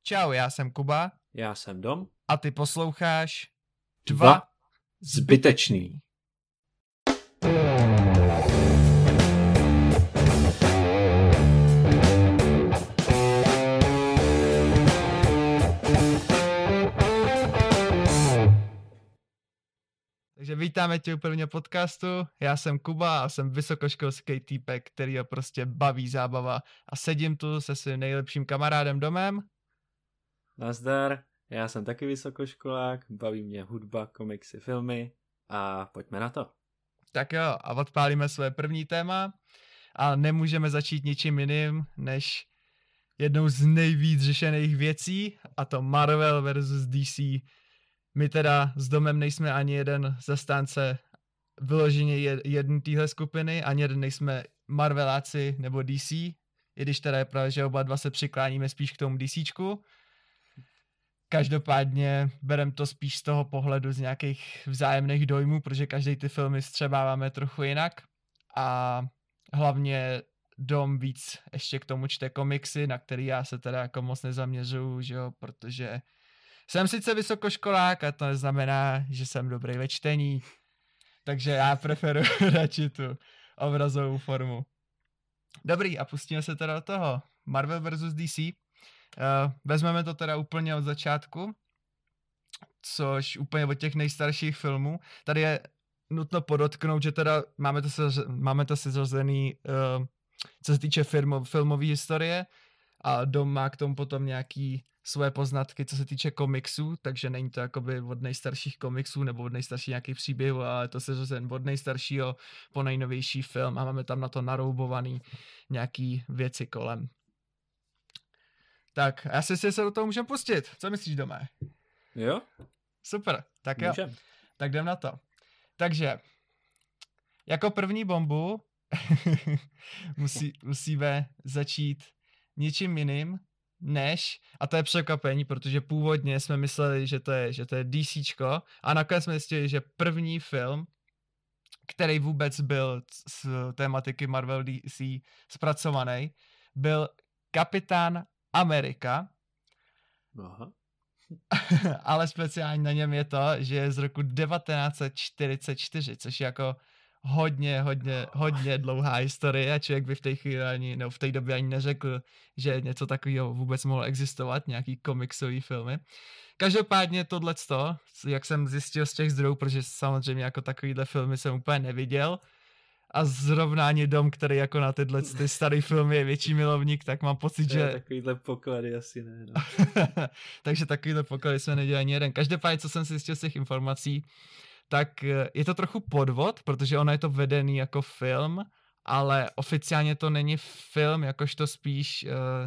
Čau, já jsem Kuba. Já jsem Dom. A ty posloucháš Dva zbytečný. Takže vítáme tě u prvního podcastu. Já jsem Kuba a jsem vysokoškolský týpek, který ho prostě baví zábava. A sedím tu se svým nejlepším kamarádem Domem. Nazdar, já jsem taky vysokoškolák, baví mě hudba, komiksy, filmy a pojďme na to. Tak jo, a odpálíme své první téma a nemůžeme začít ničím jiným, než jednou z nejvíc řešených věcí, a to Marvel versus DC. My teda s Domem nejsme ani jeden zastánce vyloženě jedné téhle skupiny, ani jeden nejsme Marveláci nebo DC, i když teda je pravda, že oba dva se přikláníme spíš k tomu DCčku. Každopádně berem to spíš z toho pohledu z nějakých vzájemných dojmů, protože každý ty filmy střebáváme trochu jinak a hlavně Dom víc ještě k tomu čte komiksy, na který já se teda jako moc nezaměřuju, že jo, protože jsem sice vysokoškolák a to neznamená, že jsem dobrý ve čtení, takže já preferuji radši tu obrazovou formu. Dobrý, a pustíme se teda do toho. Marvel vs. DC. Vezmeme to teda úplně od začátku, což úplně od těch nejstarších filmů. Tady je nutno podotknout, že teda máme to seřazený, co se týče filmové historie, a Dom má k tomu potom nějaký svoje poznatky, co se týče komiksů, takže není to jakoby od nejstarších komiksů nebo od nejstarších nějakých příběhů, ale to se řazen od nejstaršího po nejnovější film a máme tam na to naroubovaný nějaký věci kolem. Tak, já si se do toho můžeme pustit. Co myslíš, Domé? Jo? Super, tak jo. Můžem. Tak jdem na to. Takže, jako první bombu musíme začít něčím jiným, než, a to je překvapení, protože původně jsme mysleli, že to je DCčko, a nakonec jsme zjistili, že první film, který vůbec byl z tématiky Marvel DC zpracovaný, byl Kapitán Amerika. Aha. Ale speciálně na něm je to, že je z roku 1944, což je jako hodně dlouhá historie a člověk by v té chvíli v té době ani neřekl, že něco takového vůbec mohlo existovat, nějaký komiksový filmy. Každopádně tohleto, jak jsem zjistil z těch zdrojů, protože samozřejmě jako takovýhle filmy jsem úplně neviděl, a zrovna ani Dom, který jako na tyhle ty staré filmy je větší milovník, tak mám pocit, že... Takovýhle poklady asi ne, no. Takže takovýhle poklady jsme nedělali ani jeden. Každopádně, co jsem si zjistil z těch informací, tak je to trochu podvod, protože ono je to vedený jako film, ale oficiálně to není film, jakožto spíš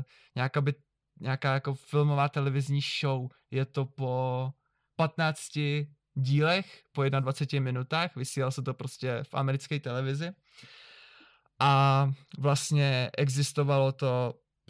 nějaká jako filmová televizní show. Je to po 15 dílech, po 21 minutách, vysílal se to prostě v americké televizi a vlastně existovalo to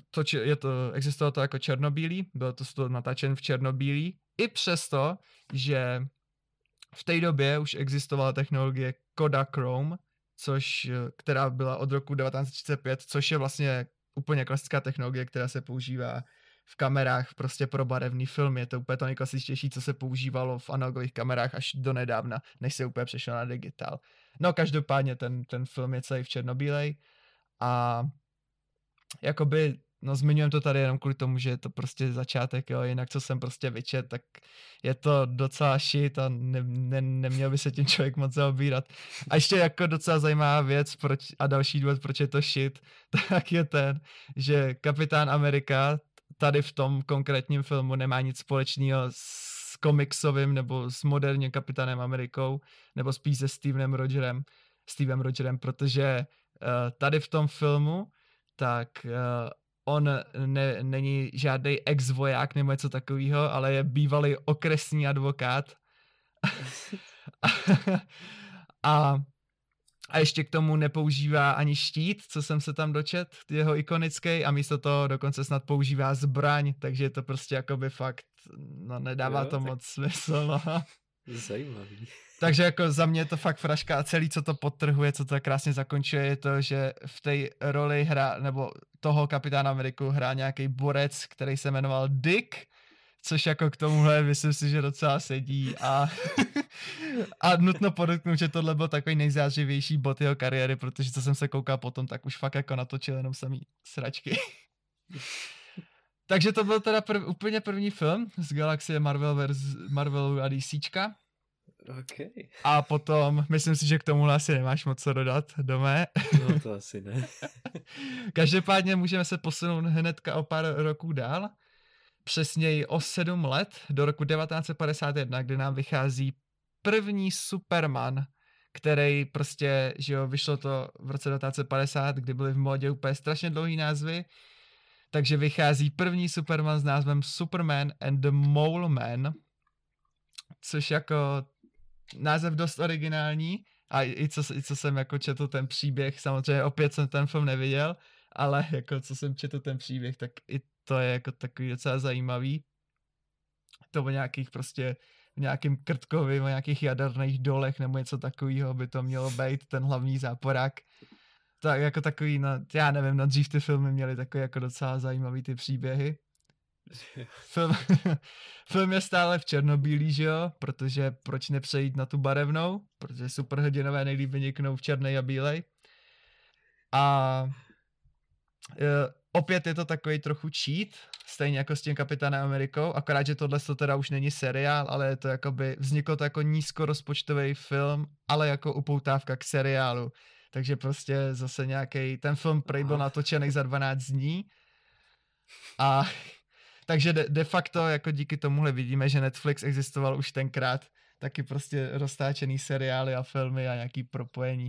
jako černobílý, bylo to natáčen v černobílí, i přesto, že v té době už existovala technologie Kodachrome, která byla od roku 1935, což je vlastně úplně klasická technologie, která se používá v kamerách prostě pro barevný film. Je to úplně to nejklasičtější, co se používalo v analogových kamerách až do nedávna, než se úplně přešlo na digitál. No každopádně ten film je celý v černobílej a jakoby, no zmiňujem to tady jenom kvůli tomu, že je to prostě začátek, jo, jinak co jsem prostě vyčet, tak je to docela shit a neměl by se tím člověk moc zaobírat. A ještě jako docela zajímavá věc a další důvod, proč je to shit, tak je ten, že Kapitán Amerika tady v tom konkrétním filmu nemá nic společného s komiksovým nebo s moderním Kapitánem Amerikou, nebo spíš se Stevem Rogerem, protože tady v tom filmu tak on není žádný ex-voják nebo něco takového, ale je bývalý okresní advokát. A ještě k tomu nepoužívá ani štít, co jsem se tam dočet, jeho ikonický, a místo toho dokonce snad používá zbraň, takže je to prostě jakoby fakt, no nedává to moc smysl, no. Zajímavý. Takže jako za mě je to fakt fraška a celý, co to podtrhuje, co to krásně zakončuje, je to, že v té roli hra, nebo toho Kapitána Ameriku hrá nějaký borec, který se jmenoval Dick, což jako k tomuhle myslím si, že docela sedí a nutno podotknout, že tohle byl takový nejzářivější bod jeho kariéry, protože co jsem se koukal potom, tak už fakt jako natočil jenom samý sračky. Takže to byl teda úplně první film z galaxie Marvelu a DCčka. Okay. A potom, myslím si, že k tomuhle asi nemáš moc co dodat, Domé. No to asi ne. Každopádně můžeme se posunout hnedka o pár roků dál. Přesněji o 7 let, do roku 1951, kdy nám vychází první Superman, který prostě, že jo, vyšlo to v roce 1950, kdy byly v módě úplně strašně dlouhý názvy, takže vychází první Superman s názvem Superman and the Mole Man, což jako název dost originální a i co jsem jako četl ten příběh, samozřejmě opět jsem ten film neviděl, ale jako co jsem četl ten příběh, tak i to je jako takový docela zajímavý. To o nějakých prostě v nějakým Krtkovi, o nějakých jaderných dolech nebo něco takového by to mělo být, ten hlavní záporák. Tak jako takový, no já nevím, no dřív ty filmy měly takový jako docela zajímavý ty příběhy. Film je stále v černobílý, že jo, protože proč nepřejít na tu barevnou, protože superhrdinové nejlíp vyniknou v černej a bílej. A opět je to takový trochu cheat, stejně jako s tím Kapitánem Amerikou, akorát, že tohle to teda už není seriál, ale je to jakoby, vzniklo to jako nízkorozpočtový film, ale jako upoutávka k seriálu. Takže prostě zase nějaký, ten film prej byl natočený za 12 dní a takže de facto jako díky tomuhle vidíme, že Netflix existoval už tenkrát, taky prostě roztáčený seriály a filmy a nějaký propojení.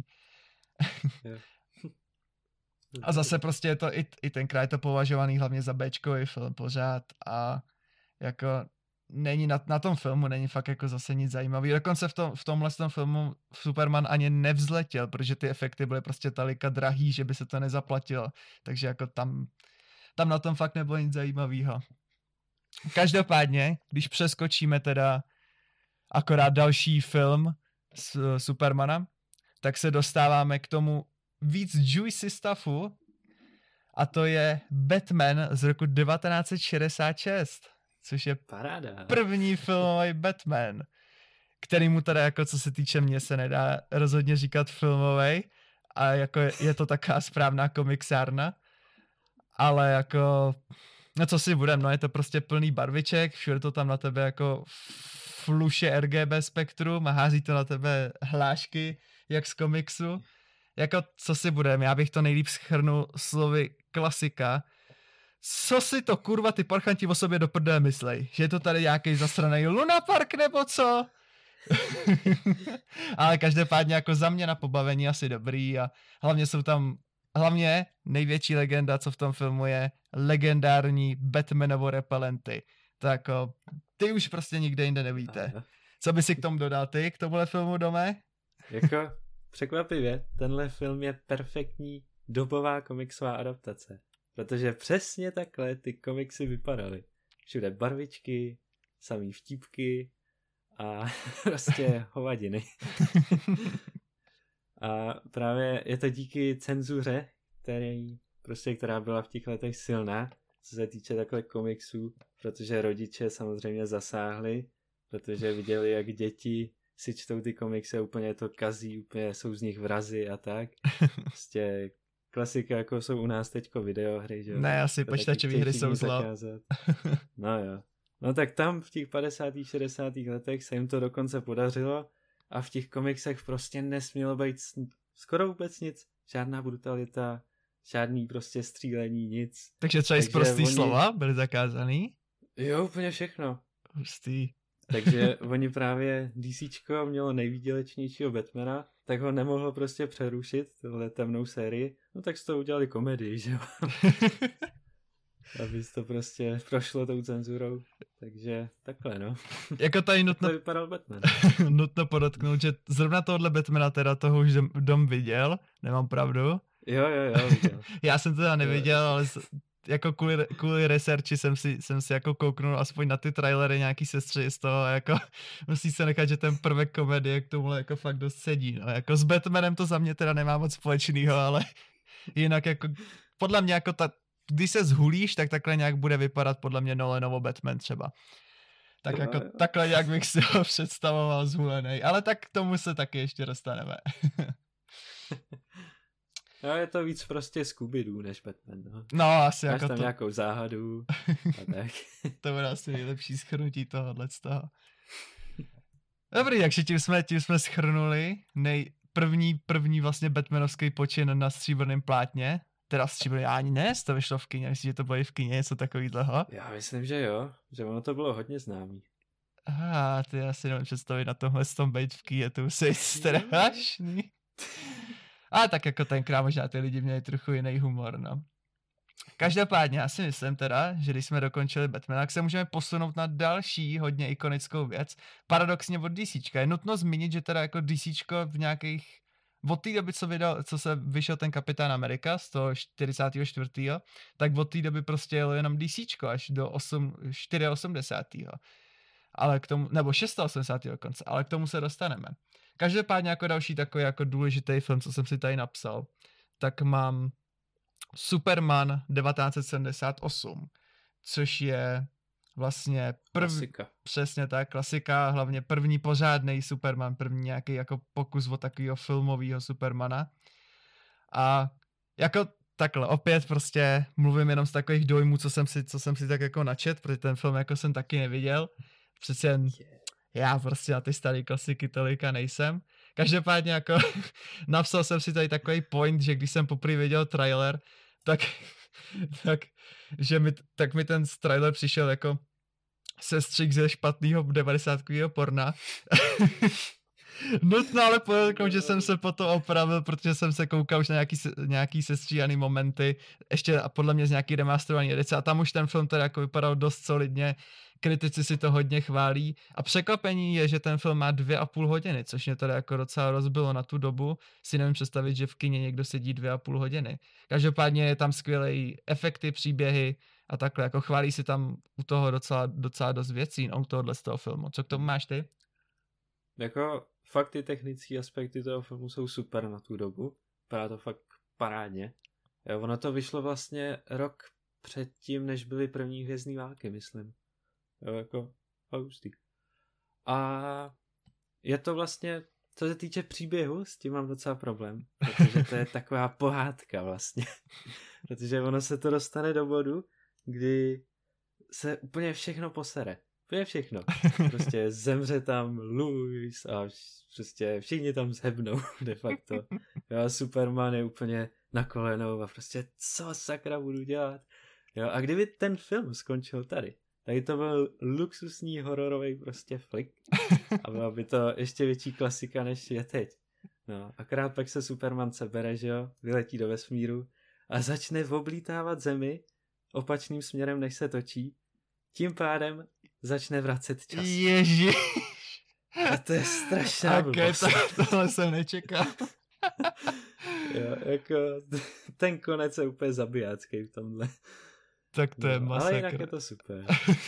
A zase prostě je to i tenkrát je to považovaný hlavně za Bčkový film pořád a jako není na tom filmu není fakt jako zase nic zajímavý. Dokonce v tomhle filmu Superman ani nevzletěl, protože ty efekty byly prostě tolika drahý, že by se to nezaplatilo. Takže jako tam na tom fakt nebylo nic zajímavého. Každopádně, když přeskočíme teda akorát další film s Supermana, tak se dostáváme k tomu víc juicy stuffu a to je Batman z roku 1966, což je paráda. První filmový Batman, kterýmu teda jako co se týče mě se nedá rozhodně říkat filmovej a jako je to taková správná komiksárna, ale jako no co si budem, no je to prostě plný barviček, všude to tam na tebe jako fluše RGB spektrum a hází to na tebe hlášky, jak z komiksu. Jako co si budem, já bych to nejlíp shrnul slovy klasika. Co si to kurva ty parchanti o sobě do prdele myslej? Že je to tady nějaký zasranej Luna Park nebo co? Ale každopádně jako za mě na pobavení asi dobrý a hlavně největší legenda, co v tom filmu je legendární Batmanovo repelenty. Tak jako, ty už prostě nikde jinde nevíte. Aha. Co by si k tomu dodal ty, k tomuhle filmu, Dome? Jako překvapivě, tenhle film je perfektní dobová komiksová adaptace. Protože přesně takhle ty komiksy vypadaly. Všude barvičky, samý vtípky a prostě hovadiny. A právě je to díky cenzuře, která byla v těch letech silná, co se týče takhle komiksů, protože rodiče samozřejmě zasáhli, protože viděli, jak děti si čtou ty komiksy a úplně to kazí, úplně jsou z nich vrazy a tak. Prostě klasika, jako jsou u nás teďko videohry, že jo? Ne, asi počítačové hry jsou zlo. No jo. No tak tam v těch 50. 60. letech se jim to dokonce podařilo a v těch komiksech prostě nesmělo být skoro vůbec nic. Žádná brutalita, žádný prostě střílení, nic. Takže třeba i prostý slova byly zakázaný? Jo, úplně všechno. Hustý. Takže oni právě DCčko mělo nejvýdělečnějšího Batmana, tak ho nemohlo prostě přerušit, tohle temnou sérii, no tak z toho udělali komedii, že jo? Aby to prostě prošlo tou cenzurou, takže takhle, no. Jako tady to vypadal Batman. Nutno podotknout, že zrovna tohle Batmana teda toho už Dom viděl, nemám pravdu. Jo, viděl. Já jsem teda neviděl, ale jako kvůli researchi jsem si jako kouknul aspoň na ty trailery nějaký sestři z toho, jako musí se nechat, že ten prvek komedie k tomu jako fakt dost sedí, no, jako s Batmanem to za mě teda nemá moc společného, ale jinak jako, podle mě jako když se zhulíš, tak takhle nějak bude vypadat podle mě Nolanovo Batman třeba. Tak jako takhle nějak bych si ho představoval zhulenej, ale tak k tomu se taky ještě dostaneme. No, je to víc prostě Scooby-Doo než Batman, no. No, asi máš jako tam to... nějakou záhadu a tak. To bude asi nejlepší shrnutí tohohle z toho. Dobrý, takže tím jsme shrnuli první vlastně Batmanovský počin na stříbrném plátně. Teda stříbrný, ani ne, to vyšlo v kině, myslím, že to bylo i v kině, něco takovýhleho. Já myslím, že jo, že ono to bylo hodně známý. Ty já si nevím představit na tomhle tom být v kině, to už je strašný. Ale tak jako tenkrát možná ty lidi měli trochu jiný humor, no. Každopádně já si myslím teda, že když jsme dokončili Batmana, tak se můžeme posunout na další hodně ikonickou věc. Paradoxně od DCčka. Je nutno zmínit, že teda jako DCčko v nějakých... Od té doby, co se vyšel ten Kapitán Amerika z toho 44. tak od té doby prostě jelo jenom DCčko až do 84. Ale k tomu, nebo 680. dokonce, ale k tomu se dostaneme. Každopádně jako další takový jako důležitý film, co jsem si tady napsal, tak mám Superman 1978, což je vlastně klasika. Přesně tak, klasika, hlavně první pořádnej Superman, první nějaký jako pokus o takového filmového Supermana. A jako takhle, opět prostě mluvím jenom z takových dojmů, co jsem si tak jako načet, protože ten film jako jsem taky neviděl. Přece jen já prostě na ty staré klasiky tolika nejsem. Každopádně jako napsal jsem si tady takový point, že když jsem poprvé viděl trailer, tak mi ten trailer přišel jako sestřik ze špatného 90kového porna. Nutno ale podotknout, že jsem se potom opravil, protože jsem se koukal už na nějaký sestříhaný momenty, ještě podle mě z nějaký remasterovaný edice a tam už ten film teda jako vypadal dost solidně, kritici si to hodně chválí a překvapení je, že ten film má 2,5 hodiny, což mě teda jako docela rozbilo na tu dobu, si nevím představit, že v kině někdo sedí 2,5 hodiny. Každopádně je tam skvělý efekty, příběhy a takhle, jako chválí si tam u toho docela dost věcí, no, u tohohle z toho filmu. Co k tomu máš ty? Jako fakt ty technické aspekty toho filmu jsou super na tu dobu. Vypadá to fakt parádně. Ono to vyšlo vlastně rok předtím, než byly první Hvězdný války, myslím. Jo, jako fakt hustý. A je to vlastně, co se týče příběhu, s tím mám docela problém. Protože to je taková pohádka vlastně. Protože ono se to dostane do bodu, kdy se úplně všechno posere. Úplně všechno. Prostě zemře tam Louis a prostě všichni tam zhebnou de facto. Jo, Superman je úplně na kolenou a prostě co sakra budu dělat. Jo, a kdyby ten film skončil tady to byl luxusní hororový prostě flick a byla by to ještě větší klasika než je teď. No, akorát pak se Superman sebere, že jo, vyletí do vesmíru a začne oblítávat zemi opačným směrem, než se točí. Tím pádem začne vracet čas. Ježiš. A to je strašná blbost. Tohle jsem nečekal. Jo, jako ten konec je úplně zabijácký v tomhle. Tak to je masakr. Ale jinak je to super.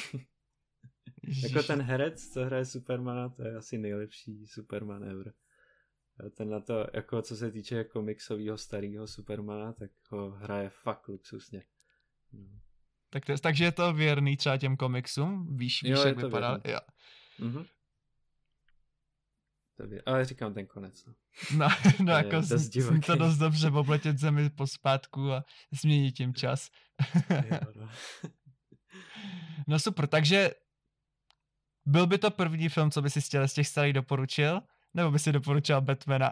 Jako ten herec, co hraje Supermana, to je asi nejlepší Superman ever. Ten na to, jako co se týče komiksového starého Supermana, tak ho hraje fakt luxusně. Takže je to věrný třeba těm komiksům? Víš jak vypadá? Jo. Mhm. Ale říkám ten konec. No jako zní to dost dobře obletět zemi pospátku a změnit tím čas. No super, takže byl by to první film, co by si z těch starých doporučil? Nebo by si doporučil Batmana?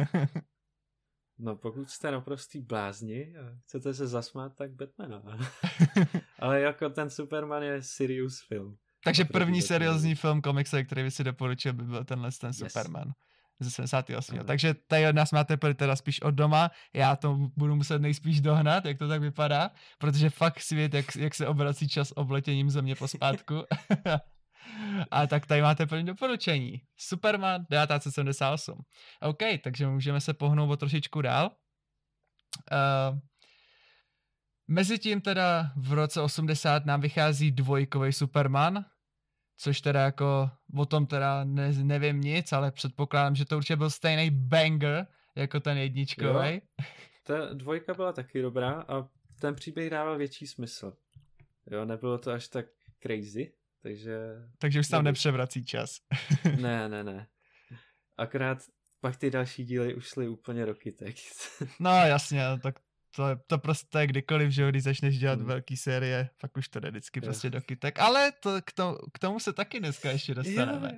No pokud jste naprostý blázni a chcete se zasmát, tak Batmana. Ale jako ten Superman je serious film. Takže první seriózní film komikse, který by si doporučil, by byl ten Superman ze 78. Takže tady od nás máte teda spíš od doma, já to budu muset nejspíš dohnat, jak to tak vypadá, protože fakt svět, jak se obrací čas obletěním země pospátku. A tak tady máte první doporučení. Superman 1978. OK, takže můžeme se pohnout o trošičku dál. Mezitím teda v roce 80 nám vychází dvojkový Superman, což teda jako o tom teda nevím nic, ale předpokládám, že to určitě byl stejný banger jako ten jedničkovej. Ta dvojka byla taky dobrá a ten příběh dával větší smysl. Jo, nebylo to až tak crazy, takže už tam nepřevrací čas. Ne. Akorát pak ty další díly už šly úplně do kytek. No jasně, tak to prostě kdykoliv, že když začneš dělat velký série, pak už to jde vždycky prostě do kytek. Ale k tomu se taky dneska ještě dostaneme.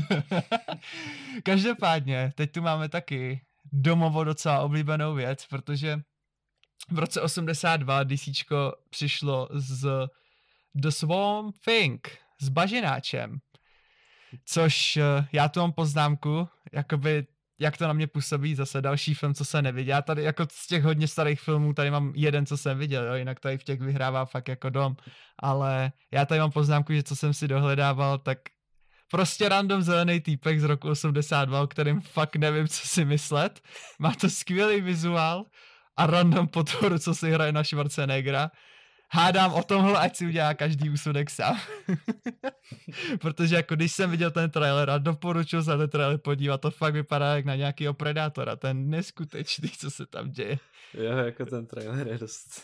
Každopádně, teď tu máme taky domovo docela oblíbenou věc, protože v roce 82 DCčko přišlo z The Swamp Thing, s Bažináčem, což já tu mám poznámku, jakoby jak to na mě působí, zase další film, co jsem neviděl. Já tady jako z těch hodně starých filmů, tady mám jeden, co jsem viděl, jo? Jinak tady v těch vyhrává fakt jako dom, ale já tady mám poznámku, že co jsem si dohledával, tak prostě random zelený týpek z roku 82, o kterým fakt nevím, co si myslet. Má to skvělý vizuál a random podporu, co si hraje na Schwarzeneggera. Hádám o tomhle, ať si udělá každý úsudek sám. Protože jako když jsem viděl ten trailer a doporučil se ten trailer podívat, to fakt vypadá jak na nějakýho Predátora. Ten neskutečný, co se tam děje. Jo, jako ten trailer je dost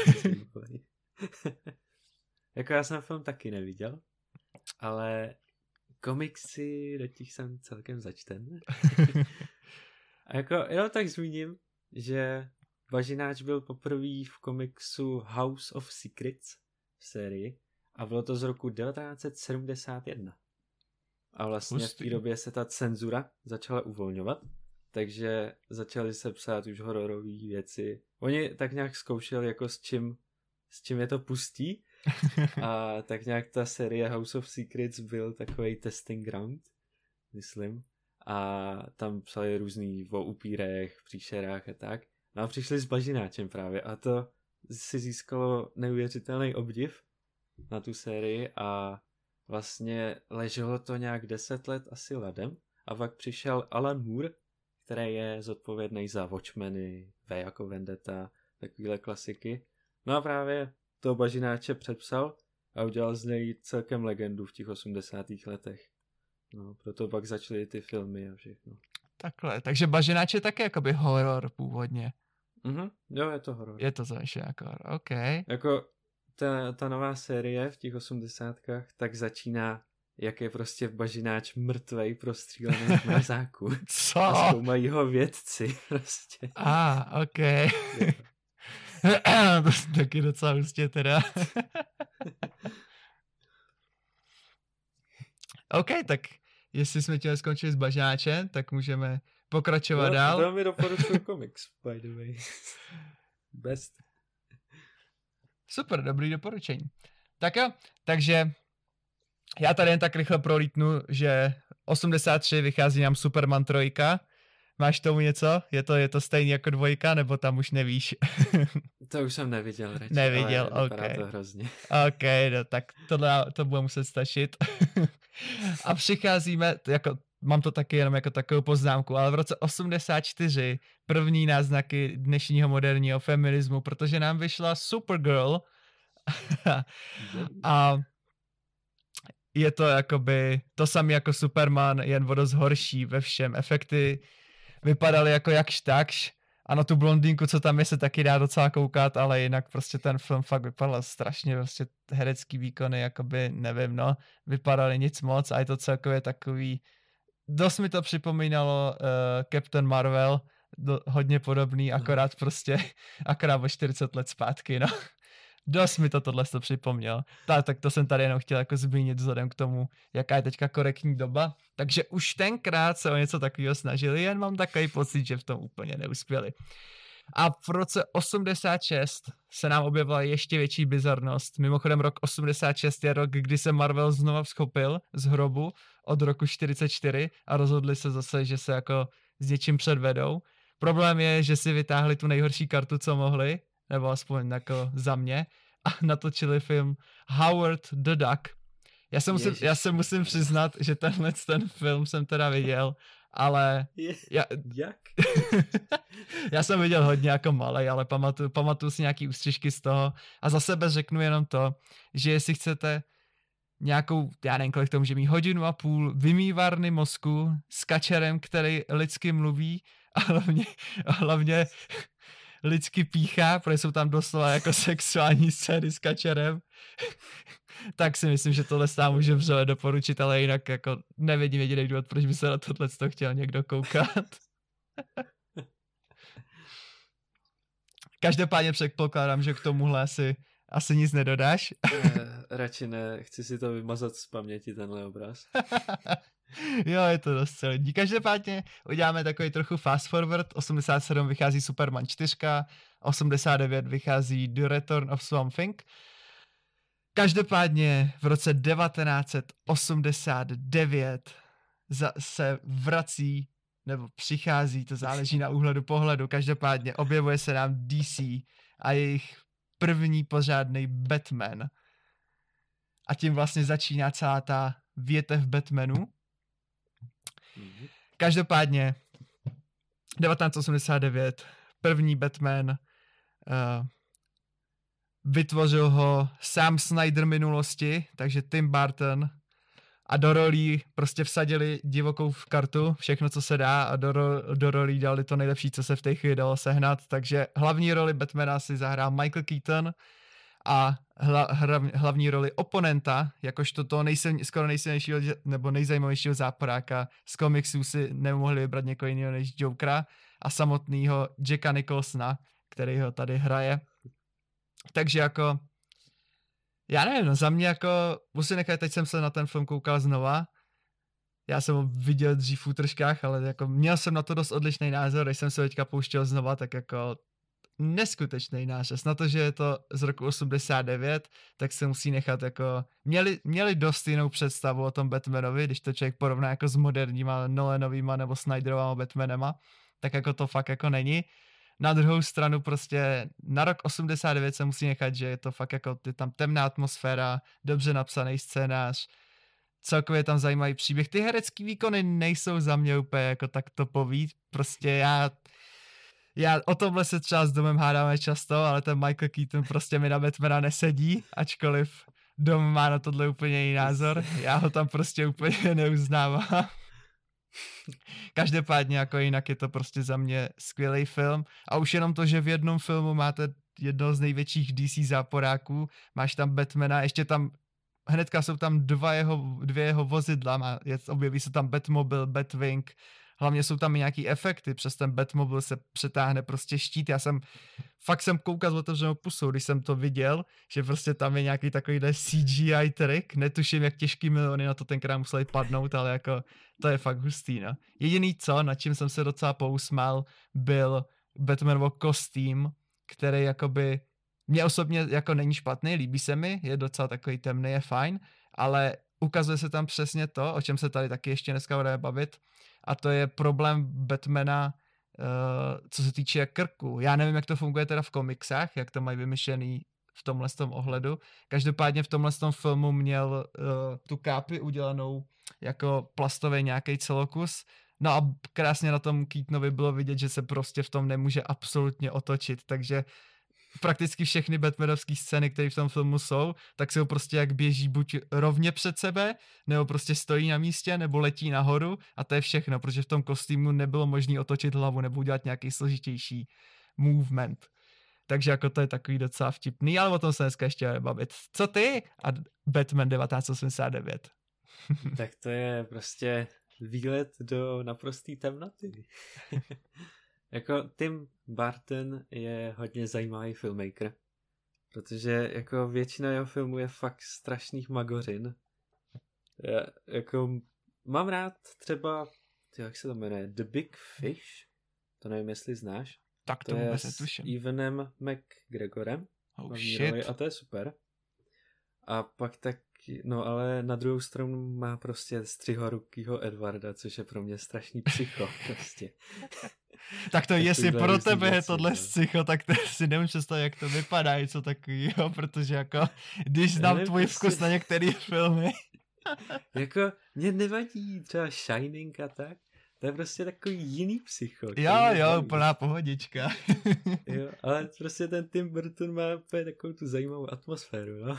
jako já jsem film taky neviděl, ale komiksy, do těch jsem celkem začten. A jako jenom tak zmíním, že Bažináč byl poprvé v komiksu House of Secrets v sérii a bylo to z roku 1971. A vlastně v té době se ta cenzura začala uvolňovat, takže začaly se psát už hororové věci. Oni tak nějak zkoušeli jako s čím je to pustí a tak nějak ta série House of Secrets byl takový testing ground, myslím. A tam psali různý o upírech, příšerách a tak. No a přišli s Bažináčem právě a to si získalo neuvěřitelný obdiv na tu sérii a vlastně leželo to nějak 10 let asi ladem a pak přišel Alan Moore, který je zodpovědný za Watchmeny, V jako Vendetta, takovýhle klasiky. No a právě toho Bažináče přepsal a udělal z něj celkem legendu v těch 80. letech. No, proto pak začaly ty filmy a všechno. Takhle, takže Bažináč je taky jakoby horor původně. Jo, je to horor. Je to zaši jako horor, ok. Jako ta nová série v těch 80kách tak začíná, jak je prostě Bažináč mrtvej prostřílený v mrazáku. Co? A zkoumají ho vědci prostě. Ok. To taky docela hustě teda. OK, tak jestli jsme chtěli skončit s Bažináčem, tak můžeme pokračovat dál. Velmi doporučuji komiks, by the way. Best. Super, dobrý doporučení. Tak jo, takže já tady jen tak rychle prolítnu, že 83 vychází nám Superman 3. Máš tomu něco? Je to stejný jako 2, nebo tam už nevíš? To už jsem neviděl radši. Neviděl, ale ok. to hrozně. Ok, no, tak to bude muset stačit. A přicházíme, jako, mám to taky jenom jako takovou poznámku, ale v roce 84 první náznaky dnešního moderního feminismu, protože nám vyšla Supergirl a je to jakoby to samé jako Superman, jen o dost horší ve všem. Efekty vypadaly jako jakž takž a na tu blondýnku, co tam je, se taky dá docela koukat, ale jinak prostě ten film fakt vypadal strašně, prostě herecký výkony, jakoby, nevím, no, vypadaly nic moc a je to celkově takový, dost mi to připomínalo Captain Marvel, hodně podobný, akorát o 40 let zpátky, no. Dost mi to tohle připomněl. Tak to jsem tady jenom chtěl jako zmínit vzhledem k tomu, jaká je teďka korektní doba. Takže už tenkrát se o něco takového snažili, jen mám takový pocit, že v tom úplně neuspěli. A v roce 86 se nám objevila ještě větší bizarnost. Mimochodem rok 86 je rok, kdy se Marvel znova vzchopil z hrobu od roku 44 a rozhodli se zase, že se jako s něčím předvedou. Problém je, že si vytáhli tu nejhorší kartu, co mohli, nebo aspoň jako za mě, a natočili film Howard the Duck. Já se musím přiznat, že ten film jsem teda viděl ale... Jak? Já jsem viděl hodně jako malej, ale pamatuju si nějaký ústřižky z toho a za sebe řeknu jenom to, že jestli chcete nějakou, já nevím, kolik to může mít, 1,5 hodiny vymývárny mozku s kačerem, který lidsky mluví a hlavně lidsky píchá, protože jsou tam doslova jako sexuální scény s kačerem, tak si myslím, že tohle sám může vřele doporučit, ale jinak jako nevidím jediný důvod, proč by se na tohle chtěl někdo koukat. Každopádně předpokládám, že k tomuhle asi nic nedodáš. Radši ne, chci si to vymazat z paměti, tenhle obraz. Jo, je to dost celý. Každopádně uděláme takový trochu fast forward. 87 vychází Superman 4, 89 vychází The Return of Swamp Thing. Každopádně v roce 1989 se vrací, nebo přichází, to záleží na úhledu pohledu, každopádně objevuje se nám DC a jejich první pořádnej Batman. A tím vlastně začíná celá ta větev Batmanu. Každopádně 1989, první Batman, vytvořil ho Sam Snyder minulosti, takže Tim Burton, a do rolí prostě vsadili divokou kartu, všechno, co se dá, a do rolí dali to nejlepší, co se v té chvíli dalo sehnat, takže hlavní roli Batmana si zahrál Michael Keaton a hlavní roli oponenta, jakožto toho skoro nejsilnějšího nebo nejzajímavějšího záporáka z komiksů si nemohli vybrat někoho jiného než Jokera a samotného Jacka Nicholsona, který ho tady hraje. Takže jako já nevím, no za mě jako, musím nechat, teď jsem se na ten film koukal znova, já jsem ho viděl dřív v útržkách, ale jako měl jsem na to dost odlišný názor, když jsem se teďka pouštěl znova, tak jako neskutečný nářez. Na to, že je to z roku 89, tak se musí nechat jako, měli dost jinou představu o tom Batmanovi, když to člověk porovná jako s moderníma Nolanovýma nebo Snyderovýma Batmanema, tak jako to fakt jako není. Na druhou stranu prostě na rok 89 se musí nechat, že je to fakt jako, je tam temná atmosféra, dobře napsaný scénář, celkově tam zajímavý příběh. Ty herecký výkony nejsou za mě úplně jako tak topový, prostě já o tomhle se třeba s Domem hádáme často, ale ten Michael Keaton prostě mi na Batmana nesedí, ačkoliv Dom má na tohle úplně jiný názor, já ho tam prostě úplně neuznávám. Každopádně jako jinak je to prostě za mě skvělý film a už jenom to, že v jednom filmu máte jednoho z největších DC záporáků, máš tam Batmana, ještě tam hnedka jsou tam dvě jeho vozidla, objeví se tam Batmobile, Batwing, hlavně jsou tam i nějaký efekty, přes ten Batmobile se přetáhne prostě štít, fakt jsem koukal s otevřenou pusou, když jsem to viděl, že prostě tam je nějaký takovýhle CGI trik, netuším, jak těžký miliony na to tenkrát museli padnout, ale jako to je fakt hustý, no. Jediný nad čím jsem se docela pousmál, byl Batmanov kostým, který jakoby mě osobně jako není špatný, líbí se mi, je docela takový temný, je fajn, ale ukazuje se tam přesně to, o čem se tady taky ještě dneska budeme bavit, a to je problém Batmana, co se týče krku. Já nevím, jak to funguje teda v komiksách, jak to mají vymyšlený v tomhle ohledu. Každopádně v tomhle filmu měl tu kápi udělanou jako plastový nějaký celokus. No a krásně na tom Keatonovi bylo vidět, že se prostě v tom nemůže absolutně otočit, takže prakticky všechny Batmanovské scény, které v tom filmu jsou, tak jsou prostě jak běží buď rovně před sebe, nebo prostě stojí na místě, nebo letí nahoru a to je všechno, protože v tom kostýmu nebylo možné otočit hlavu nebo udělat nějaký složitější movement. Takže jako to je takový docela vtipný, ale o tom se dneska ještě bude bavit. Co ty a Batman 1989? Tak to je prostě výlet do naprostý temnoty. Jako Tim Burton je hodně zajímavý filmmaker, protože jako většina jeho filmů je fakt strašných magořin. Já, jako mám rád třeba, jak se to jmenuje, The Big Fish, to nevím, jestli znáš. Tak to vůbec netuším. S Evanem McGregorem. Oh shit. A to je super. A pak tak, no ale na druhou stranu má prostě střihorukýho Edwarda, což je pro mě strašný psycho prostě. Tak to jestli pro tebe je tohle psycho, tak to si nemůžu představit, jak to vypadá, něco takovýho, protože jako, když znám tvůj prostě vkus na některé filmy. Jako, mě nevadí třeba Shining a tak, To je prostě takový jiný psycho. Jo, plná pohodička. Jo, ale prostě ten Tim Burton má úplně takovou tu zajímavou atmosféru, no.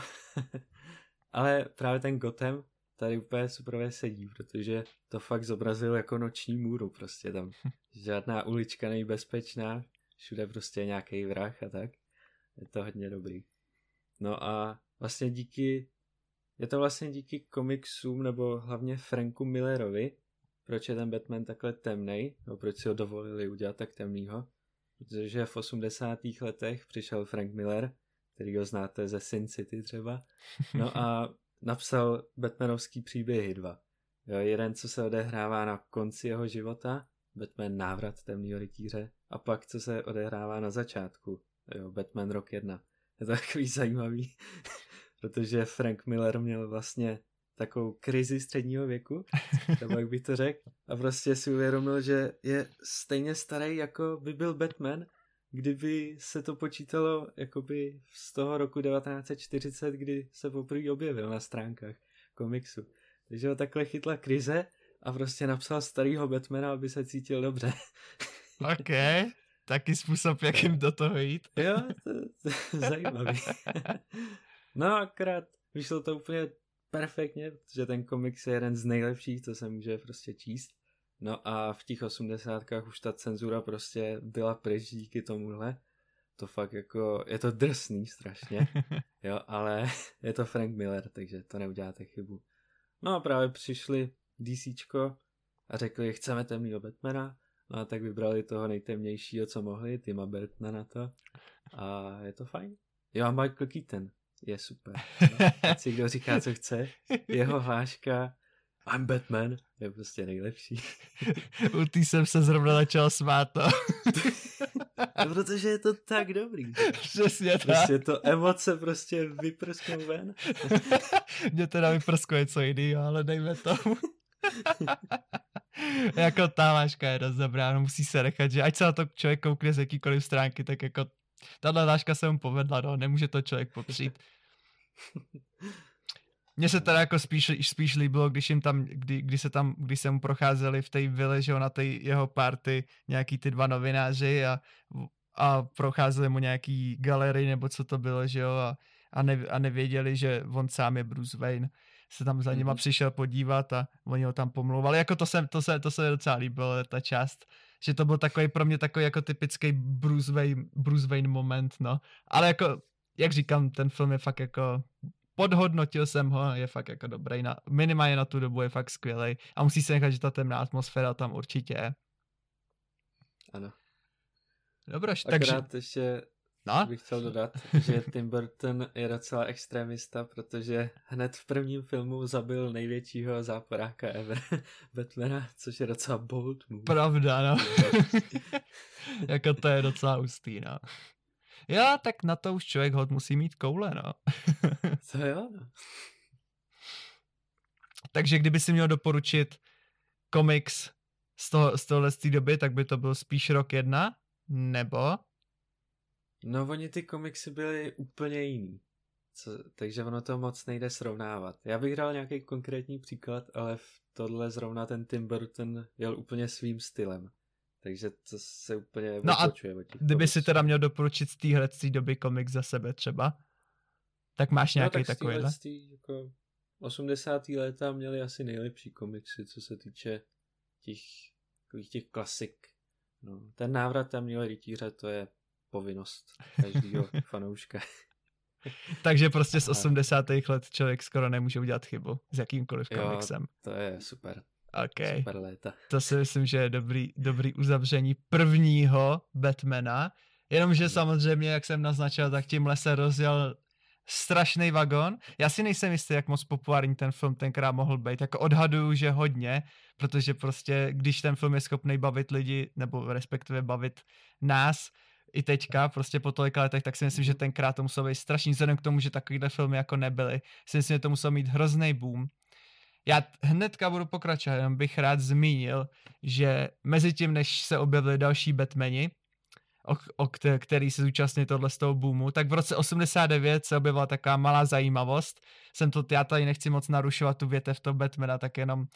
Ale právě ten Gotham tady úplně super sedí, protože to fakt zobrazil jako noční můru, prostě tam žádná ulička není bezpečná, všude prostě nějaký vrah a tak. Je to hodně dobrý. No a vlastně je to vlastně díky komiksům, nebo hlavně Franku Millerovi, proč je ten Batman takhle temnej, no proč si ho dovolili udělat tak temnýho, protože v 80. letech přišel Frank Miller, který ho znáte ze Sin City třeba, no a napsal Batmanovský příběhy 2. Jo, jeden, co se odehrává na konci jeho života, Batman návrat temného rytíře, a pak, co se odehrává na začátku, jo, Batman rok 1. Je to takový zajímavý, protože Frank Miller měl vlastně takovou krizi středního věku, nebo jak bych to řekl, a prostě si uvědomil, že je stejně starý, jako by byl Batman, kdyby se to počítalo jakoby z toho roku 1940, kdy se poprvé objevil na stránkách komiksu. Takže ho takhle chytla krize a prostě napsal starýho Batmana, aby se cítil dobře. OK, taky způsob, jak jim do toho jít. Jo, to zajímavý. No akorát vyšlo to úplně perfektně, protože ten komiks je jeden z nejlepších, co se může prostě číst. No a v těch 80kách už ta cenzura prostě byla pryč díky tomuhle. To fakt jako, je to drsný strašně, jo, ale je to Frank Miller, takže to neuděláte chybu. No a právě přišli DCčko a řekli, chceme temnýho Batmana, no a tak vybrali toho nejtemnějšího, co mohli, Tima Burtona na to, a je to fajn. Jo, a Michael Keaton je super. No, ať si kdo říká, co chce, jeho hláška I'm Batman je prostě nejlepší. U tý jsem se zrovna začal smát, no. Protože je to tak dobrý. Přesně tak. Prostě to emoce prostě vyprsknou ven. Mě teda vyprskuje co jinýho, ale dejme tomu. Jako ta váška je dost dobrá, no musí se nechat, že ať se na to člověk koukne z jakýkoliv stránky, tak jako tato váška se mu povedla, no, nemůže to člověk popřít. Mně se teda jako spíš líbilo, když se mu procházeli v té vile, že jo, na té jeho party nějaký ty dva novináři a procházeli mu nějaký galerii nebo co to bylo, že jo, a nevěděli, že on sám je Bruce Wayne. Se tam za nima přišel podívat a oni ho tam pomlouvali. Jako to se docela líbilo, ta část, že to byl takový pro mě takový jako typický Bruce Wayne moment, no. Ale jako, jak říkám, ten film je fakt jako podhodnotil jsem ho, je fakt jako dobrý, minimálně na tu dobu je fakt skvělej a musí se nechat, že ta temná atmosféra tam určitě je. Ano. Dobroš, takže ještě bych chtěl dodat, že Tim Burton je docela extrémista, protože hned v prvním filmu zabil největšího záporáka ever, Batmana, což je docela bold move. Pravda, no. Jako to je docela hustý, no. Jo, tak na to už člověk hod musí mít koule, no. To jo, no. Takže kdyby si měl doporučit komiks z tohle doby, tak by to byl spíš rok 1, nebo? No, oni ty komiksy byly úplně jiný. Takže ono to moc nejde srovnávat. Já bych dal nějaký konkrétní příklad, ale v tohle zrovna ten Tim Burton jel úplně svým stylem. Takže to se úplně odpočuje. No a kdyby si teda měl doporučit z téhle doby komiks za sebe třeba, tak máš nějaký takovýhle? Jako 80. léta měli asi nejlepší komiksy, co se týče těch klasik. No, ten návrat temného rytíře, to je povinnost každého fanouška. Takže prostě z 80. let člověk skoro nemůže udělat chybu s jakýmkoliv komiksem. To je super. Okay. Super léta. To si myslím, že je dobrý uzavření prvního Batmana. Jenomže samozřejmě, jak jsem naznačil, tak tímhle se rozjel strašný vagon. Já si nejsem jistý, jak moc populární ten film tenkrát mohl být. Jako odhaduju, že hodně, protože prostě, když ten film je schopný bavit lidi, nebo respektive bavit nás, i teďka, prostě po tolika letech, tak si myslím, že tenkrát to muselo být strašný, vzhledem k tomu, že takovýhle filmy jako nebyly. Si myslím, že to muselo mít hrozný boom. Já hnedka budu pokračovat, jenom bych rád zmínil, že mezi tím, než se objevili další Batmani, který se zúčastnili tohle z toho boomu, tak v roce 89 se objevila taková malá zajímavost. Já tady nechci moc narušovat tu větev toho Batmana, tak jenom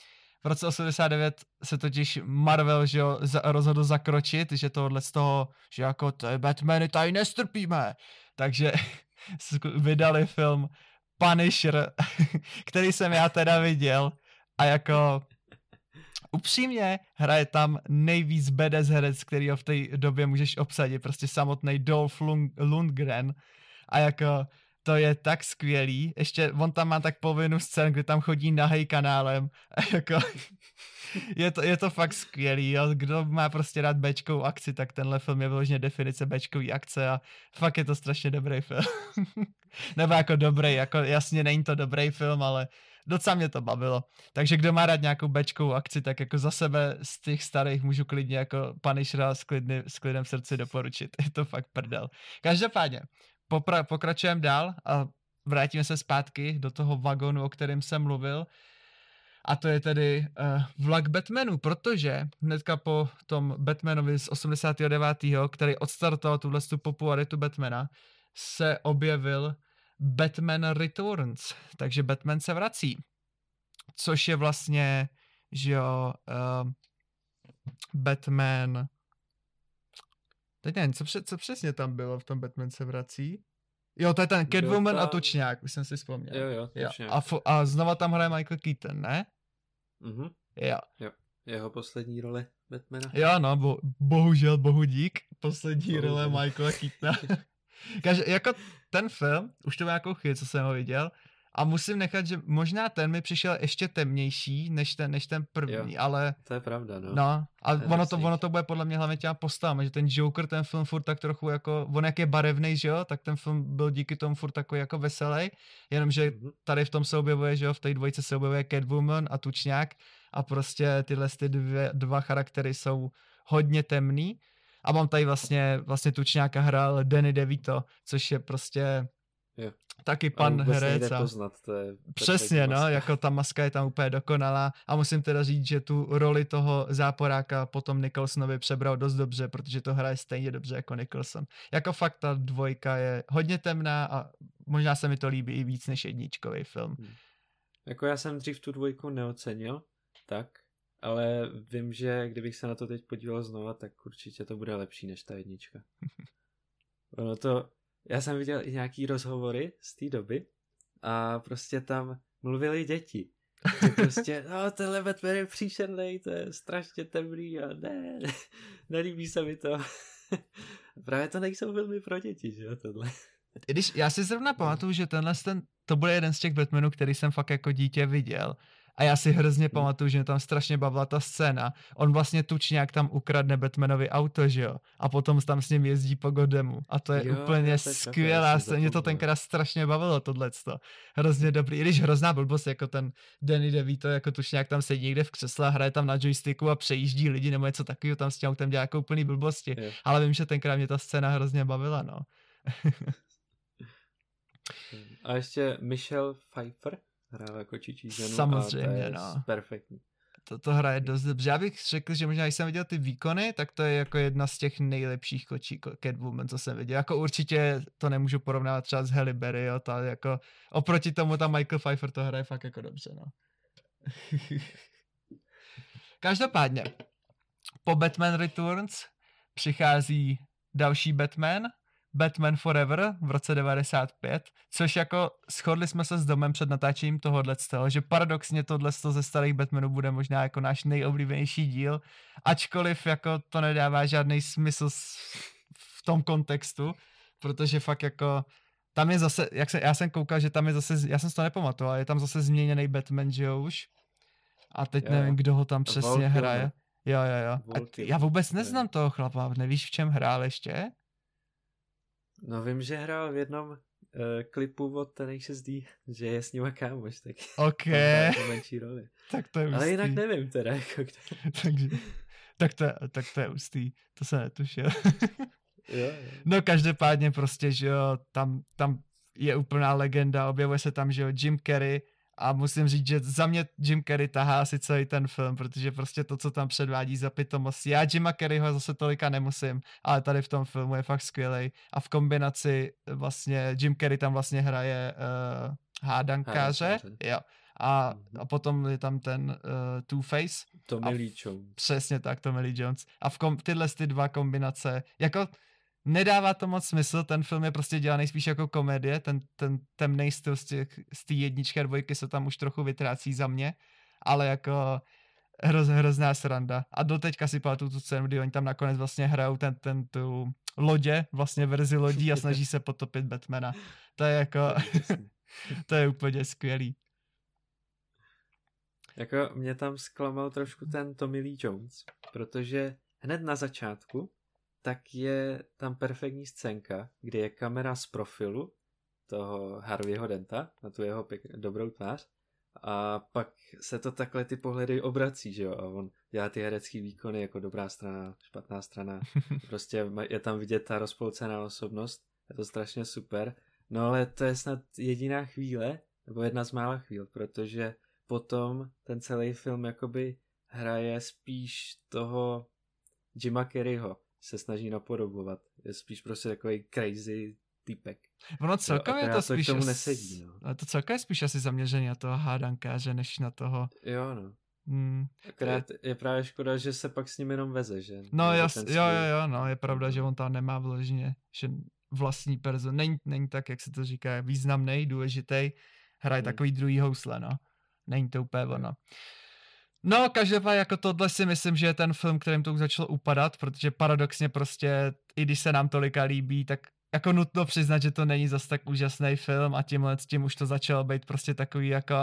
v roce 89 se totiž Marvel, že jo, rozhodl zakročit, že tohle z toho, že jako to je Batmany tady nestrpíme. Takže vydali film Punisher, který jsem já teda viděl a jako upřímně hraje tam nejvíc badass herec, kterýho v té době můžeš obsadit, prostě samotný Dolph Lundgren a jako to je tak skvělý, ještě on tam má tak polovinu scén, kdy tam chodí nahej kanálem a jako je to fakt skvělý, jo? Kdo má prostě rád Bčkovou akci, tak tenhle film je vyloženě definice Bčkový akce a fakt je to strašně dobrý film. Nebo jako dobrý, jako jasně není to dobrý film, ale docela mě to bavilo. Takže kdo má rád nějakou Bčkovou akci, tak jako za sebe z těch starých můžu klidně jako Punishera s klidem v srdci doporučit. Je to fakt prdel. Každopádně, pokračujeme dál a vrátíme se zpátky do toho vagonu, o kterém jsem mluvil. A to je tedy vlak Batmanu, protože hnedka po tom Batmanovi z 89., který odstartoval tuhle popularitu Batmana, se objevil Batman Returns, takže Batman se vrací, což je vlastně, že jo, Batman, teď nevím, co přesně tam bylo v tom Batman se vrací? Jo, to je ten Catwoman a Tučňák, už jsem si vzpomněl. Jo, Tučňák. A znova tam hraje Michael Keaton, ne? Mhm. Jo. Jeho poslední role Batmana. Jo, no, bohužel, bohu dík, poslední role Michaela Keatona. Jako ten film, už to má nějakou chvíli, co jsem ho viděl, a musím nechat, že možná ten mi přišel ještě temnější, než ten první, jo, ale... To je pravda, no. No, a ono to bude podle mě hlavně těma postavama, že ten Joker, ten film furt tak trochu jako, on jak je barevnej, že jo, tak ten film byl díky tomu furt takový jako veselý, jenomže tady v tom se objevuje, že jo, v té dvojce se objevuje Catwoman a Tučňák a prostě tyhle dva charaktery jsou hodně temný. A mám tady vlastně Tučňáka hrál Danny DeVito, což je prostě taky pan herec. Poznat, to je přesně, no, jako ta maska je tam úplně dokonalá a musím teda říct, že tu roli toho záporáka potom Nicholsonovi přebral dost dobře, protože to hraje stejně dobře jako Nicholson. Jako fakt ta dvojka je hodně temná a možná se mi to líbí i víc než jedničkový film. Jako já jsem dřív tu dvojku neocenil, tak, ale vím, že kdybych se na to teď podíval znova, tak určitě to bude lepší než ta jednička. Ono to, já jsem viděl i nějaký rozhovory z té doby a prostě tam mluvili děti. Že prostě, no tenhle Batman je příšernej, to je strašně temný a ne, nelíbí se mi to. Právě to nejsou filmy pro děti, že jo, tohle. Já si zrovna pamatuju, že to bude jeden z těch Batmanů, který jsem fakt jako dítě viděl. A já si hrozně pamatuju, že mě tam strašně bavila ta scéna. On vlastně Tučňák tam ukradne Batmanovi auto, že jo? A potom tam s ním jezdí po Godemu. A to je úplně skvělá scéna. Mě to tenkrát strašně bavilo, tohleto. Hrozně dobrý. I když hrozná blbost, jako ten Danny DeVito, jako Tučňák tam sedí někde v křesle, hraje tam na joysticku a přejíždí lidi nebo něco takového, tam s tím autem dělá jako úplný blbosti. Ale vím, že tenkrát mě ta scéna hrozně bavila, no. A ještě Michelle Pfeiffer hrál jako čičí ženu. Samozřejmě, no. Perfektní. To hraje dost dobře. Já bych řekl, že možná, když jsem viděl ty výkony, tak to je jako jedna z těch nejlepších kočí Catwoman, co jsem viděl. Jako určitě to nemůžu porovnávat třeba s Halle Berry, jo, ta jako oproti tomu tam Michael Pfeiffer to hraje fakt jako dobře, no. Každopádně, po Batman Returns přichází další Batman Forever v roce 95, což jako shodli jsme se s Domem před natáčením tohoto, že paradoxně tohleto ze starých Batmanů bude možná jako náš nejoblíbenější díl, ačkoliv jako to nedává žádný smysl v tom kontextu, protože fakt jako tam je zase, já jsem koukal, že tam je zase, já jsem si to nepamatoval, je tam zase změněný Batman, že jo už? A teď nevím, kdo ho tam přesně hraje. Jo. Já vůbec neznám toho chlapa, nevíš, v čem hrál ještě? No vím, že hrál v jednom klipu od Tenacious D, že je s nima kámoš, tak menší roli. Tak to je ústý. Ale jinak nevím teda, jako tak to je ústý, to se netušil. Jo. No každopádně prostě, že jo, tam je úplná legenda, objevuje se tam, že jo, Jim Carrey a musím říct, že za mě Jim Carrey tahá asi celý ten film, protože prostě to, co tam předvádí za pitomost. Já Jima Carreyho zase tolika nemusím, ale tady v tom filmu je fakt skvělej a v kombinaci vlastně Jim Carrey tam vlastně hraje hádankáře, jo. A potom je tam ten Two-Face. Tommy Lee Jones. Přesně tak, Tommy Lee Jones. A tyhle ty dva kombinace, jako nedává to moc smysl, ten film je prostě dělaný spíš jako komedie, ten temnej styl z té jedničky a dvojky se tam už trochu vytrácí za mě, ale jako hrozná sranda. A doteďka si pamatuju tu scénu, kdy oni tam nakonec vlastně hrajou tu lodě, vlastně verzi lodí a snaží se potopit Batmana. To je jako, to je úplně skvělý. Jako mě tam zklamal trošku ten Tommy Lee Jones, protože hned na začátku tak je tam perfektní scénka, kdy je kamera z profilu toho Harveyho Denta na tu jeho dobrou tvář a pak se to takhle ty pohledy obrací, že jo, a on dělá ty herecký výkony jako dobrá strana, špatná strana, prostě je tam vidět ta rozpolcená osobnost, je to strašně super, no ale to je snad jediná chvíle, nebo jedna z mála chvíl, protože potom ten celý film jakoby hraje spíš toho Jima Carreyho, se snaží napodobovat. Je spíš prostě takový crazy týpek. Ono celkově to spíš... k tomu nesedí, no. Ale to celkově spíš asi zaměřený na toho hádankáře, než na toho... Jo, no. Akorát je právě škoda, že se pak s ním jenom veze, že? No jo, no, je pravda, že on tam nemá vložně, že vlastní person. Není tak, jak se to říká, významný, důležitý. Hraje takový druhý housle, no. Není to úplně ono. No, každopádně jako tohle si myslím, že je ten film, kterým to už začalo upadat, protože paradoxně prostě, i když se nám tolika líbí, tak jako nutno přiznat, že to není zas tak úžasný film a tímhle s tím už to začalo být prostě takový jako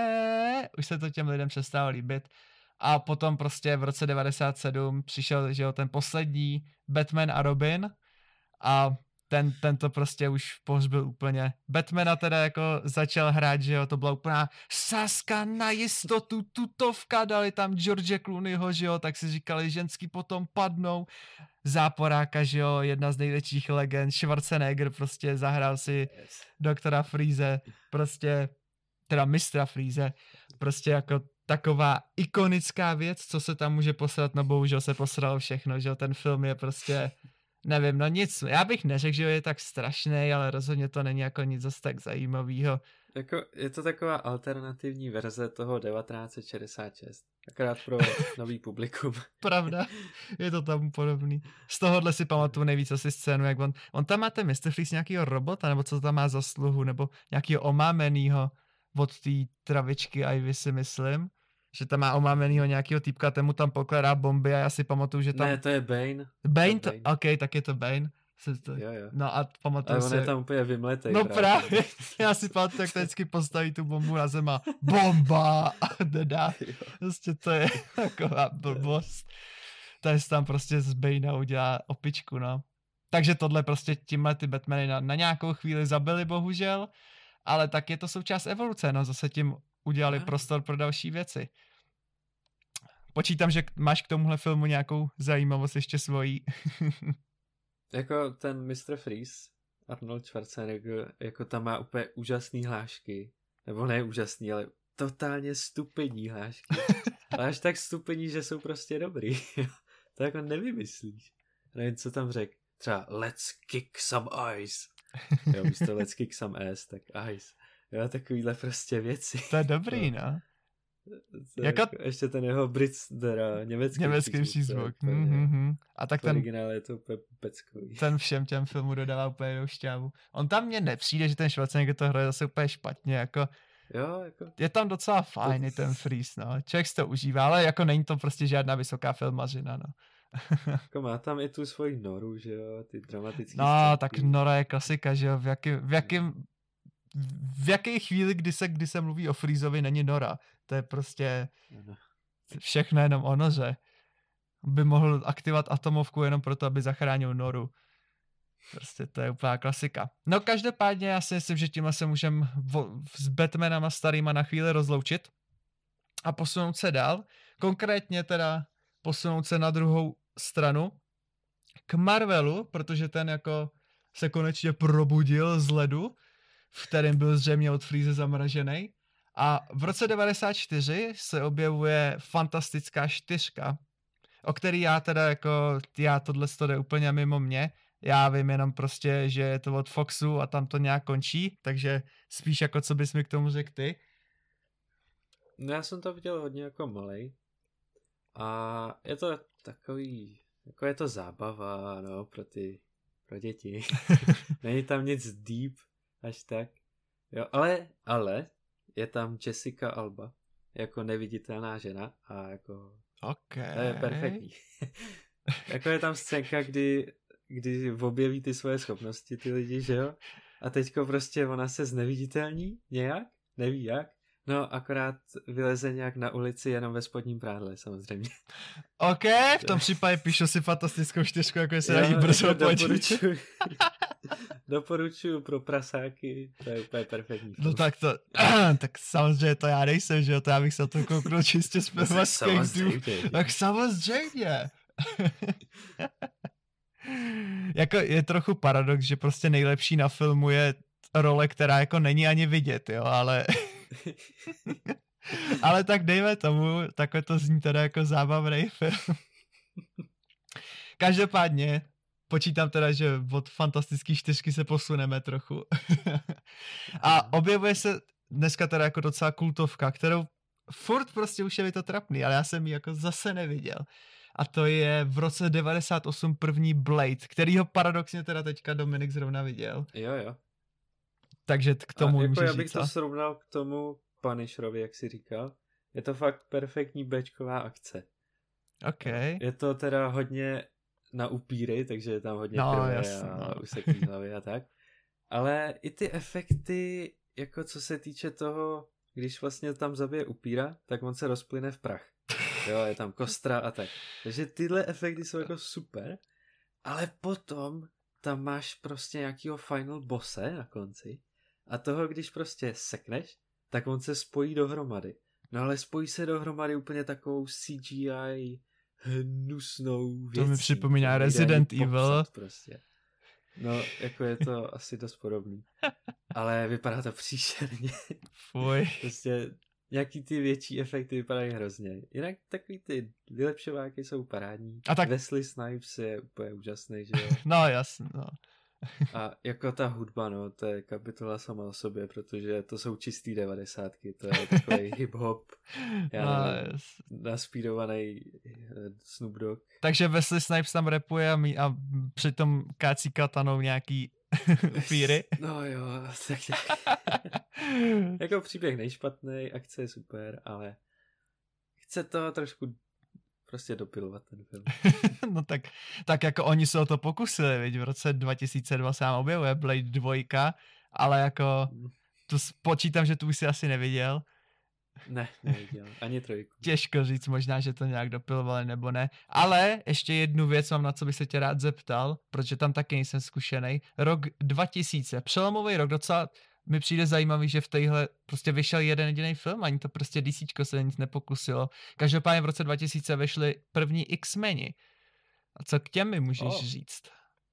už se to těm lidem přestalo líbit. A potom prostě v roce 97 přišel, že jo, ten poslední Batman a Robin a ten to prostě už pohřbil úplně. Batmana teda jako začal hrát, že jo, to byla úplná sázka na jistotu, tutovka, dali tam George Clooneyho, že jo, tak si říkali, ženský potom padnou. Záporáka, že jo, jedna z největších legend, Schwarzenegger prostě zahrál si doktora Freeze, prostě, teda mistra Freeze, prostě jako taková ikonická věc, co se tam může posrat, no bohužel se posralo všechno, že jo, ten film je prostě, nevím, no nic, já bych neřekl, že je tak strašný, ale rozhodně to není jako nic zase tak zajímavého. Jako, je to taková alternativní verze toho 1966, akorát pro nový publikum. Pravda, je to tam podobný. Z tohohle si pamatuju nejvíc asi scénu, jak on tam má ten Mr. Freeze nějakýho robota, nebo co tam má za sluhu, nebo nějakýho omámenýho od té travičky Ivy si myslím, že tam má omámenýho nějakýho týpka, ten mu tam pokládá bomby a já si pamatuju, že tam... Ne, to je Bane. Bane? Ok, tak je to Bane. Jo. No a pamatuju si... Ale on je tam úplně vymletej. No právě. Já si pamatuju, jak to vždycky postaví tu bombu na zem a bomba a nedá. Prostě to je taková blbost. Takže tam prostě z Banea udělá opičku, no. Takže tohle prostě tímhle ty Batmany na nějakou chvíli zabili, bohužel, ale tak je to součást evoluce, no. Zase tím udělali prostor pro další věci. Počítám, že máš k tomuhle filmu nějakou zajímavost ještě svojí. Jako ten Mr. Freeze, Arnold Schwarzenegger, jako tam má úplně úžasný hlášky. Nebo ne úžasný, ale totálně stupidní hlášky. Ale až tak stupidní, že jsou prostě dobrý. To jako nevymyslíš. Nevím, co tam řek. Třeba let's kick some ice. Jo, místo let's kick some ass, tak ice. Jo, takovýhle prostě věci. To je dobrý, no. Jako... Ještě ten jeho německý přízvuk. A tak ten originál je to úplně peckový. Ten všem těm filmu dodává úplně jinou šťávu. On tam mně nepřijde, že ten Schwarzenegger to hraje zase úplně špatně, jako... Jo, jako... Je tam docela fajn ten Freeze, no. Člověk si to užívá, ale jako není to prostě žádná vysoká filmařina, no. Jako má tam i tu svoji noru, že jo, ty dramatický no, scénky. Tak nora je klasika, že jo, v jaké chvíli, kdy se mluví o Freezovi, není nora. To je prostě všechno jenom o noře. By mohl aktivovat atomovku jenom proto, aby zachránil noru. Prostě to je úplná klasika. No každopádně já si myslím, že tímhle se můžeme s Batmanama starýma na chvíli rozloučit a posunout se dál. Konkrétně teda posunout se na druhou stranu k Marvelu, protože ten jako se konečně probudil z ledu, v kterém byl zřejmě od Freeze zamražený. A v roce 94 se objevuje Fantastická 4, o který já tohle jde úplně mimo mě. Já vím jenom prostě, že je to od Foxu a tam to nějak končí, takže spíš jako co bys mi k tomu řekl ty? No já jsem to viděl hodně jako malej a je to takový, jako je to zábava, no, pro děti. Není tam nic deep, až tak. Jo, ale je tam Jessica Alba jako neviditelná žena a jako to je perfektní. Jako je tam scénka, kdy objeví ty svoje schopnosti ty lidi, že jo? A teďko prostě ona se zneviditelní nějak, neví jak, no akorát vyleze nějak na ulici jenom ve spodním prádle, samozřejmě. OK, v tom případě píšu si fantastickou 4, jako se dají brzo podívat. Doporučuju pro prasáky, to je úplně perfektní. No tak to, tak samozřejmě to já nejsem, že jo, to já bych se to kouknul čistě z pevařských důvodů. Tak samozřejmě. Jako je trochu paradox, že prostě nejlepší na filmu je role, která jako není ani vidět, jo, ale ale tak dejme tomu, takhle to zní teda jako zábavný film. Každopádně počítám teda, že od fantastický 4 se posuneme trochu. A objevuje se dneska teda jako docela kultovka, kterou furt prostě už je mi to trapný, ale já jsem ji jako zase neviděl. A to je v roce 98 první Blade, kterýho paradoxně teda teďka Dominik zrovna viděl. Jo. Takže k tomu jako můžeš já bych říct, to srovnal k tomu Punisherovi, jak jsi říkal. Je to fakt perfektní béčková akce. OK. Je to teda hodně na upíry, takže je tam hodně krve a useklý hlavy a tak. Ale i ty efekty, jako co se týče toho, když vlastně tam zabije upíra, tak on se rozplyne v prach. Jo, je tam kostra a tak. Takže tyhle efekty jsou jako super, ale potom tam máš prostě nějakýho final bosse na konci a toho, když prostě sekneš, tak on se spojí dohromady. No ale spojí se dohromady úplně takovou CGI hnusnou věcí. To mi připomíná Resident Evil. Prostě. No, jako je to asi dost podobný. Ale vypadá to příšerně. Fuj. Prostě nějaký ty větší efekty vypadají hrozně. Jinak takový ty vylepšováky jsou parádní. A tak... Wesley Snipes je úplně úžasný, že jo? No jasně, no. A jako ta hudba, no, to je kapitola sama o sobě, protože to jsou čistý 90. To je takový hip-hop, naspídovaný Snoop Dogg. Takže Wesley Snipes tam rapuje a přitom kácí katanou nějaký upíry. No jo, tak jako příběh nejšpatný, akce je super, ale chce to trošku prostě dopilovat ten film. No tak jako oni se o to pokusili, viď? V roce 2002 se nám objevuje Blade 2, ale jako tu počítám, že tu už si asi neviděl. Ne, neviděl, ani 3. Těžko říct, možná, že to nějak dopilovali nebo ne. Ale ještě jednu věc mám, na co bych se tě rád zeptal, protože tam taky nejsem zkušenej. Rok 2000, přelomový rok, docela mi přijde zajímavý, že v téhle prostě vyšel jeden jediný film, ani to prostě DCčko se nic nepokusilo. Každopádně v roce 2000 vyšly první X-meni. A co k těm mi můžeš říct?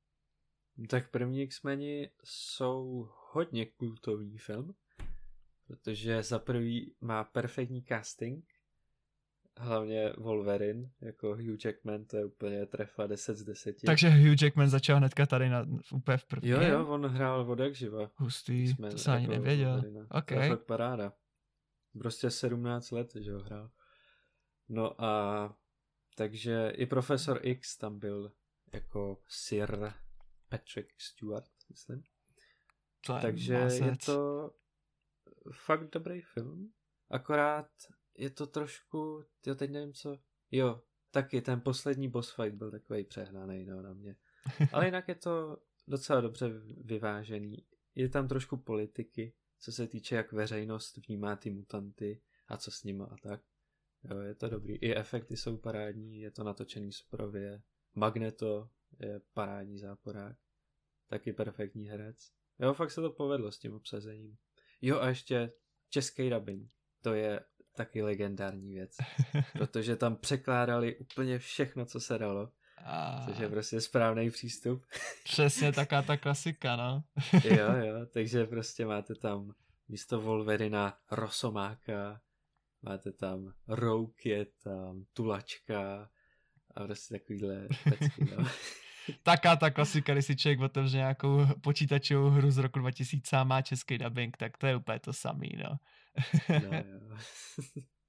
Tak první X-meni jsou hodně kultovní film, protože za prvý má perfektní casting, hlavně Wolverine, jako Hugh Jackman, to je úplně trefa 10 z 10. Takže Hugh Jackman začal hnedka tady úplně v první. Jo, on hrál od jak živa. Hustý, to jsem ani nevěděl. Okay. To je fakt paráda. Prostě 17 let, že ho hrál. No a takže i Profesor X tam byl jako Sir Patrick Stewart, myslím. Takže je to fakt dobrý film, akorát je to trošku, teď nevím co, taky ten poslední boss fight byl takovej přehnaný, no, na mě. Ale jinak je to docela dobře vyvážený. Je tam trošku politiky, co se týče, jak veřejnost vnímá ty mutanty a co s nima a tak. Jo, je to dobrý. I efekty jsou parádní, je to natočený superově. Magneto je parádní záporák. Taky perfektní herec. Jo, fakt se to povedlo s tím obsazením. Jo, a ještě český dubbing. To je taky legendární věc. Protože tam překládali úplně všechno, co se dalo. Což je prostě správný přístup. Přesně taká ta klasika, no. Jo, takže prostě máte tam místo Wolverina Rosomáka, máte tam Rouk, je tam Tulačka a prostě takovýhle pecky, no. Taká ta klasika, když si člověk otevře nějakou počítačovou hru z roku 2000 a má český dubbing, tak to je úplně to samý, no. No jo.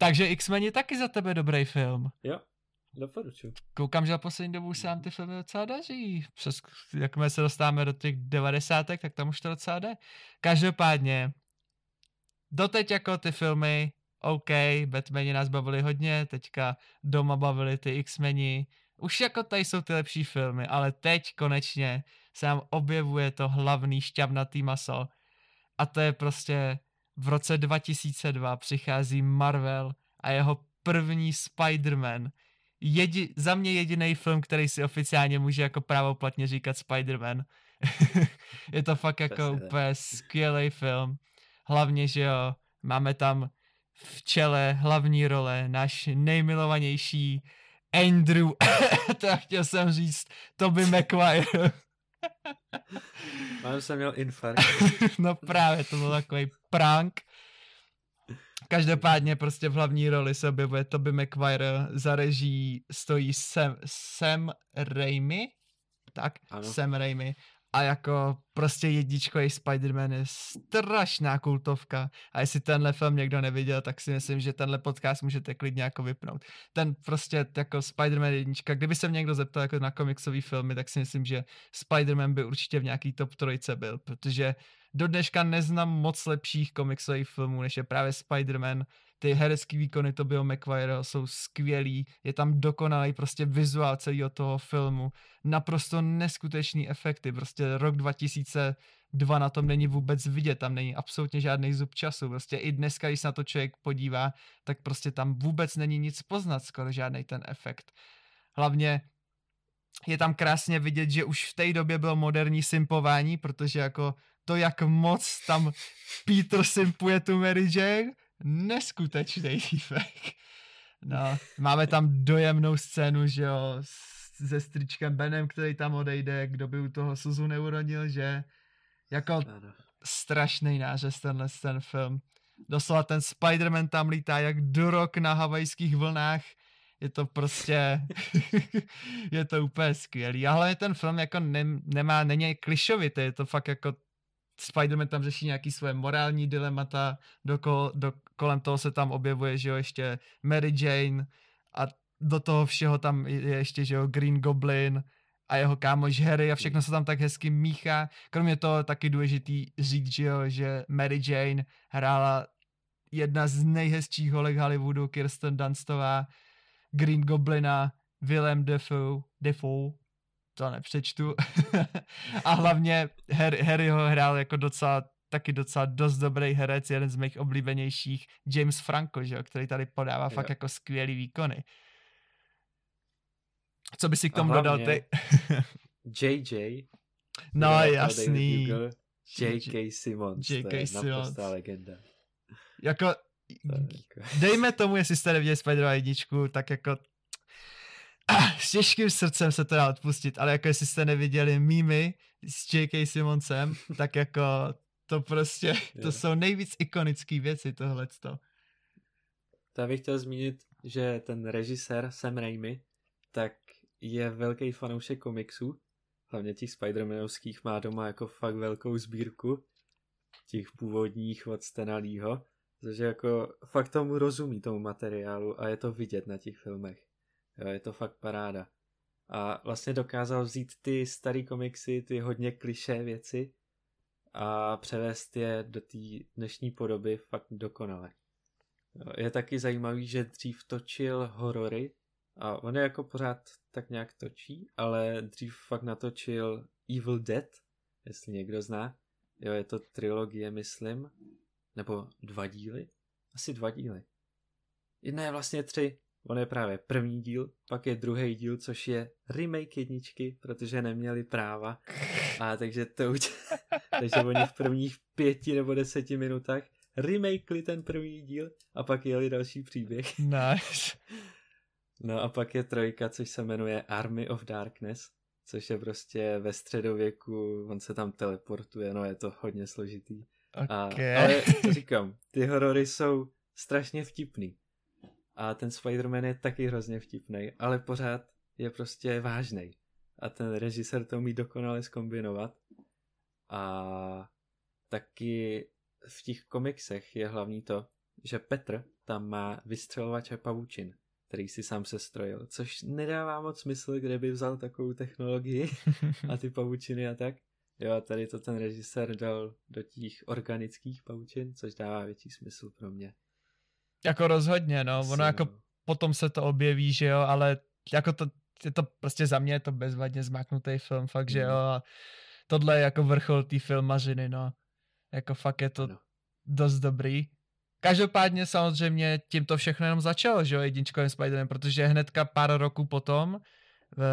Takže X-Men je taky za tebe dobrý film. Jo, doporučuji. Koukám, že na poslední dobu se nám ty filmy docela daří. Jakmile se dostáváme do těch 90, tak tam už to docela jde. Každopádně, doteď jako ty filmy, OK, Batmani nás bavili hodně, teďka doma bavili ty X-meni, už jako tady jsou ty lepší filmy, ale teď konečně se nám objevuje to hlavní šťavnatý maso a to je prostě v roce 2002 přichází Marvel a jeho první Spider-Man. Za mě jediný film, který si oficiálně může jako právoplatně říkat Spider-Man. Je to fakt jako úplně skvělý film. Hlavně, že jo, máme tam v čele hlavní role náš nejmilovanější Andrew, to chtěl jsem říct, Tobey Maguire. Mám jsem měl infarkt. No právě, to byl takový prank. Každopádně prostě v hlavní roli se objevuje Tobey Maguire, za režii stojí Sam Raimi, tak, ano. Sam Raimi, a jako prostě jedničkový Spider-Man je strašná kultovka a jestli tenhle film někdo neviděl, tak si myslím, že tenhle podcast můžete klidně jako vypnout. Ten prostě jako Spider-Man jednička, kdyby se mě někdo zeptal jako na komiksový filmy, tak si myslím, že Spider-Man by určitě v nějaký top 3 byl, protože do dneška neznám moc lepších komiksových filmů, než je právě Spider-Man. Ty herecký výkony Tobeyho Maguireho jsou skvělý, je tam dokonalý prostě vizuál celého toho filmu, naprosto neskutečný efekty, prostě rok 2002 na tom není vůbec vidět, tam není absolutně žádný zub času, prostě i dneska, když se na to člověk podívá, tak prostě tam vůbec není nic poznat, skoro žádný ten efekt. Hlavně je tam krásně vidět, že už v té době bylo moderní simpování, protože jako to, jak moc tam Peter simpuje tu Mary Jane, neskutečný efekt. No, máme tam dojemnou scénu, že jo, se stričkem Benem, který tam odejde, kdo by u toho Suzu neuronil, že jako strašný nářez ten film. Doslova ten Spider-Man tam lítá jak durok na havajských vlnách, je to prostě, je to úplně skvělý. A hlavně ten film jako není klišovitý, je to fakt jako Spider-Man tam řeší nějaký svoje morální dilemata, kolem toho se tam objevuje, že jo, ještě Mary Jane a do toho všeho tam je ještě, že jo, Green Goblin a jeho kámoš Harry a všechno se tam tak hezky míchá. Kromě toho taky důležitý říct, že jo, že Mary Jane hrála jedna z nejhezčích holek Hollywoodu, Kirsten Dunstová, Green Goblina, Willem Dafoe, to nepřečtu. A hlavně Harry ho hrál jako docela dost dobrý herec, jeden z mých oblíbenějších, James Franco, že jo, který tady podává fakt jako skvělý výkony. Co by si k tomu dodal ty? JJ. No jasný. J.K. Simmons, to je naprostá legenda. Jako, dejme tomu, jestli jste neviděli Spider-Man 1, tak jako s těžkým srdcem se to dá odpustit, ale jako jestli jste neviděli mýmy s J.K. Simmonsem, tak jako to prostě, to jsou nejvíc ikonické věci tohleto. To bych chtěl zmínit, že ten režisér Sam Raimi, tak je velký fanoušek komiksů, hlavně těch Spider-Manovských, má doma jako fakt velkou sbírku těch původních od Stana Leeho, takže jako fakt tomu rozumí, tomu materiálu a je to vidět na těch filmech. Jo, je to fakt paráda. A vlastně dokázal vzít ty starý komiksy, ty hodně klišé věci a převést je do té dnešní podoby fakt dokonale. Jo, je taky zajímavý, že dřív točil horory a on je jako pořád tak nějak točí, ale dřív fakt natočil Evil Dead, jestli někdo zná. Jo, je to trilogie, myslím, nebo 2 díly? Asi 2 díly. Jedna je vlastně 3. On je právě první díl, pak je druhý díl, což je remake 1, protože neměli práva. A takže takže oni v prvních 5 nebo 10 minutách remakeli ten první díl a pak jeli další příběh. Nice. No a pak je 3, což se jmenuje Army of Darkness, což je prostě ve středověku, on se tam teleportuje, no je to hodně složitý. Okay. Ale říkám, ty horory jsou strašně vtipný. A ten Spider-Man je taky hrozně vtipnej, ale pořád je prostě vážnej. A ten režisér to umí dokonale zkombinovat. A taky v těch komiksech je hlavní to, že Petr tam má vystřelovače pavučin, který si sám sestrojil, což nedává moc smysl, kde by vzal takovou technologii a ty pavučiny a tak. Jo, a tady to ten režisér dal do těch organických pavučin, což dává větší smysl pro mě. Jako rozhodně, no, ono jako potom se to objeví, že jo, ale jako to, je to prostě za mě je to bezvadně zmáknutý film, fakt, že jo, a tohle je jako vrchol té filmařiny, no, jako fakt je to dost dobrý. Každopádně samozřejmě tím to všechno jenom začalo, že jo, jedničkovým Spider-Man, protože hnedka pár roků potom, v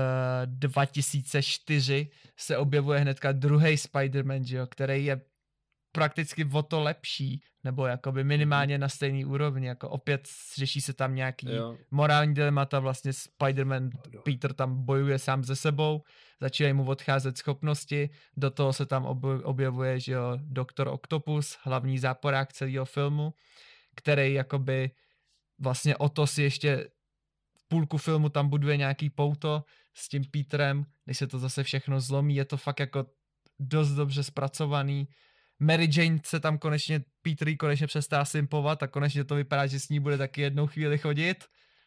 2004 se objevuje hnedka druhý Spider-Man, že jo, který je prakticky o to lepší, nebo jakoby minimálně na stejný úrovni, jako opět řeší se tam nějaký morální dilemata, vlastně Spider-Man Peter tam bojuje sám se sebou, začínají mu odcházet schopnosti, do toho se tam objevuje, že jo, Doktor Octopus, hlavní záporák celého filmu, který jakoby vlastně o to si ještě půlku filmu tam buduje nějaký pouto s tím Peterem, než se to zase všechno zlomí, je to fakt jako dost dobře zpracovaný. Mary Jane se tam konečně, Peter konečně přestá simpovat a konečně to vypadá, že s ní bude taky jednou chvíli chodit.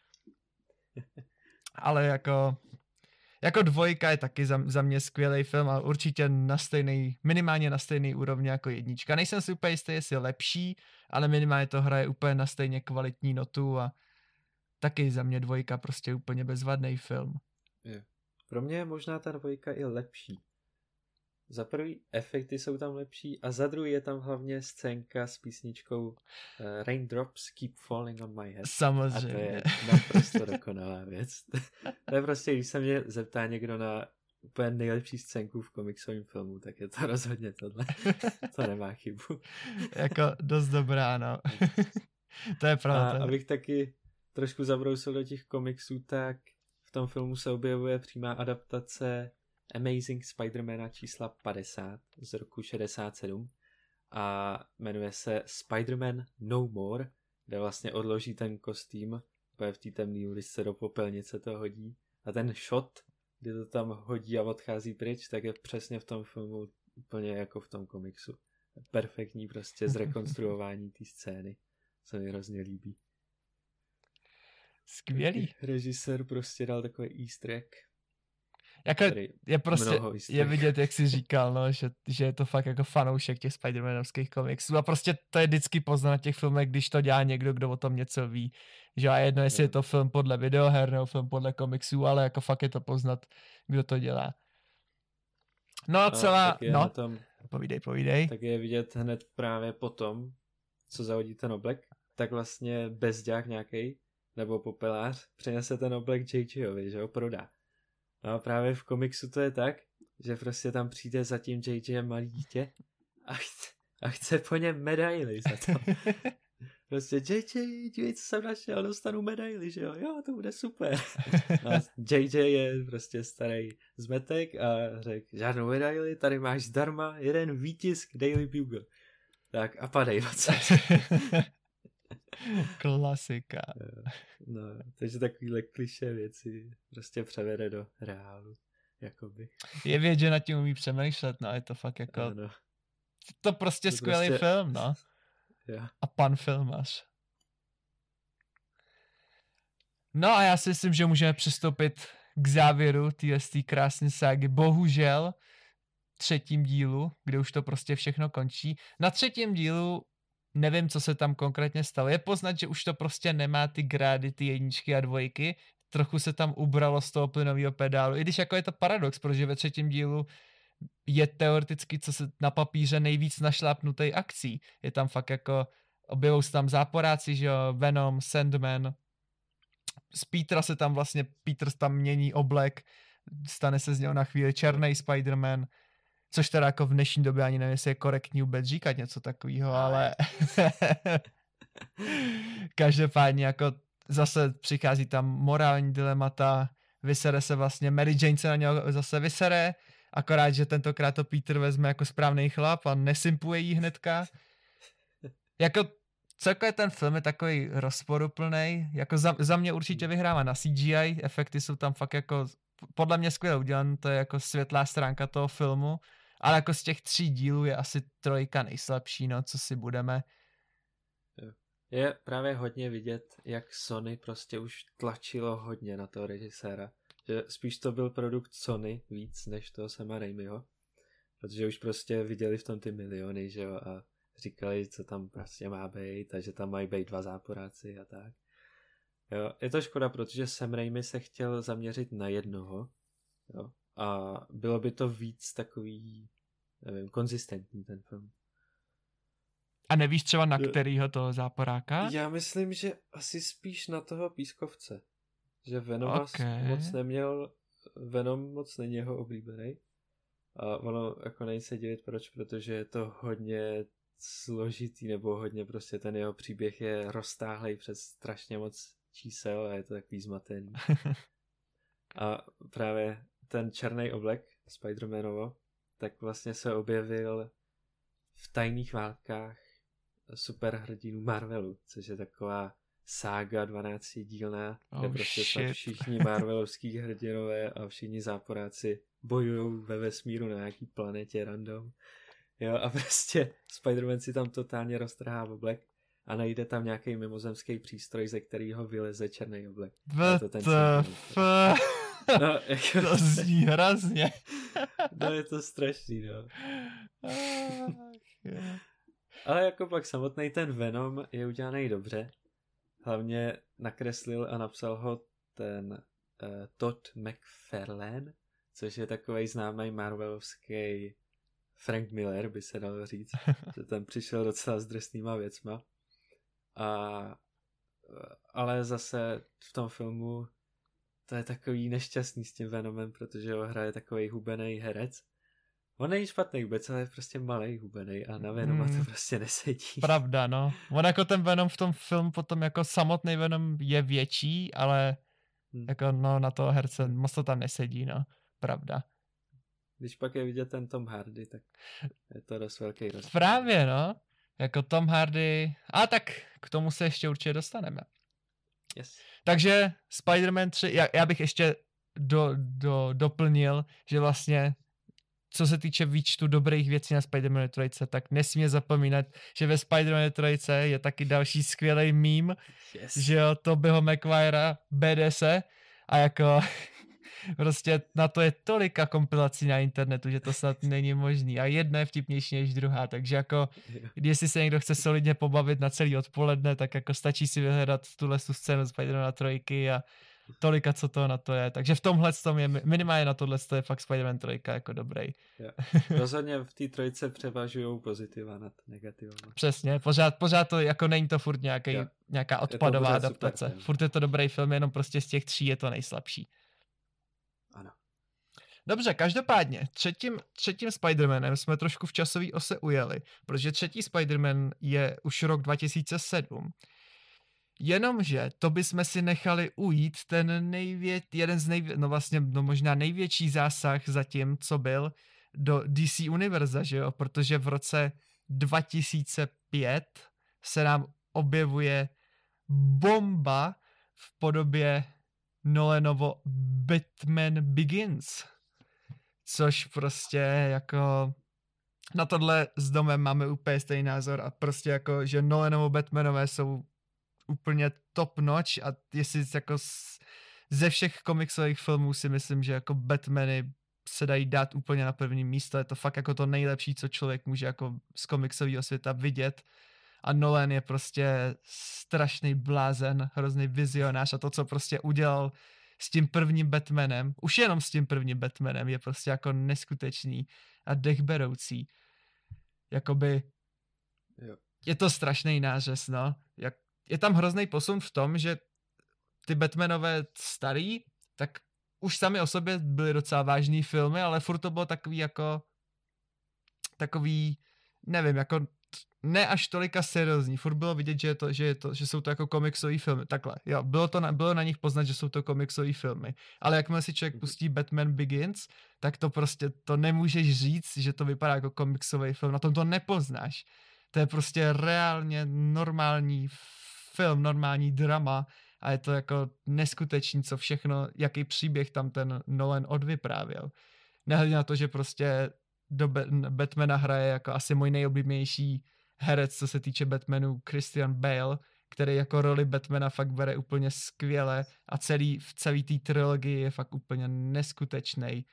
Ale jako dvojka je taky za mě skvělý film a určitě minimálně na stejný úrovni jako jednička. Nejsem si úplně jistý, jestli je lepší, ale minimálně to hraje úplně na stejně kvalitní notu a taky za mě dvojka prostě úplně bezvadný film. Je. Pro mě je možná ta dvojka i lepší. Za prvý efekty jsou tam lepší a za druhý je tam hlavně scénka s písničkou Raindrops Keep Falling on My Head. Samozřejmě. A to je naprosto dokonalá věc. To je prostě, když se mě zeptá někdo na úplně nejlepší scénku v komiksovém filmu, tak je to rozhodně tohle. To nemá chybu. Jako dost dobrá, no. To je pravda. A abych taky trošku zabrousil do těch komiksů, tak v tom filmu se objevuje přímá adaptace Amazing Spider-Mana čísla 50 z roku 67 a jmenuje se Spider-Man No More, kde vlastně odloží ten kostým, v té temné ulici do popelnice to hodí a ten shot, kdy to tam hodí a odchází pryč, tak je přesně v tom filmu úplně jako v tom komiksu. Perfektní prostě zrekonstruování té scény, co mi hrozně líbí. Skvělý. Režisér prostě dal takový easter egg. Jako je prostě, je vidět, jak jsi říkal, no, že je to fakt jako fanoušek těch Spider-Manovských komiksů a prostě to je vždycky poznat na těch filmech, když to dělá někdo, kdo o tom něco ví, že a jedno, jestli je to film podle videoher nebo film podle komiksů, ale jako fakt je to poznat, kdo to dělá. No a celá, no, povídej. Tak je vidět hned právě potom, co zahodí ten oblek, tak vlastně bezďák nějakej, nebo popelář, přinese ten oblek JJovi, že ho prodá. No a právě v komiksu to je tak, že prostě tam přijde zatím JJ malý dítě a chce po něm medaily za to. Prostě JJ, dívej, co jsem našel, dostanu medaily, že jo, to bude super. A JJ je prostě starý zmetek a řekl, žádnou medaily, tady máš zdarma jeden výtisk Daily Bugle. Tak a padej 20. Klasika. No, takže takovýhle klišé věci prostě převede do reálu, jakoby. Je vědět, že nad tím umí přemýšlet, no, je to fakt jako, ano. To prostě skvělý prostě... film, no. Yeah. A pan filmař. No a já si myslím, že můžeme přistoupit k závěru téhle krásné ságy. Bohužel třetím dílu, kde už to prostě všechno končí. Na třetím dílu nevím, co se tam konkrétně stalo. Je poznat, že už to prostě nemá ty grády, ty jedničky a dvojky. Trochu se tam ubralo z toho plynového pedálu. I když jako je to paradox, protože ve třetím dílu je teoreticky, co se na papíře nejvíc našlápnutej akcí. Je tam fakt jako, objevou se tam záporáci, že jo, Venom, Sandman. Z Petera se tam vlastně, Peter tam mění oblek, stane se z něho na chvíli černý Spider-Man, což teda jako v dnešní době ani nevím, jestli je korektní vůbec říkat něco takového, ale každopádně jako zase přichází tam morální dilemata, vysere se vlastně, Mary Jane se na něho zase vysere, akorát, že tentokrát to Peter vezme jako správný chlap a nesimpuje jí hnedka. Jako celkově ten film je takový rozporuplnej, jako za mě určitě vyhrává na CGI, efekty jsou tam fakt jako podle mě skvěle udělané, to je jako světlá stránka toho filmu, ale jako z těch 3 dílů je asi 3 nejslabší, no, co si budeme. Je právě hodně vidět, jak Sony prostě už tlačilo hodně na toho režiséra. Že spíš to byl produkt Sony víc než toho Sama Raimiho. Protože už prostě viděli v tom ty miliony, že jo, a říkali, co tam prostě má být a že tam mají být 2 záporáci a tak. Jo, je to škoda, protože Sam Raimi se chtěl zaměřit na jednoho, jo, a bylo by to víc takový, nevím, konzistentní ten film. A nevíš třeba na kterýho toho záporáka? Já myslím, že asi spíš na toho pískovce. Že Venom moc neměl, Venom moc není jeho oblíbený. A ono jako není se divit proč, protože je to hodně složitý, nebo hodně prostě ten jeho příběh je roztáhlej přes strašně moc čísel a je to takový zmatený. A právě ten černý oblek Spider-Manovo, tak vlastně se objevil v Tajných válkách superhrdinů Marvelu, což je taková sága 12dílná, kde prostě snad všichni marvelovský hrdinové a všichni záporáci bojují ve vesmíru na nějaký planetě random. Jo, a prostě Spider-Man si tam totálně roztrhá oblek a najde tam nějaký mimozemský přístroj, ze kterého vyleze černý oblek. No, jako... To zní hrozně. No, je to strašný, no. Ale jako pak samotný ten Venom je udělaný dobře. Hlavně nakreslil a napsal ho ten Todd McFarlane, což je takovej známý marvelovský Frank Miller, by se dalo říct, že tam přišel docela s drsnýma věcma. Ale zase v tom filmu to je takový nešťastný s tím Venomem, protože ho hraje takovej hubený herec. On není špatný vůbec, ale je prostě malej hubený a na Venoma to prostě nesedí. Pravda, no. On jako ten Venom v tom filmu potom jako samotný Venom je větší, ale jako no na toho herce moc to tam nesedí, no. Pravda. Když pak je vidět ten Tom Hardy, tak je to dost velký rozdíl. Právě, no. Jako Tom Hardy. A tak k tomu se ještě určitě dostaneme. Yes. Takže Spider-Man 3, já bych ještě doplnil, že vlastně co se týče výčtu dobrých věcí na Spider-Man 3, tak nesmí zapomínat, že ve Spider-Man 3 je taky další skvělý meme, že jo, Tobeyho Maguirea BDS a jako prostě na to je tolika kompilací na internetu, že to snad není možný a jedna je vtipnější než druhá, takže jako jestli se někdo chce solidně pobavit na celý odpoledne, tak jako stačí si vyhledat tuhle scénu Spider-Man 3 a tolika, co to na to je. Takže v tomhle tom je, minimálně na tohle je fakt Spider-Man 3 jako dobrý. Rozhodně v té trojce převažují pozitiva nad negativa. Přesně, pořád to, jako není to furt nějaká odpadová adaptace. Super, furt je to dobrý film, jenom prostě z těch 3 je to nejslabší. Ano. Dobře, každopádně, třetím Spider-Manem jsme trošku v časové ose ujeli, protože třetí Spider-Man je už rok 2007. Jenomže to bychom si nechali ujít ten možná největší zásah zatím, co byl do DC univerza, že jo? Protože v roce 2005 se nám objevuje bomba v podobě Nolanovo Batman Begins. Což prostě jako na tohle s Domem máme úplně stejný názor a prostě jako, že Nolanovo Batmanové jsou úplně top notch a jestli jako ze všech komiksových filmů si myslím, že jako Batmany se dají dát úplně na první místo, je to fakt jako to nejlepší, co člověk může jako z komiksového světa vidět a Nolan je prostě strašný blázen, hrozný vizionář a to, co prostě udělal s tím prvním Batmanem, už jenom s tím prvním Batmanem je prostě jako neskutečný a dechberoucí. Jakoby je to strašný nářez, no. Je tam hrozný posun v tom, že ty Batmanové starý, tak už sami o sobě byly docela vážný filmy, ale furt to bylo takový, nevím, jako ne až tolika seriózní. Furt bylo vidět, že jsou to jako komiksový filmy. Takhle, jo, bylo na nich poznat, že jsou to komiksový filmy. Ale jakmile si člověk pustí Batman Begins, tak to prostě, to nemůžeš říct, že to vypadá jako komiksový film. Na tom to nepoznáš. To je prostě reálně normální film, normální drama a je to jako neskutečný, co všechno, jaký příběh tam ten Nolan odvyprávěl. Nehledě na to, že prostě do Batmana hraje jako asi můj nejoblíbenější herec, co se týče Batmanu, Christian Bale, který jako roli Batmana fakt bere úplně skvěle a v celý té trilogii je fakt úplně neskutečný.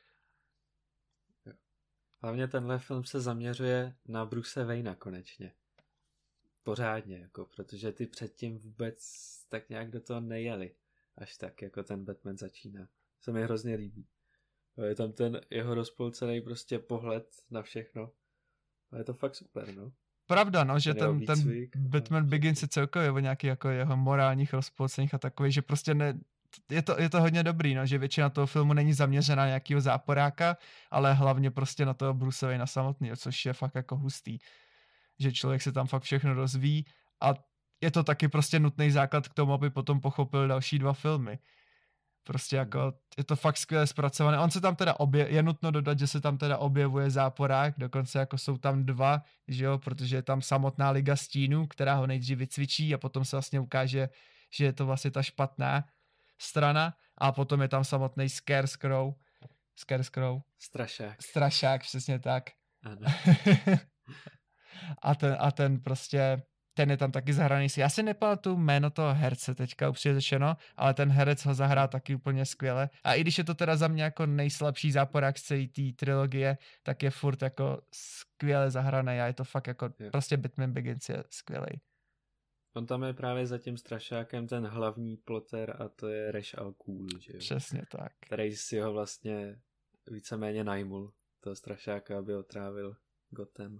Hlavně tenhle film se zaměřuje na Bruce Wayna konečně. Pořádně, jako, protože ty předtím vůbec tak nějak do toho nejeli. Až tak, jako ten Batman začíná. Se mi hrozně líbí. Je tam ten jeho rozpolcený prostě pohled na všechno. A je to fakt super, no. Pravda, no, že ten Batman Begins je celkově o nějaký jako jeho morálních rozpolceních a takových, že prostě je to hodně dobrý, no, že většina toho filmu není zaměřena na nějakýho záporáka, ale hlavně prostě na toho Bruce Wayna samotného, což je fakt jako hustý. Že člověk se tam fakt všechno rozvíjí a je to taky prostě nutný základ k tomu, aby potom pochopil další 2 filmy. Prostě jako, je to fakt skvěle zpracované. On se tam teda je nutno dodat, že se tam teda objevuje záporák, dokonce jako jsou tam 2, že jo, protože je tam samotná Liga stínů, která ho nejdřív vycvičí a potom se vlastně ukáže, že je to vlastně ta špatná strana a potom je tam samotný Scarecrow. Strašák, přesně tak. Ano. a ten prostě, ten je tam taky zahraný. Já si nepamatuju jméno toho herce teďka upřímně řečeno, ale ten herec ho zahrál taky úplně skvěle. A i když je to teda za mě jako nejslabší záporák z celé té trilogie, tak je furt jako skvěle zahraný a je to fakt jako, prostě Batman Begins je skvělej. On tam je právě za tím strašákem ten hlavní ploter a to je Ra's al Ghul, že jo? Přesně tak. Který si ho vlastně víceméně najmul, toho strašáka, aby otrávil Gotham.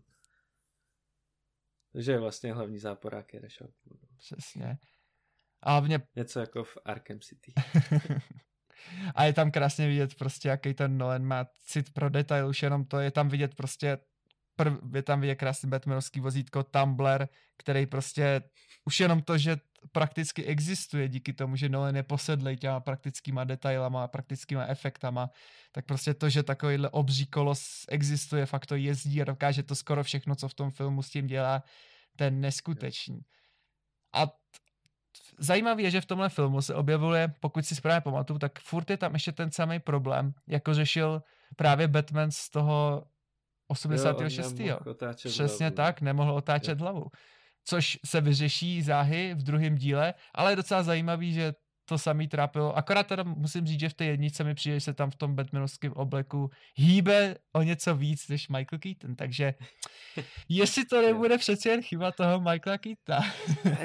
Takže vlastně hlavní záporák je Ra's al Ghul. Přesně. A hlavně... Něco jako v Arkham City. A je tam krásně vidět prostě, jaký ten Nolan má cit pro detail, už jenom to je tam vidět prostě, je tam vidět krásný batmanovský vozítko Tumbler, který prostě, už jenom to, že prakticky existuje díky tomu, že Nolan je posedlej těma praktickýma detailama, praktickýma efektama, tak prostě to, že takovýhle obří kolos existuje, fakt to jezdí a dokáže to skoro všechno, co v tom filmu s tím dělá, to je neskutečný. A zajímavé je, že v tomhle filmu se objevuje, pokud si správně pamatuju, tak furt je tam ještě ten samý problém, jako řešil právě Batman z toho 86. Přesně hlavu. Tak, nemohl otáčet hlavu. Což se vyřeší záhy v druhém díle, ale je docela zajímavý, že to samý trápilo. Akorát teda musím říct, že v té jedničce mi přijde, že se tam v tom batmanovském obleku hýbe o něco víc než Michael Keaton, takže jestli to nebude přeci jen chyba toho Michaela Keatona.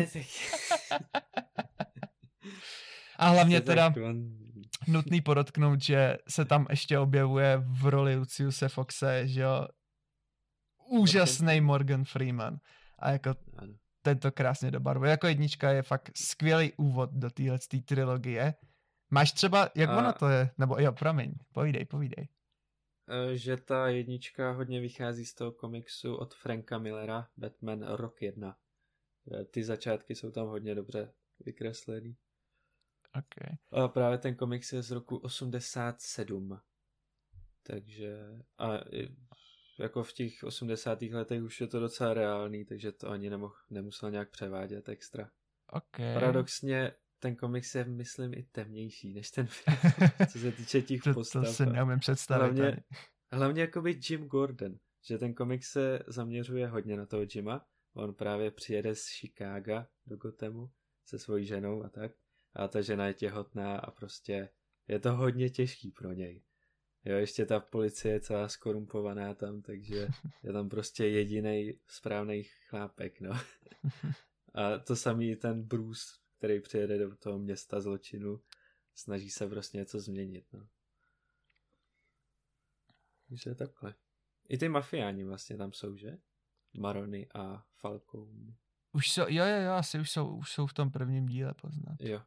A hlavně teda nutný podotknout, že se tam ještě objevuje v roli Luciuse Foxe, že jo, úžasný Morgan Freeman. A jako ten to krásně dobarvuje. Jako jednička je fakt skvělý úvod do téhle trilogie. Máš třeba, jak ono to je? Nebo jo, promiň, povídej. Že ta jednička hodně vychází z toho komiksu od Franka Millera, Batman rok 1. Ty začátky jsou tam hodně dobře vykreslený. Okay. A právě ten komiks je z roku 87. Takže jako v těch 80. letech už je to docela reálný, takže to ani nemusel nějak převádět extra. Okay. Paradoxně ten komiks je, myslím, i temnější než ten film, co se týče těch postav. To si neumím představit. Hlavně jakoby Jim Gordon, že ten komiks se zaměřuje hodně na toho Jima. On právě přijede z Chicaga do Gothamu se svojí ženou a tak. A ta žena je těhotná a prostě je to hodně těžký pro něj. Jo, ještě ta policie je celá skorumpovaná tam, takže je tam prostě jedinej správnej chlápek, no. A to samý ten Bruce, který přijede do toho města zločinu, snaží se prostě něco změnit, no. Takže takhle. I ty mafiáni vlastně tam jsou, že? Maroni a Falcone. Už jsou, jo, asi už jsou v tom prvním díle poznat. Jo.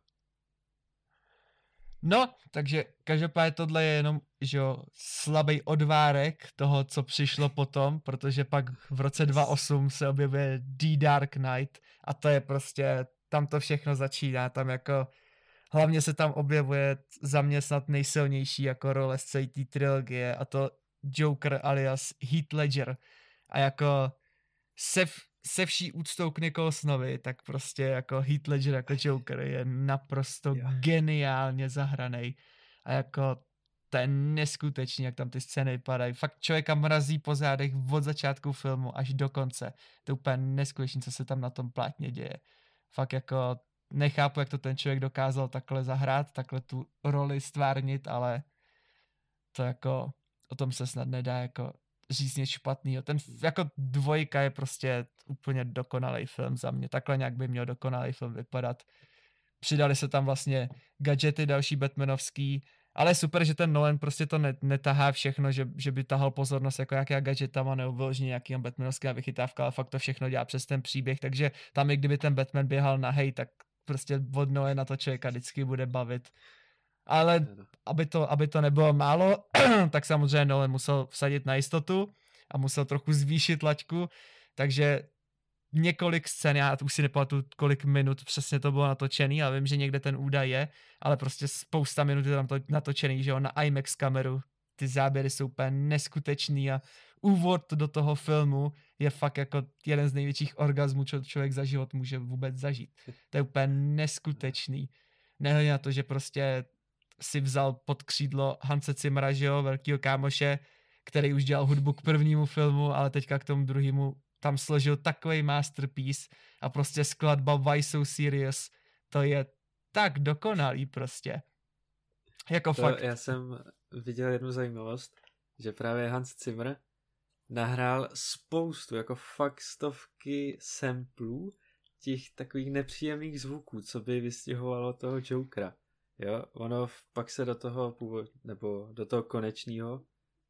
No, takže každopádně tohle je jenom, že jo, slabý odvárek toho, co přišlo potom, protože pak v roce 2008 se objevuje The Dark Knight a to je prostě, tam to všechno začíná, tam jako, hlavně se tam objevuje za mě snad nejsilnější jako role z celé té trilogie a to Joker alias Heath Ledger a jako se vší úctou k Nicholsonovi, tak prostě jako Heath Ledger jako Joker je naprosto geniálně zahranej a jako to je neskutečný, jak tam ty scény vypadají. Fakt člověka mrazí po zádech od začátku filmu až do konce. To je úplně neskutečný, co se tam na tom plátně děje. Fakt jako nechápu, jak to ten člověk dokázal takhle zahrát, takhle tu roli stvárnit, ale to jako o tom se snad nedá jako říct nic špatnýho. Ten jako dvojka je prostě úplně dokonalý film za mě. Takhle nějak by měl dokonalý film vypadat. Přidali se tam vlastně gadgety další batmanovský, ale super, že ten Nolan prostě to netahá všechno, že by tahal pozornost jako jaká gadgetama nebo vyloženě nějaký batmanovská vychytávka, ale fakt to všechno dělá přes ten příběh, takže tam i kdyby ten Batman běhal nahej, tak prostě od Nolana to člověka vždycky bude bavit. Ale aby to nebylo málo, tak samozřejmě Nolan musel vsadit na jistotu a musel trochu zvýšit laťku, takže několik scén, já už si nepamatuju, kolik minut přesně to bylo natočený, ale vím, že někde ten údaj je, ale prostě spousta minut je tam to natočený, že jo, na IMAX kameru, ty záběry jsou úplně neskutečný a úvod do toho filmu je fakt jako jeden z největších orgasmů, co člověk za život může vůbec zažít. To je úplně neskutečný. Nehledě na to, že prostě si vzal pod křídlo Hanse Zimmera, že jo, velkýho kámoše, který už dělal hudbu k prvnímu filmu, ale teďka k tomu druhému tam složil takový masterpiece a prostě skladba Why So Serious, to je tak dokonalý prostě. Jako to fakt. Já jsem viděl jednu zajímavost, že právě Hans Zimmer nahrál spoustu, jako fakt stovky samplů těch takových nepříjemných zvuků, co by vystihovalo toho Jokera. Jo, ono pak se do toho nebo do toho konečného,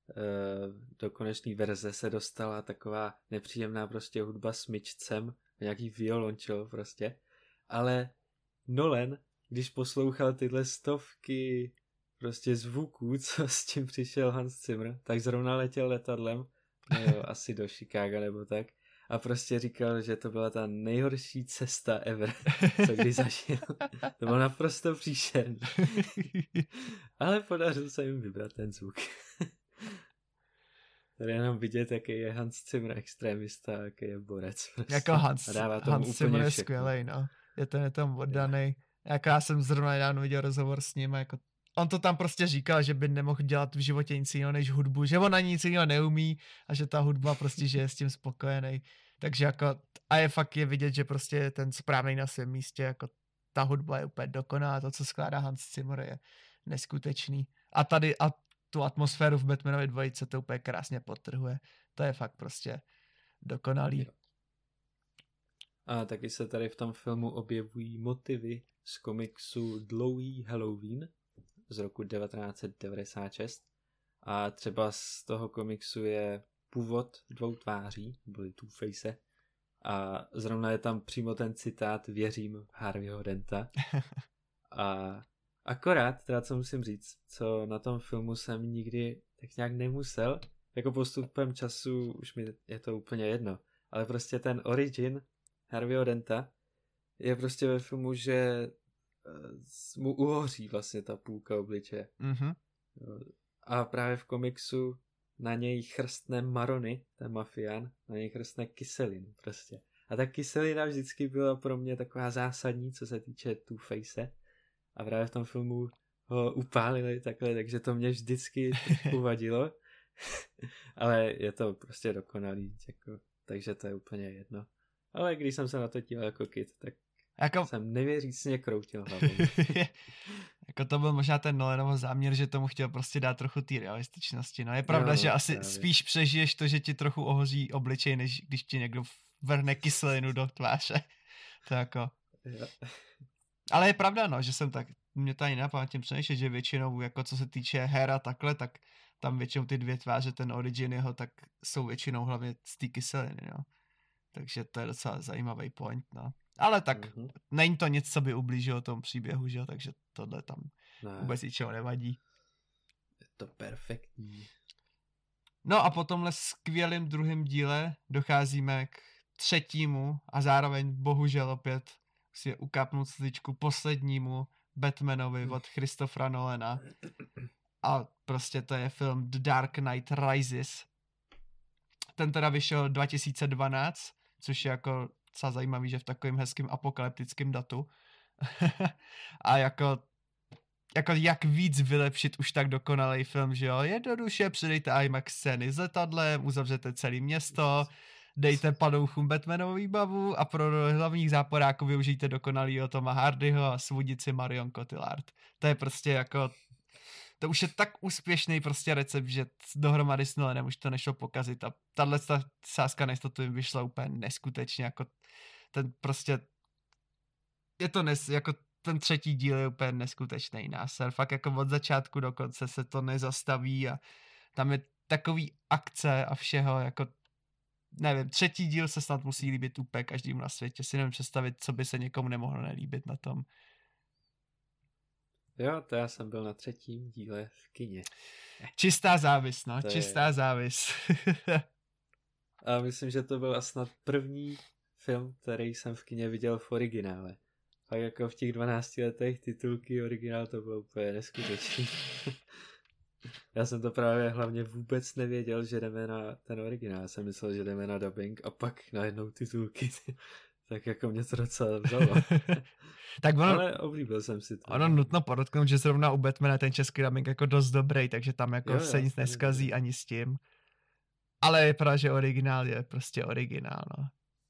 do konečné verze se dostala taková nepříjemná prostě hudba s myčcem, nějaký violončel prostě, ale Nolan, když poslouchal tyhle stovky prostě zvuků, co s tím přišel Hans Zimmer, tak zrovna letěl letadlem, jo, asi do Chicaga nebo tak, a prostě říkal, že to byla ta nejhorší cesta ever, co kdy zažil. To bylo naprosto příšerný. Ale podařil se jim vybrat ten zvuk. Tady jenom vidět, jaký je Hans Zimmer extrémista, jaký je borec. Prostě. Jako Hans Zimmer je skvělej, no. Je tam oddanej. Jako já jsem zrovna nedávno viděl rozhovor s ním, jako on to tam prostě říkal, že by nemohl dělat v životě nic jiného než hudbu, že on ani nic jiného neumí a že ta hudba prostě, že je s tím spokojený. Takže jako, a je fakt je vidět, že prostě je ten správný na svém místě, jako ta hudba je úplně dokonalá, to, co skládá Hans Zimmer, je neskutečný. A tady, a tu atmosféru v Batmanovi 2 to úplně krásně podtrhuje. To je fakt prostě dokonalý. A taky se tady v tom filmu objevují motivy z komiksu Dlouhý Halloween z roku 1996 a třeba z toho komiksu je původ dvou tváří, byly Two-Face, a zrovna je tam přímo ten citát věřím v Harveyho Denta. A akorát, teda co musím říct, co na tom filmu jsem nikdy tak nějak nemusel, jako postupem času už mi je to úplně jedno, ale prostě ten origin Harveyho Denta je prostě ve filmu, že mu uhoří vlastně ta půlka obličeje. Mm-hmm. A právě v komiksu na něj chrstne Maroni, ten mafián, na něj chrstne kyselinu prostě. A ta kyselina vždycky byla pro mě taková zásadní, co se týče Two-Face. A právě v tom filmu ho upálili takhle, takže to mě vždycky uvadilo. Ale je to prostě dokonalý, takže to je úplně jedno. Ale když jsem se na to díval jako kid, tak jsem nevěřícně kroutil hlavou. Jako to byl možná ten Nolanův záměr, že tomu chtěl prostě dát trochu té realističnosti. No je pravda, že asi právě spíš přežiješ to, že ti trochu ohoří obličej, než když ti někdo vrhne kyselinu do tváře. To jako... Ale je pravda, no, že jsem tak, mě to ani nenapamatím přemýšlet, že většinou, jako co se týče her a takhle, tak tam většinou ty dvě tváře, ten origin jeho, tak jsou většinou hlavně z té kyseliny, no. Takže to je docela zajímavý point, no. Ale tak není to nic, co by ublížilo tomu příběhu, že jo, takže tohle tam vůbec ničeho nevadí. Je to perfektní. No a po tomhle skvělým druhém díle docházíme k třetímu a zároveň bohužel opět si ukapnout sličku poslednímu Batmanovi od Christophera Nolana. A prostě to je film The Dark Knight Rises. Ten teda vyšel 2012, což je jako docela zajímavý, že v takovým hezkým apokalyptickým datu. A jako jak víc vylepšit už tak dokonalý film, že jo? Jednoduše přidejte IMAX scény s letadlem, uzavřete celé město, dejte panouchům Batmanovou výbavu a pro hlavních záporáků využijte dokonalýho Toma Hardyho a svudici Marion Cotillard. To je prostě jako, to už je tak úspěšný prostě recept, že dohromady s Nolanem už to nešlo pokazit a tahle sázka na jistotu jim vyšla úplně neskutečně, jako ten prostě, je to jako ten třetí díl je úplně neskutečný náser, fakt jako od začátku do konce se to nezastaví a tam je takový akce a všeho, jako nevím, třetí díl se snad musí líbit úplně každému na světě, si nevím představit, co by se někomu nemohlo nelíbit na tom. Jo, to já jsem byl na třetím díle v kině. Čistá závis, no, čistá závis. A myslím, že to byl snad první film, který jsem v kině viděl v originále. A jako v těch 12 letech titulky originál to bylo úplně neskutečný. Já jsem to právě hlavně vůbec nevěděl, že jdeme na ten originál. Já jsem myslel, že jdeme na dubbing a pak najednou titulky. Tak jako mě to docela vzalo. Tak ono, ale oblíbil jsem si to. Ono nutno podotknout, že zrovna u Batmana ten český dubbing jako dost dobrý, takže tam jako se nic neskazí ani s tím. Ale je pravda, že originál je prostě originál, no.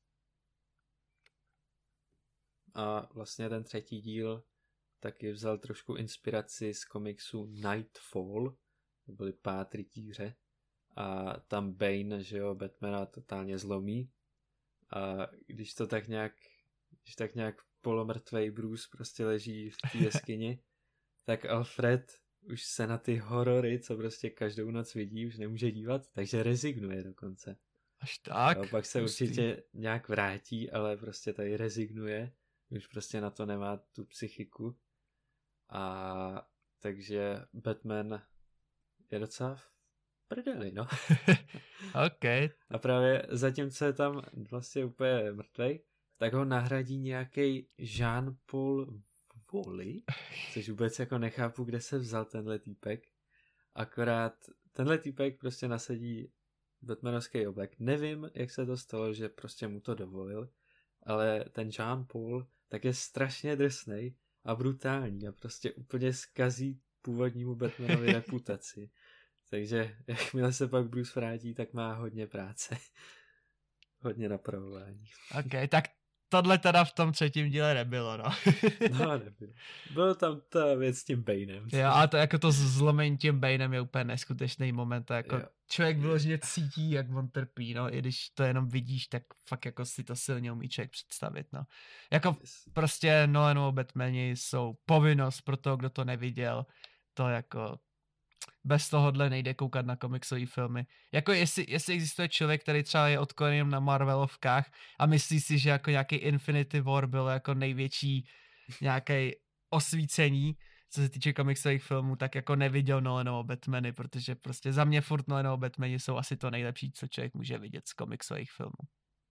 A vlastně ten třetí díl taky vzal trošku inspiraci z komiksu Nightfall, to byly Pád rytíře a tam Bane, že jo, Batmana totálně zlomí a když tak nějak polomrtvej Bruce prostě leží v té jeskyni, tak Alfred už se na ty horory, co prostě každou noc vidí, už nemůže dívat, takže rezignuje dokonce. Až tak? A pak se určitě nějak vrátí, ale prostě tady rezignuje, už prostě na to nemá tu psychiku. A takže Batman je docela v prdeli, no. Okay. A právě zatímco je tam vlastně úplně mrtvej, tak ho nahradí nějaký Jean-Paul Voli, což vůbec jako nechápu, kde se vzal tenhle týpek. Akorát tenhle týpek prostě nasadí batmanovský oblek. Nevím, jak se to stalo, že prostě mu to dovolil, ale ten Jean-Paul tak je strašně drsnej a brutální a prostě úplně zkazí původnímu Batmanovi reputaci. Takže jakmile se pak Bruce vrátí, tak má hodně práce. Hodně napravování. Ok, tak tohle teda v tom třetím díle nebylo, no. No, nebylo. Bylo tam ta věc s tím Banem. Jo, a to jako to zlomení tím Banem je úplně neskutečný moment. Jako člověk vyloženě cítí, jak on trpí, no. I když to jenom vidíš, tak fakt jako si to silně umí člověk představit, no. Jako prostě Nolanovo Batmani jsou povinnost pro toho, kdo to neviděl. To jako bez tohohle nejde koukat na komiksové filmy. Jako jestli existuje člověk, který třeba je odkojený na Marvelovkách a myslí si, že jako nějaký Infinity War byl jako největší nějaký osvícení, co se týče komiksových filmů, tak jako neviděl Nolanovo Batmany, protože prostě za mě furt Nolanovo Batmani jsou asi to nejlepší, co člověk může vidět z komiksových filmů.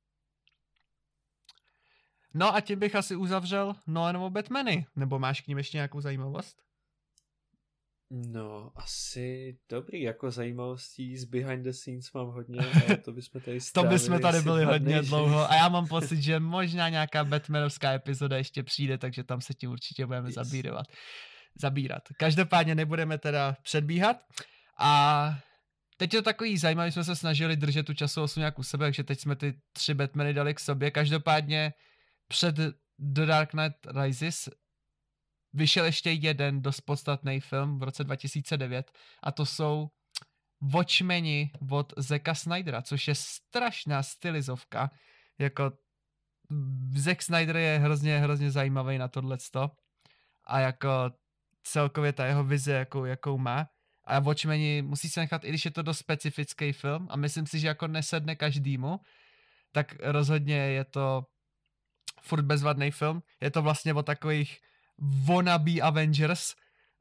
No a tím bych asi uzavřel Nolanovo Batmany. Nebo máš k ním ještě nějakou zajímavost? No, asi dobrý, jako zajímavostí z behind the scenes mám hodně, ale to bychom tady strávili. To bychom tady byli hodně dlouho a já mám pocit, že možná nějaká Batmanovská epizoda ještě přijde, takže tam se tím určitě budeme zabírat. Každopádně nebudeme teda předbíhat a teď je to takový zajímavý, jsme se snažili držet tu časovou osu nějak u sebe, takže teď jsme ty 3 Batmany dali k sobě. Každopádně před The Dark Knight Rises vyšel ještě jeden dost podstatný film v roce 2009 a to jsou Watchmeni od Zacka Snydera, což je strašná stylizovka. Jako Zack Snyder je hrozně zajímavý na tohleto a jako celkově ta jeho vize, jakou má. A Watchmeni musí se nechat, i když je to dost specifický film a myslím si, že jako nesedne každému, tak rozhodně je to furt bezvadný film. Je to vlastně o takových wannabe Avengers.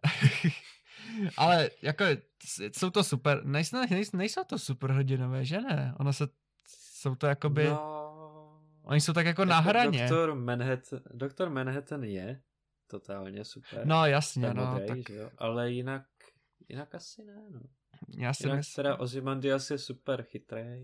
Ale jako jsou to super, nejsou to superhrdinové, že ne? Jsou to jakoby, oni jsou tak jako na hraně. Doktor Manhattan je totálně super. No jasně, ten no. modrej, Tak... že jo? Ale jinak asi ne, no. Já si jinak myslím... teda Ozymandias je super chytrý,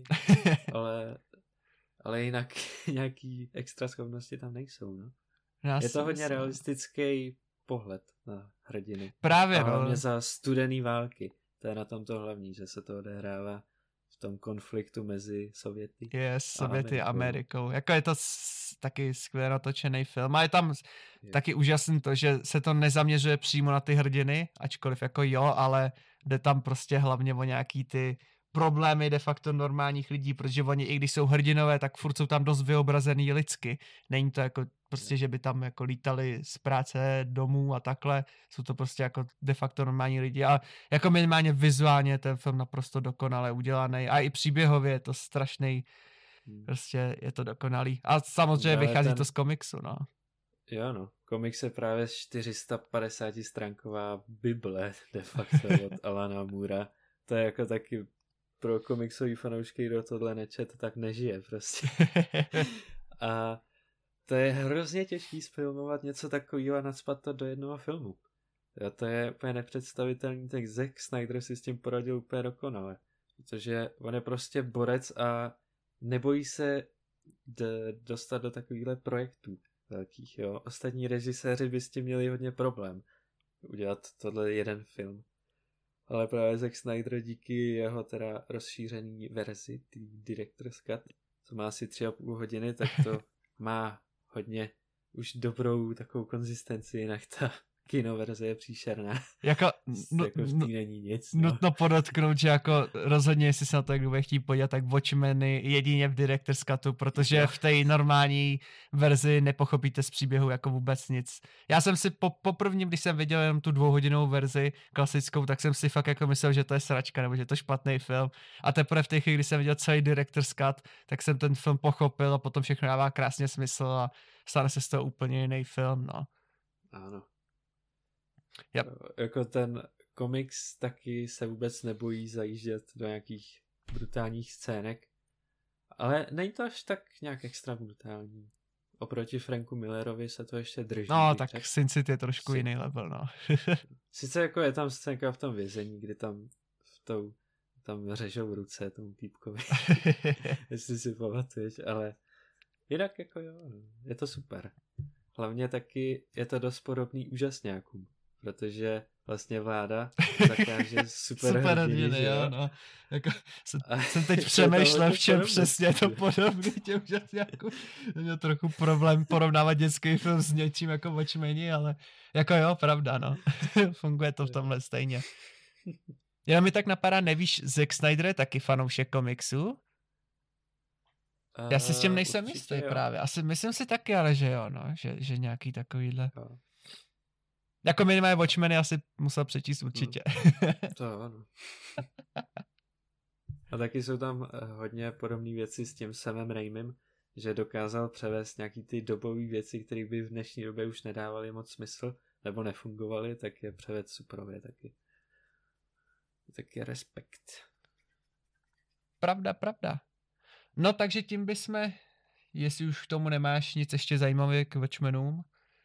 ale jinak nějaký extra schopnosti tam nejsou, no. Je to hodně realistický pohled na hrdiny. Právě, a hlavně za studený války. To je na tom to hlavní, že se to odehrává v tom konfliktu mezi Sověty. Sověty a Amerikou. Jako je to taky skvěle natočený film a je tam taky úžasný to, že se to nezaměřuje přímo na ty hrdiny, ačkoliv jako jo, ale jde tam prostě hlavně o nějaký ty problémy de facto normálních lidí, protože oni, i když jsou hrdinové, tak furt jsou tam dost vyobrazený lidsky. Není to jako prostě, že by tam jako lítali z práce domů a takhle. Jsou to prostě jako de facto normální lidi a jako minimálně vizuálně ten film naprosto dokonale udělaný a i příběhově je to strašný, prostě je to dokonalý. A samozřejmě vychází to z komiksu, no. Jo, no. Komiks je právě 450 stránková bible de facto od Alana Moora. To je jako taky pro komiksový fanoušky, kdo tohle nečet, tak nežije prostě. A to je hrozně těžký sfilmovat něco takového a nacpat to do jednoho filmu. Jo, to je úplně nepředstavitelný, tak Zack Snyder si s tím poradil úplně dokonale. Protože on je prostě borec a nebojí se dostat do takovýchhle projektů velkých, jo. Ostatní režiséři by s tím měli hodně problém udělat tohle jeden film. Ale právě Zack Snyder díky jeho teda rozšířený verzi, Director's Cut, co má asi 3,5 hodiny, tak to má hodně už dobrou takovou konzistenci, jinak ta kinoverze je příšerná. Jako v tý není nic. No. Nutno podotknout, že jako rozhodně, jestli se na to někdo bude chtít podívat, tak Watchmeny jedině v Director's Cutu, protože v té normální verzi nepochopíte z příběhu jako vůbec nic. Já jsem si poprvním, když jsem viděl jenom tu 2hodinovou verzi klasickou, tak jsem si fakt jako myslel, že to je sračka, nebo že je to špatný film. A teprve v té chvíli, když jsem viděl celý Director's Cut, tak jsem ten film pochopil a potom všechno dává krásně smysl a stane se z toho úplně jiný film, no. Ano. Yep. Jako ten komiks taky se vůbec nebojí zajíždět do nějakých brutálních scének, ale není to až tak nějak extra brutální. Oproti Franku Millerovi se to ještě drží. No, tak Sin City je trošku jiný level, no. Sice jako je tam scénka v tom vězení, kdy tam tam řežou ruce tomu týpkovi. Jestli si pamatuješ, ale jinak jako jo, je to super. Hlavně taky je to dost podobný Úžasňákům, protože vlastně vláda zakáže super hrdiny, jo, no. Jako, jsem teď přemýšlel, v čem přesně je to podobný těm Úžasňákům. Měl trochu problém porovnávat dětský film s něčím jako Watchmeni, ale jako jo, pravda, no. Funguje to v tomhle stejně. Jenom mi tak napadá, nevíš, Zack Snyder je taky fanoušek komiksu? Já si s tím nejsem jistý právě. Asi myslím si taky, ale že jo, no, že nějaký takovýhle. Jo. Jako minimálně Watchmeny asi musel přečíst určitě. To ano. A taky jsou tam hodně podobné věci s tím Samem Raimim, že dokázal převést nějaký ty dobové věci, které by v dnešní době už nedávaly moc smysl, nebo nefungovaly, tak je převed superově taky. Tak je respekt. Pravda. No takže tím bychom, jestli už k tomu nemáš nic ještě zajímavé k Watchmenům,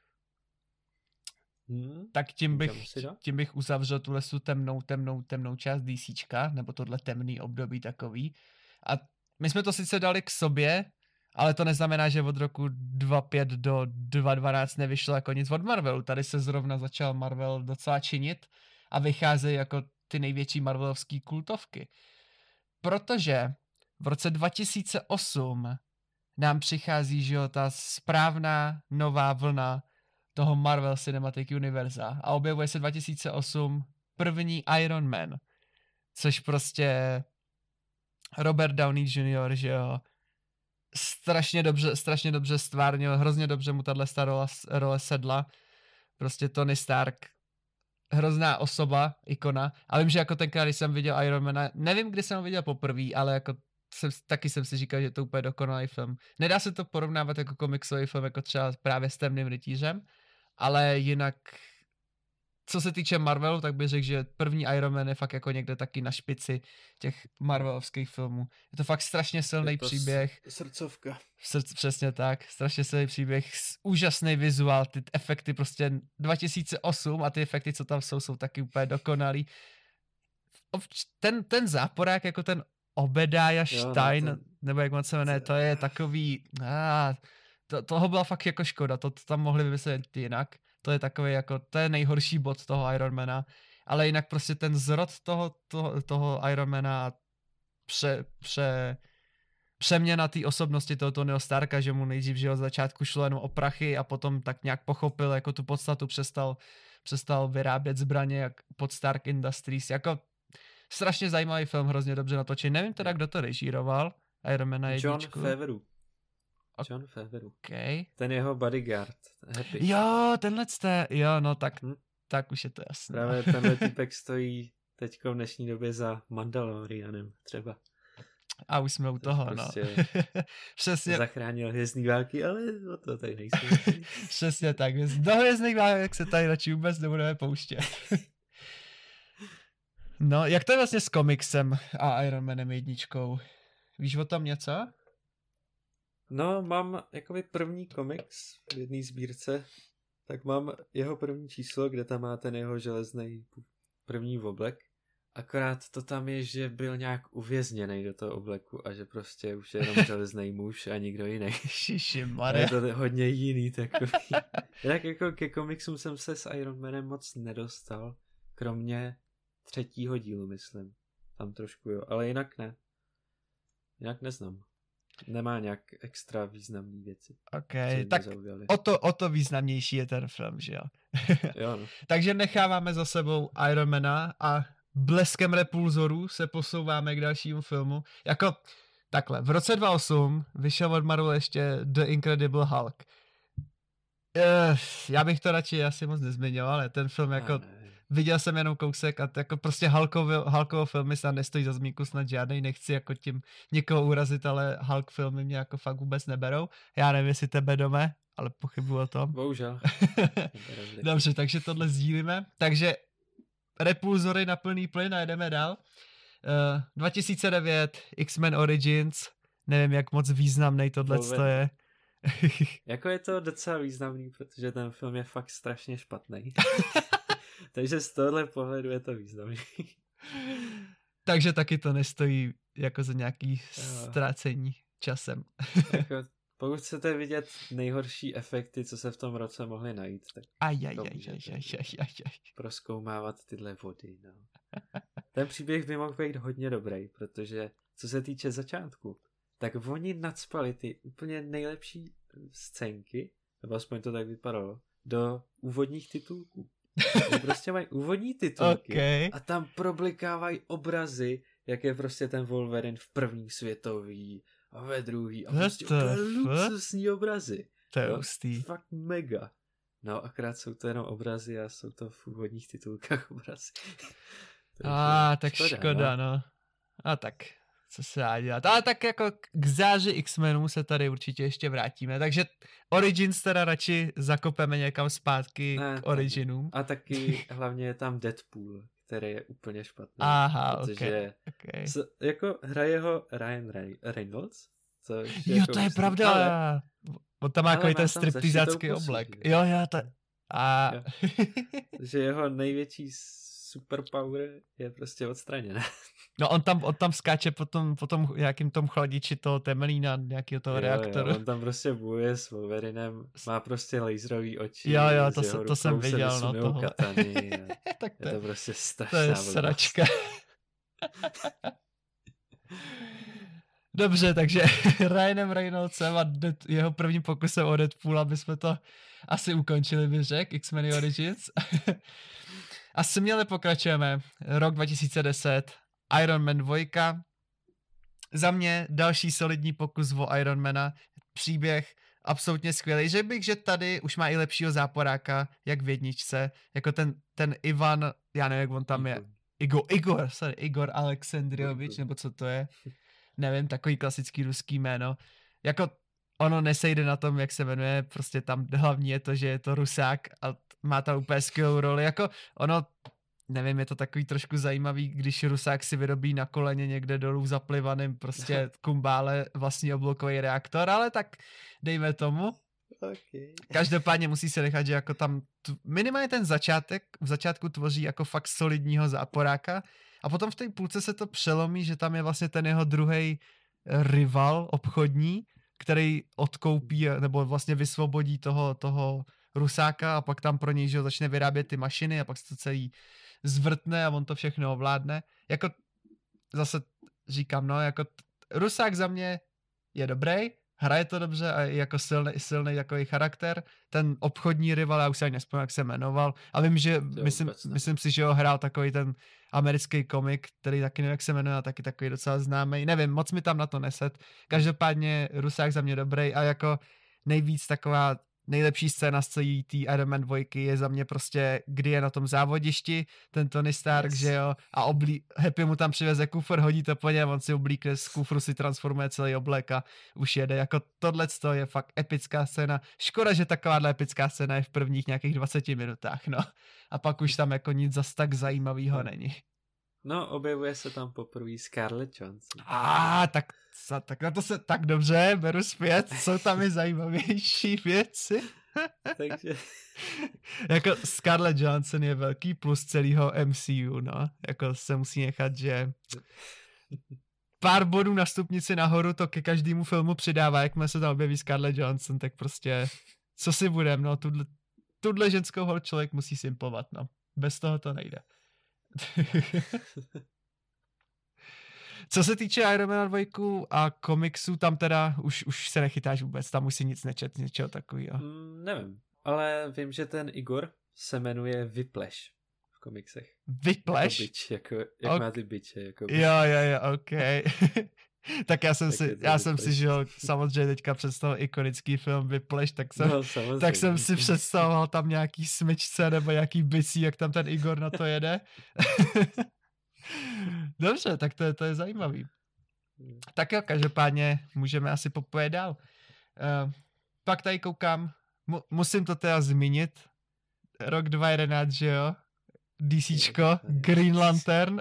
tak tím bych uzavřel tuhle temnou část DCčka, nebo tohle temný období takový. A my jsme to sice dali k sobě, ale to neznamená, že od roku 2005 do 2012 nevyšlo jako nic od Marvelu. Tady se zrovna začal Marvel docela činit a vycházejí jako ty největší marvelovský kultovky. Protože v roce 2008 nám přichází, že jo, ta správná nová vlna toho Marvel Cinematic Univerza a objevuje se 2008 první Iron Man, což prostě Robert Downey Jr., že jo, strašně dobře stvárnil, hrozně dobře mu tato role sedla, prostě Tony Stark, hrozná osoba, ikona, a vím, že jako tenkrát, když jsem viděl Ironmana, nevím, kdy jsem ho viděl poprvé, ale jako taky jsem si říkal, že to je úplně dokonalý film. Nedá se to porovnávat jako komiksový film, jako třeba právě s Temným rytířem, ale jinak, co se týče Marvelu, tak bych řekl, že první Iron Man je fakt jako někde taky na špici těch Marvelovských filmů. Je to fakt strašně silný příběh. Srdcovka. Přesně tak, strašně silný příběh, úžasný vizuál, ty efekty prostě 2008 a ty efekty, co tam jsou taky úplně dokonalý. Ten záporák, jako ten Obadiah Stein, nebo jak moc se jmenuje, to je takový, toho byla fakt jako škoda, to tam mohli vymyslet jinak, to je takový jako, to je nejhorší bod toho Ironmana, ale jinak prostě ten zrod toho Ironmana, přeměna té osobnosti toho Tonyho Starka, že mu nejdřív, že od začátku šlo jenom o prachy a potom tak nějak pochopil jako tu podstatu, přestal vyrábět zbraně jak pod Stark Industries. Jako strašně zajímavý film, hrozně dobře natočený. Nevím teda, kdo to režíroval. Iron Man na jedničku. John Favreau. Okay. Ten jeho bodyguard. Happy. Jo, no tak už je to jasné. Právě tenhle týpek stojí teďko v dnešní době za Mandalorianem třeba. A už jsme u toho, prostě přesně. Zachránil hvězdný války, ale o to tady nejsme. Přesně tak. Do hvězdných válek se tady radši vůbec nebudeme pouštět. No, jak to je vlastně s komiksem a Iron Manem jedničkou? Víš o tom něco? No, mám jakoby první komiks v jedné sbírce, tak mám jeho první číslo, kde tam má ten jeho železný první oblek. Akorát to tam je, že byl nějak uvězněný do toho obleku a že prostě už je jenom železný muž a nikdo jiný. Šišimarja. Je to hodně jiný takový. Jak jako ke komiksům jsem se s Iron Manem moc nedostal, kromě 3. dílu, myslím. Tam trošku jo, ale jinak ne. Jinak neznám. Nemá nějak extra významný věci. Ok, tak o to významnější je ten film, že jo? Jo, no. Takže necháváme za sebou Ironmana a bleskem repulzoru se posouváme k dalšímu filmu. Jako takhle, v roce 2008 vyšel od Marvelu ještě The Incredible Hulk. Já bych to radši asi moc nezmiňoval, ale ten film jako viděl jsem jenom kousek a jako prostě Hulkovo filmy se nestojí za zmínku snad žádnej, nechci jako tím někoho urazit, ale Hulk filmy mě jako fakt vůbec neberou. Já nevím, jestli tebe dome, ale pochybuji o tom. Bohužel. Dobře, takže tohle sdílíme. Takže repulzory na plný plyn a jdeme dál. 2009 X-Men Origins, nevím, jak moc významný tohle je. Jako je to docela významný, protože ten film je fakt strašně špatný. Takže z tohohle pohledu je to významný. Takže taky to nestojí jako za nějaký ztrácení časem. Jako, pokud chcete vidět nejhorší efekty, co se v tom roce mohly najít, tak prozkoumávat tyhle vody. No. Ten příběh by mohl být hodně dobrý, protože co se týče začátku, tak oni nacpali ty úplně nejlepší scénky, nebo aspoň to tak vypadalo, do úvodních titulků. Prostě mají úvodní titulky a tam problikávají obrazy, jak je prostě ten Wolverine v první světový a ve druhý a prostě luxusní obrazy. To je hustý. Fakt mega. No, akorát jsou to jenom obrazy a jsou to v úvodních titulkách obrazy. Tak škoda, no. A tak, co se dá dělat. Ale tak jako k záři X-Menů se tady určitě ještě vrátíme. Takže Origins teda radši zakopeme někam zpátky k Originům. A taky hlavně je tam Deadpool, který je úplně špatný. Aha, protože jako hraje ho Ryan Reynolds. Jo, to je pravda. On tam má jako ten striptizácký oblek. Jo, že jeho největší superpower je prostě odstraněná. No on tam skáče potom nějakým tom chladiči toho temelína, nějakého toho reaktoru. Jo, on tam prostě bojuje s Wolverinem, má prostě laserový oči. Jo, to jsem viděl, no toho. Tak je to prostě strašná. To je sračka. Dobře, takže Ryanem Reynoldsem a jeho prvním pokusem o Deadpoola bychom to asi ukončili, bych řekl, X-Men Origins. A směle pokračujeme. Rok 2010, Iron Man 2. Za mě další solidní pokus o Ironmana. Příběh absolutně skvělý. Že bych, že tady už má i lepšího záporáka, jak v jedničce. Jako ten Ivan, já nevím, jak on tam je. Igor Alexandriovič, nebo co to je. Nevím, takový klasický ruský jméno. Jako ono nesejde na tom, jak se jmenuje, prostě tam hlavní je to, že je to Rusák a má tam úplně skvělou roli. Jako ono, nevím, je to takový trošku zajímavý, když Rusák si vyrobí na koleně někde dolů zaplivaným prostě kumbále vlastní oblokový reaktor, ale tak dejme tomu. Okay. Každopádně musí se nechat, že jako tam minimálně ten v začátku tvoří jako fakt solidního záporáka a potom v té půlce se to přelomí, že tam je vlastně ten jeho druhej rival obchodní, který odkoupí nebo vlastně vysvobodí toho Rusáka a pak tam pro něj, že začne vyrábět ty mašiny a pak se to celý zvrtne a on to všechno ovládne. Jako zase říkám, no, jako Rusák za mě je dobrý, hraje to dobře a je jako silný jako i charakter. Ten obchodní rival, já už se ani nespomínám, jak se jmenoval. A vím, že myslím si, že ho hrál takový ten americký komik, který taky nevím, jak se jmenuje, a taky takový docela známý. Nevím, moc mi tam na to neset. Každopádně Rusák za mě dobrý a jako nejvíc taková nejlepší scéna z celý tý Iron Man 2 je za mě prostě, kdy je na tom závodišti, ten Tony Stark, že jo, a Happy mu tam přiveze kufr, hodí to po něm, on si oblíkne, z kufru si transformuje celý oblek a už jede. Jako tohleto je fakt epická scéna. Škoda, že takováhle epická scéna je v prvních nějakých 20 minutách, no. A pak už tam jako nic zas tak zajímavého není. No, objevuje se tam poprvé Scarlett Johansson. Tak na to se tak dobře, beru zpět, jsou tam i zajímavější věci. Takže... jako Scarlett Johansson je velký plus celého MCU, no. Jako se musí nechat, že pár bodů na stupnici nahoru to ke každému filmu přidává, jakmile se tam objeví Scarlett Johansson, tak prostě co si budem, no, tuhle ženskou hol člověk musí simplovat, no. Bez toho to nejde. Co se týče Iron Man 2 a komiksů, tam teda už se nechytáš vůbec, tam už si nic nečet, něčeho takového. Nevím, ale vím, že ten Igor se jmenuje Whiplash v komiksech. Whiplash? Jak má ty biče. Jako jo, ok. Tak já jsem si žil samozřejmě teďka představil ikonický film Whiplash, tak jsem si představoval tam nějaký smyčce nebo nějaký bicí, jak tam ten Igor na to jede. Dobře, tak to je zajímavý. Tak jo, každopádně můžeme asi popojet dál. Pak tady koukám, musím to teda zmínit, rok 2011, že jo? DCčko, Green Lantern.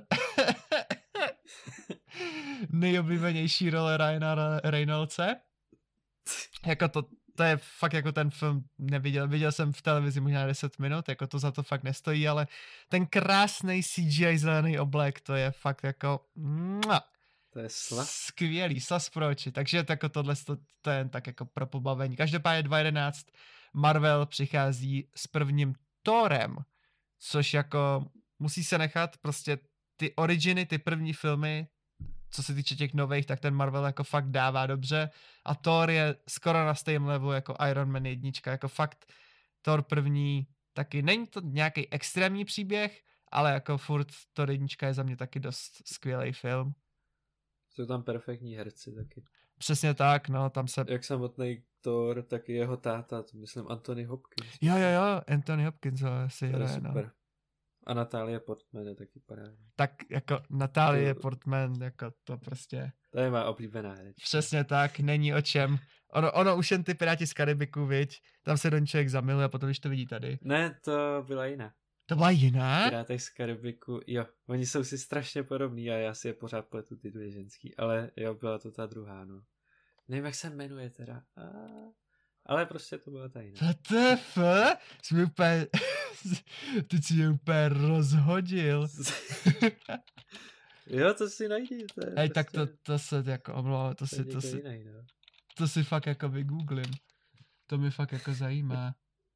Nejoblíbenější role Ryana Reynoldse. Jako to je fakt jako ten film viděl jsem v televizi možná 10 minut, jako to za to fakt nestojí, ale ten krásný CGI zelený oblek, to je fakt jako to je skvělý, slas pro oči, takže jako tohle to je jen tak jako pro pobavení. Každopádně 2011 Marvel přichází s prvním Thorem, což jako musí se nechat prostě ty originy, ty první filmy, co se týče těch nových, tak ten Marvel jako fakt dává dobře a Thor je skoro na stejném levelu jako Iron Man 1, jako fakt Thor první taky, není to nějaký extrémní příběh, ale jako furt Thor 1 je za mě taky dost skvělý film. Jsou tam perfektní herci taky. Přesně tak, no, tam se... Jak samotný Thor, tak i jeho táta, to myslím Anthony Hopkins. Jo, Anthony Hopkins si hraje, no. A Natalie Portman je taky parádní. Tak jako Natalie Portman, jako to prostě... To je má oblíbená herečka. Přesně tak, není o čem. Ono už jen ty Piráti z Karibiku, viď? Tam se do člověk zamiluje a potom, když to vidí tady. Ne, to byla jiná. To byla jiná? Pirátech z Karibiku, jo. Oni jsou si strašně podobní a já si je pořád pletu ty dvě ženský. Ale jo, byla to ta druhá, no. Nevím, jak se jmenuje teda. Ale prostě to byla ta jiná. WTF? Jsme úplně... Ty si mě úplně rozhodil. Jo, to si najdi. Hej, tak to se jako omlouvám, to si fakt jako vygooglím. To mi fakt jako zajímá.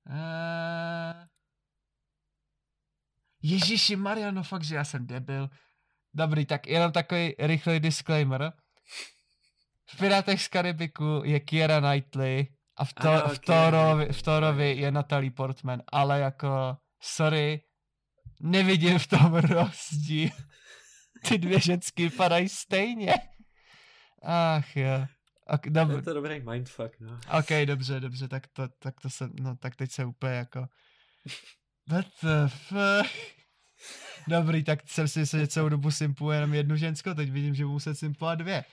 Ježiši Maria, no fakt, že já jsem debil. Dobrý, tak jenom takový rychlý disclaimer. V Pirátech z Karibiku je Keira Knightley a v Thorovi je Natalie Portman, ale jako, sorry, nevidím v tom rozdíl. Ty dvě ženský padají stejně. Ach jo. Je to dobrý mindfuck, no. Ok, dobře, tak to jsem, no tak teď se úplně jako... What the fuck? Dobrý, tak jsem si myslel, že celou dobu simpuji jenom jednu ženskou, teď vidím, že budu muset simpovat dvě.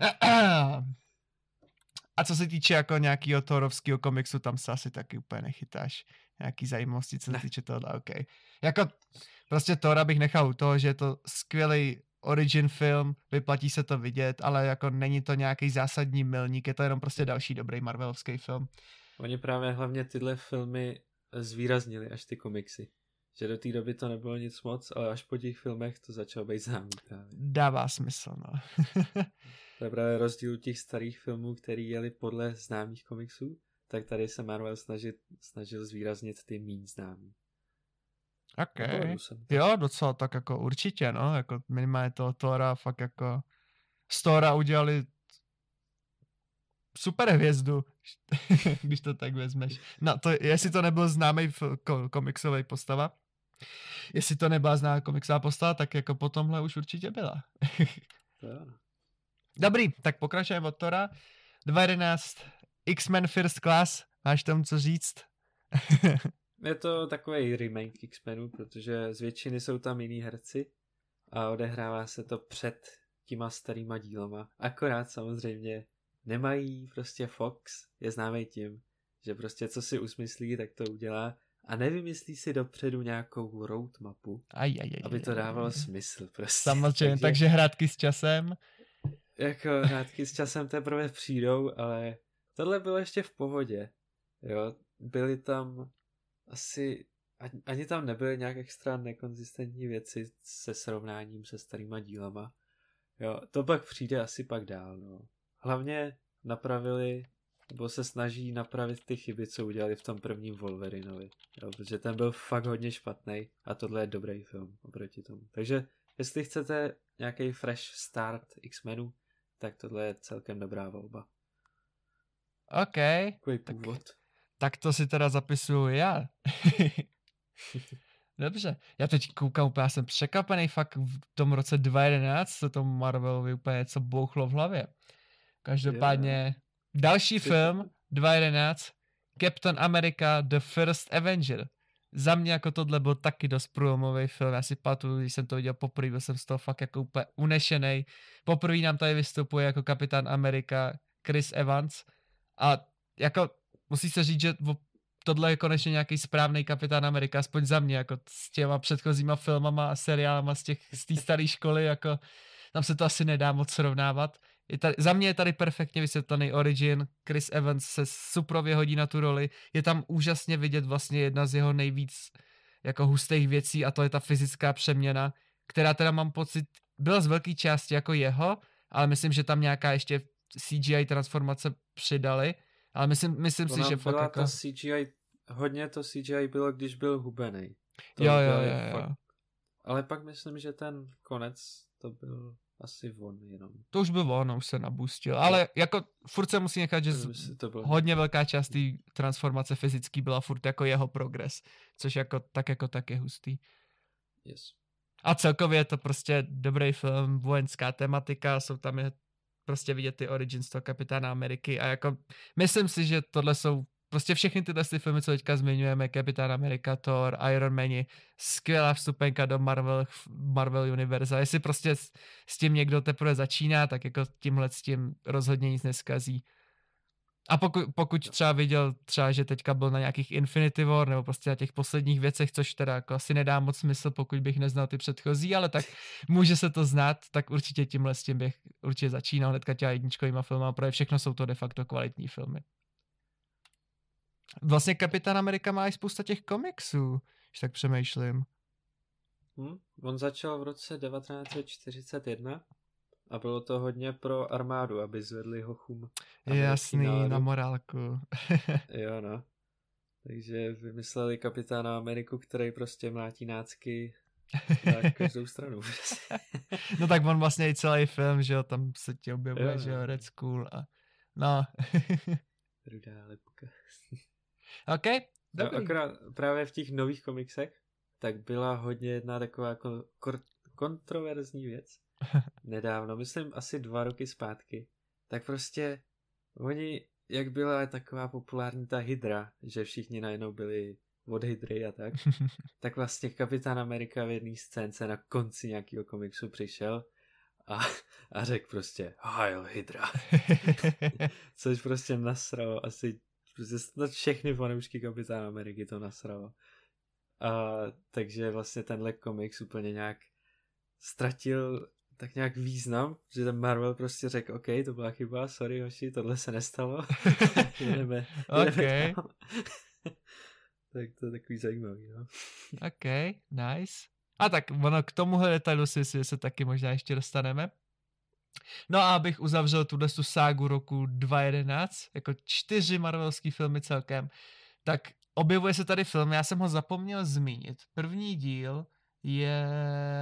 A co se týče jako nějakýho Thorovského komiksu, tam se asi taky úplně nechytáš. Nějaký zajímavosti, co se týče tohohle, ok. Jako prostě Thora bych nechal u toho, že je to skvělý origin film, vyplatí se to vidět, ale jako není to nějaký zásadní milník, je to jenom prostě další dobrý marvelovský film. Oni právě hlavně tyhle filmy zvýraznili až ty komiksy. Že do té doby to nebylo nic moc, ale až po těch filmech to začalo být známý právě. Dává smysl, no. To je právě rozdíl těch starých filmů, který jeli podle známých komiksů, tak tady se Marvel snažil zvýraznit ty méně známý. Ok. Jo, docela tak jako určitě, no, jako minimálně toho Thora fakt jako z Thora udělali superhvězdu, když to tak vezmeš. No, to, jestli to nebyl známý komiksový postava, jestli to nebyla známá komiksová postava, tak jako po tomhle už určitě byla. Dobrý, tak pokračujeme od Thora. 2011, X-Men First Class, máš tam co říct? Je to takový remake X-Menů, protože z většiny jsou tam jiný herci a odehrává se to před těma starýma dílama. Akorát samozřejmě nemají prostě Fox, je známý tím, že prostě co si usmyslí, tak to udělá a nevymyslí si dopředu nějakou roadmapu, aby to dávalo smysl. Prostě. Samozřejmě, takže hrátky s časem. Jako hrátky s časem teprve přijdou, ale tohle bylo ještě v pohodě. Jo, byly tam asi, ani tam nebyly nějak extra nekonzistentní věci se srovnáním se starýma dílama. Jo, to pak přijde asi pak dál, no. Hlavně napravili, nebo se snaží napravit ty chyby, co udělali v tom prvním Wolverinovi. Jo, protože ten byl fakt hodně špatný a tohle je dobrý film oproti tomu. Takže jestli chcete nějaký fresh start X-Menů, tak tohle je celkem dobrá volba. OK. Tak to si teda zapisuju já. Dobře. Já teď koukám úplně, já jsem překvapený fakt v tom roce 2011, se tomu Marvelovi úplně něco bouchlo v hlavě. Každopádně další film 2011, Captain America The First Avenger. Za mě jako tohle byl taky dost průlomový film. Já si pamatuju, když jsem to viděl poprvé, byl jsem z toho fakt jako úplně unešenej. Poprvé nám tady vystupuje jako Kapitán Amerika Chris Evans a jako musí se říct, že tohle je konečně nějaký správný Kapitán Amerika, aspoň za mě, jako s těma předchozíma filmama a seriálama z té staré školy, jako tam se to asi nedá moc srovnávat. Za mě je tady perfektně vysvětlený origin, Chris Evans se suprově hodí na tu roli, je tam úžasně vidět vlastně jedna z jeho nejvíc jako hustých věcí a to je ta fyzická přeměna, která teda mám pocit, byla z velké části jako jeho, ale myslím, že tam nějaká ještě CGI transformace přidali, ale myslím si, že fakt jako... ta CGI, hodně to CGI bylo, když byl hubenej. Jo. Ale pak myslím, že ten konec to byl asi on jenom. To už byl on, už se nabustil, ale jako furt se musí nechat, že hodně velká část té transformace fyzický byla furt jako jeho progres, což jako tak je hustý. Yes. A celkově je to prostě dobrý film, vojenská tematika, jsou tam prostě vidět ty origins toho Kapitána Ameriky a jako myslím si, že tohle jsou prostě všechny tyhle filmy, co teďka zmiňujeme, Kapitán Amerika, Thor, Iron Man, skvělá vstupenka do Marvel univerza. Jestli prostě s tím někdo teprve začíná, tak jako tímhle s tím rozhodně nic neskazí. A pokud třeba viděl třeba, že teďka byl na nějakých Infinity War nebo prostě na těch posledních věcech, což teda jako asi nedá moc smysl, pokud bych neznal ty předchozí, ale tak může se to znát, tak určitě tímhle s tím bych určitě začínal hnedka těma jedničkovýma filmama, protože všechno jsou to de facto kvalitní filmy. Vlastně Kapitán Amerika má i spousta těch komiksů, když tak přemýšlím. On začal v roce 1941 a bylo to hodně pro armádu, aby zvedli hochům. Jasný, na morálku. Jo, no. Takže vymysleli Kapitána Ameriku, který prostě mlátí nácky na každou stranu. No tak on vlastně i celý film, že jo, tam se ti objevuje, že jo, Red Skull a no. Rudá lepka. OK, dobrý. Akorát právě v těch nových komiksech tak byla hodně jedna taková kontroverzní věc. Nedávno, myslím asi 2 roky zpátky. Tak prostě oni, jak byla taková populární ta Hydra, že všichni najednou byli od Hydry a tak vlastně Kapitán Amerika v jedné scénce na konci nějakého komiksu přišel a řekl prostě Heil Hydra. Což prostě nasralo asi prostě snad všechny fanoušky Kapitána Ameriky to nasralo. Takže vlastně tenhle komiks úplně nějak ztratil tak nějak význam, že ten Marvel prostě řekl, OK, to byla chyba, sorry hoši, tohle se nestalo. jedeme okay. Tak to je takový zajímavý, no. OK, nice. A tak ono k tomuhle detailu si se taky možná ještě dostaneme. No a abych uzavřel tuhle ságu roku 2011, jako 4 marvelský filmy celkem, tak objevuje se tady film, já jsem ho zapomněl zmínit. První díl je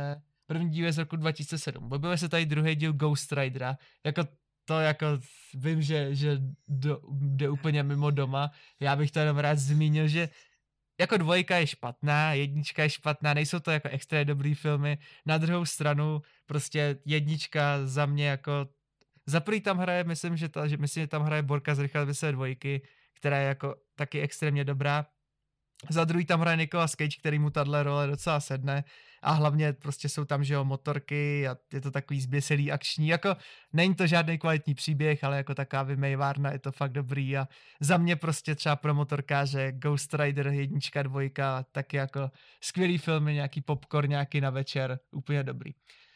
První díl je z roku 2007. Objevuje se tady druhý díl Ghost Ridera. Jako vím, že jde úplně mimo doma. Já bych to jenom rád zmínil, že jako 2 je špatná, 1 je špatná, nejsou to jako extra dobrý filmy. Na druhou stranu prostě 1 za mě jako za prvý tam hraje, myslím, že tam hraje Borka z Rychle 2, která je jako taky extrémně dobrá. Za druhý tam hraje Nicolas Cage, který mu tahle role docela sedne a hlavně prostě jsou tam, že jo, motorky a je to takový zběsilý akční, jako není to žádný kvalitní příběh, ale jako taková vymejvárna, je to fakt dobrý a za mě prostě třeba pro motorkáře Ghost Rider 1, 2, taky jako skvělý filmy, nějaký popcorn, nějaký na večer, úplně dobrý.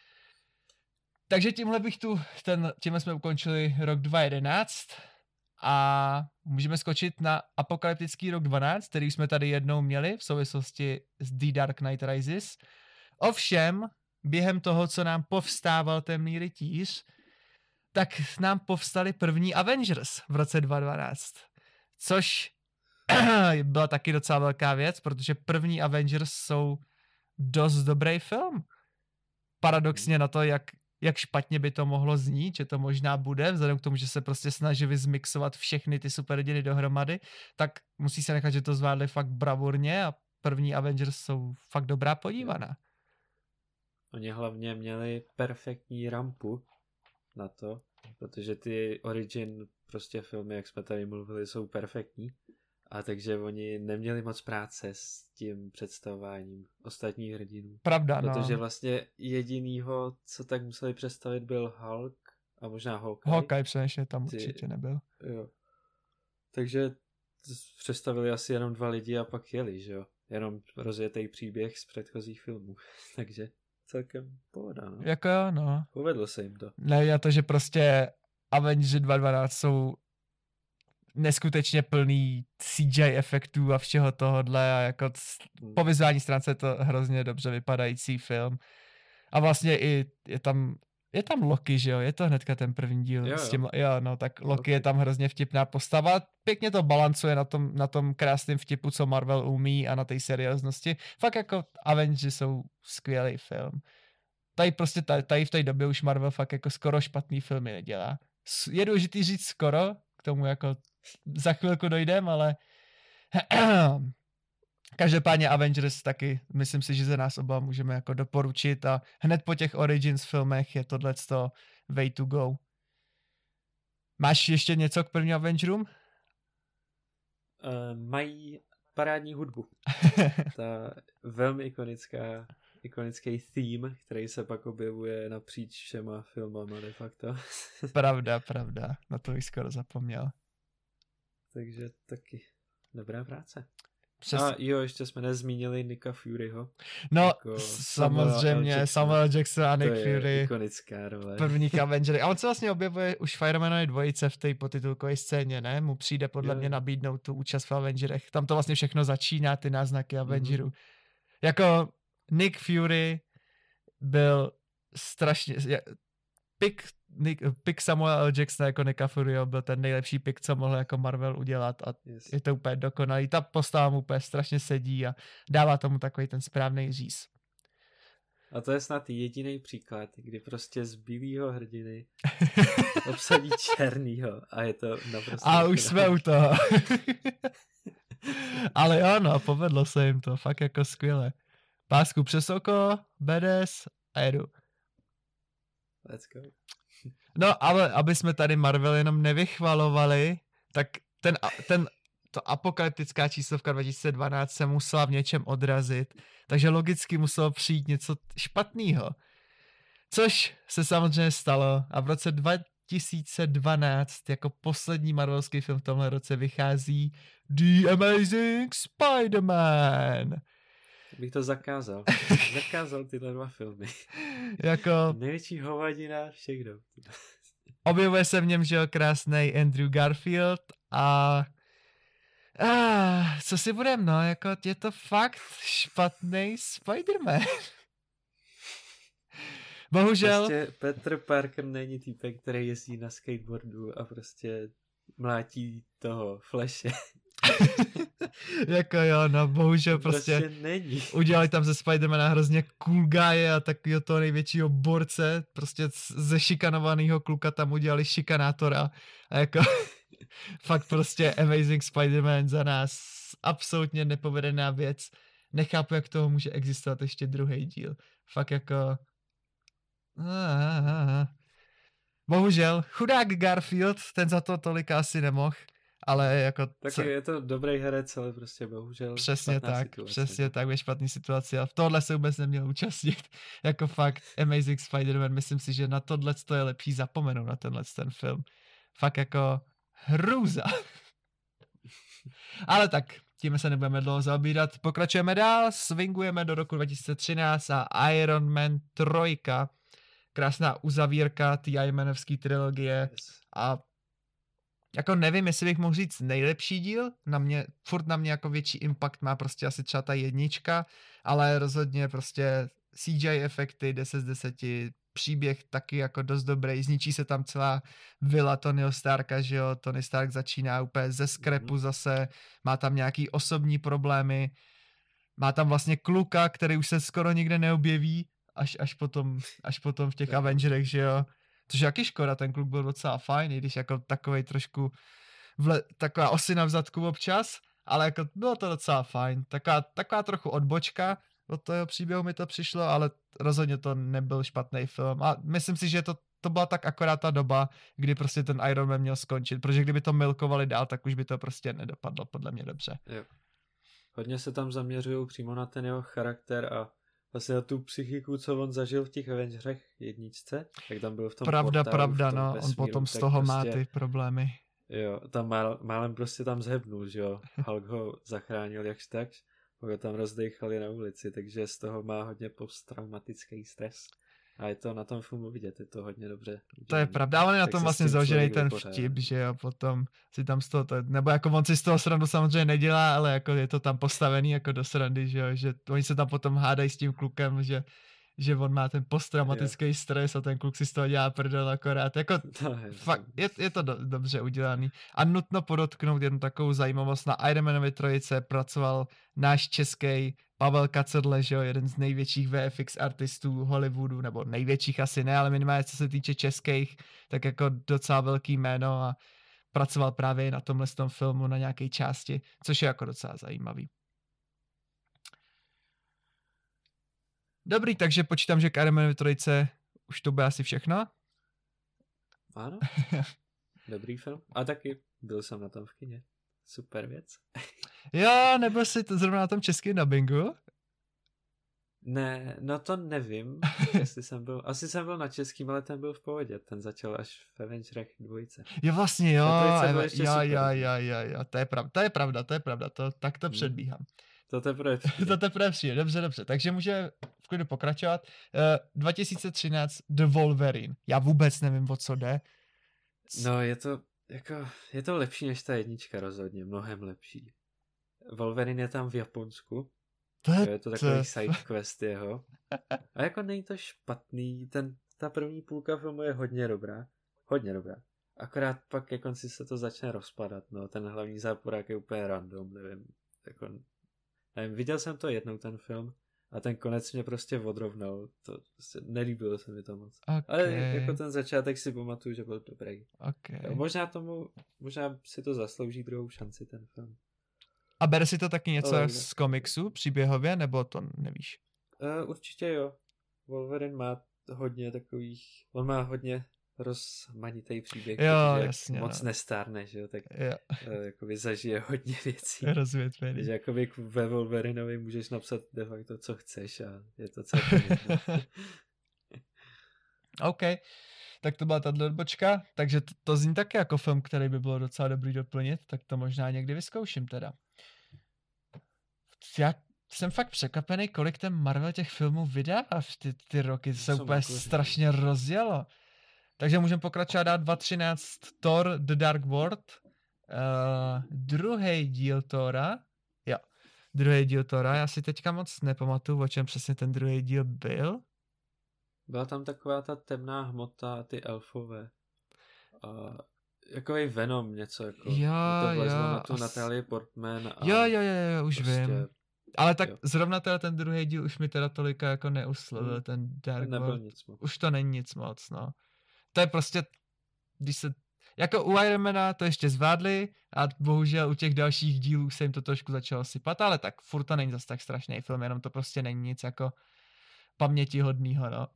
Takže tímhle jsme ukončili rok 2011 a můžeme skočit na apokalyptický rok 12, který jsme tady jednou měli v souvislosti s The Dark Knight Rises. Ovšem, během toho, co nám povstával Temný rytíř, tak nám povstali první Avengers v roce 2012. Což byla taky docela velká věc, protože první Avengers jsou dost dobrý film. Paradoxně na to, jak špatně by to mohlo znít, že to možná bude, vzhledem k tomu, že se prostě snažili zmixovat všechny ty superhrdiny dohromady, tak musí se nechat, že to zvládli fakt bravurně a první Avengers jsou fakt dobrá podívaná. Oni hlavně měli perfektní rampu na to, protože ty origin prostě filmy, jak jsme tady mluvili, jsou perfektní. A takže oni neměli moc práce s tím představováním ostatních hrdinů. Pravda, protože vlastně jedinýho, co tak museli představit, byl Hulk a možná Hawkeye. Hawkeye přenešně tam určitě nebyl. Jo. Takže představili asi jenom 2 lidi a pak jeli, že jo? Jenom rozjetý příběh z předchozích filmů. Takže celkem pohoda, no. Jako jo, no. Povedlo se jim to. Ne, a to, že prostě Avengers 2012 jsou neskutečně plný CGI efektů a všeho tohodle a jako po vizuální stránce je to hrozně dobře vypadající film. A vlastně i je tam Loki, že jo? Je to hnedka ten první díl. Jo. S tím, tak Loki je tam hrozně vtipná postava. Pěkně to balancuje na tom krásném vtipu, co Marvel umí a na té serióznosti. Fakt jako Avengers jsou skvělý film. Tady prostě tady v té době už Marvel fakt jako skoro špatný filmy nedělá. Je důležitý říct skoro, k tomu jako za chvilku dojdem, ale každopádně Avengers taky, myslím si, že za nás oba můžeme jako doporučit a hned po těch Origins filmech je tohleto way to go. Máš ještě něco k prvním Avengerům? Mají parádní hudbu. Ta velmi ikonický theme, který se pak objevuje napříč všema filmama de facto. Pravda, na to bych skoro zapomněl. Takže taky dobrá práce. A jo, ještě jsme nezmínili Nicka Furyho. No, jako samozřejmě, Samuel Jackson a Nick Fury. To je ikonická role. Prvních Avengers. A on se vlastně objevuje už v Ironmanově 2 v té potitulkové scéně, ne? Mu přijde podle mě nabídnout tu účast v Avengerech. Tam to vlastně všechno začíná, ty náznaky Avengerů. Jako Nick Fury byl strašně... Pick Samuel L. Jacksona jako Nicka Furyho byl ten nejlepší pick, co mohl jako Marvel udělat a je to úplně dokonalý. Ta postava mu úplně strašně sedí a dává tomu takový ten správný říz. A to je snad jediný příklad, kdy prostě z bílýho hrdiny obsadí černýho a je to naprosto... A už jsme u toho. Ale jo, no, povedlo se jim to, fakt jako skvěle. Pásku přes oko, badass a jedu. Let's go. No, ale aby jsme tady Marvel jenom nevychvalovali, tak to apokalyptická číslovka 2012 se musela v něčem odrazit, takže logicky muselo přijít něco špatného. Což se samozřejmě stalo a v roce 2012 jako poslední marvelský film v tomhle roce vychází The Amazing Spider-Man. Bych to zakázal. Zakázal tyhle 2 filmy. Jako... Největší hovadina všech dob. Objevuje se v něm, že jo, krásnej Andrew Garfield a co si budem, no, jako je to fakt špatný Spider-Man. Bohužel. Prostě Peter Parker není týpek, který jezdí na skateboardu a prostě mlátí toho Flashe. Jako jo, no bohužel To prostě není. Udělali tam ze Spidermana hrozně cool guy a takového toho největšího borce, prostě ze šikanovaného kluka tam udělali šikanátora a jako fakt prostě Amazing Spider-Man za nás absolutně nepovedená věc. Nechápu, jak toho může existovat ještě druhý díl. Fakt jako... Bohužel, chudák Garfield, ten za to tolik asi nemohl, ale jako... Tak je to dobrý herec, ale prostě bohužel přesně tak, situace. Přesně tak, ve špatný situaci a v tohle se vůbec neměl účastnit. Jako fakt Amazing Spider-Man, myslím si, že na tohle je lepší zapomenout na ten film. Fakt jako hrůza. Ale tak, tím se nebudeme dlouho zaobírat. Pokračujeme dál, swingujeme do roku 2013 a Iron Man 3. Krásná uzavírka té Ironmanovské trilogie a jako nevím, jestli bych mohl říct nejlepší díl, furt na mě jako větší impact má prostě asi třeba ta 1, ale rozhodně prostě CGI efekty 10 z 10, příběh taky jako dost dobrý, zničí se tam celá vila Tonyho Starka, že jo, Tony Stark začíná úplně ze skrepu zase, má tam nějaký osobní problémy, má tam vlastně kluka, který už se skoro nikde neobjeví, až potom v těch Avengerech, že jo. Což jaký škoda, ten kluk byl docela fajn, i když jako takovej trošku taková osina v zadku občas, ale jako bylo to docela fajn. Taková trochu odbočka od toho příběhu mi to přišlo, ale rozhodně to nebyl špatný film. A myslím si, že to byla tak akorát ta doba, kdy prostě ten Iron Man měl skončit, protože kdyby to milkovali dál, tak už by to prostě nedopadlo podle mě dobře. Jo. Hodně se tam zaměřují přímo na ten jeho charakter a vlastně na tu psychiku, co on zažil v těch Avengerech 1, jak tam byl v tom Pravda, vesmíru, on potom z toho prostě má ty problémy. Jo, tam málem prostě tam zhebnul, že jo, Hulk ho zachránil jakž tak, ho tam rozdechali na ulici, takže z toho má hodně posttraumatický stres. A je to na tom filmu vidět, je to hodně dobře. To je pravda, ale na tom vlastně založený ten vtip, že jo, potom si tam z toho, nebo jako on si z toho srandu samozřejmě nedělá, ale jako je to tam postavený jako do srandy, že jo, že oni se tam potom hádají s tím klukem, že on má ten posttraumatický stres a ten kluk si z toho dělá prdel akorát, jako fakt, je to dobře udělaný. A nutno podotknout jednu takovou zajímavost, na Iron Manovi 3 pracoval náš český Pavel Kacedle, že jo, jeden z největších VFX artistů Hollywoodu, nebo největších asi ne, ale minimálně co se týče českých, tak jako docela velký jméno a pracoval právě na tomhle tom filmu na nějaké části, což je jako docela zajímavý. Dobrý, takže počítám, že k Iron Manovi 3 už to bude asi všechno. Ano, dobrý film. A taky byl jsem na tom v kině. Super věc. Jo, nebyl jsi to zrovna na tom českém dubbingu? Ne, no to nevím, jestli jsem byl. Asi jsem byl na českým, ale ten byl v pohodě. Ten začal až v Avengerech 2. Jo, vlastně jo, jo, to je pravda, tak to předbíhám. To teprve přijde, dobře, takže může v klidu pokračovat. 2013 The Wolverine, já vůbec nevím, o co jde. No, je to lepší než ta 1, rozhodně, mnohem lepší. Wolverine je tam v Japonsku, je to takový side quest jeho. A jako není to špatný, ta první půlka filmu je hodně dobrá. Akorát pak ke konci se to začne rozpadat, no, ten hlavní záporák je úplně random, nevím, viděl jsem to jednou ten film a ten konec mě prostě odrovnal, to prostě nelíbilo se mi to moc. Okay. Ale jako ten začátek si pamatuju, že byl dobrý. Okay. Jo, možná si to zaslouží druhou šanci ten film. A bere si to taky něco z komiksu příběhově, nebo to nevíš? Určitě jo. Wolverine má hodně takových, on má hodně rozmanitý příběh, protože moc nestárne, že jo, tak jakoby zažije hodně věcí. Rozvětvený. Takže jakoby ve Wolverinovi můžeš napsat de facto, co chceš a je to celkem jedno. OK, tak to byla tato odbočka, takže to zní taky jako film, který by bylo docela dobrý doplnit, tak to možná někdy vyzkouším teda. Já jsem fakt překvapený, kolik ten Marvel těch filmů vydává v ty roky, to se úplně strašně rozjelo. Takže můžeme pokračovat dát 2013 Thor The Dark World, druhý díl Thora, já si teďka moc nepamatuju, o čem přesně ten druhý díl byl. Byla tam taková ta temná hmota, ty elfové. Jakovej Venom něco jako. Jo, to vlezlo jo, na tu Natalie Portman a jo, už prostě, vím. Ale tak jo. zrovna teda ten druhý díl už mi teda tolika jako neuslovil, ten Dark nebyl World. nic moc. Už to není nic moc, no. To je prostě, když se, jako u Ironmana to ještě zvládli a bohužel u těch dalších dílů se jim to trošku začalo sypat, ale tak furt to není zase tak strašný film, jenom to prostě není nic jako pamětihodnýho, no.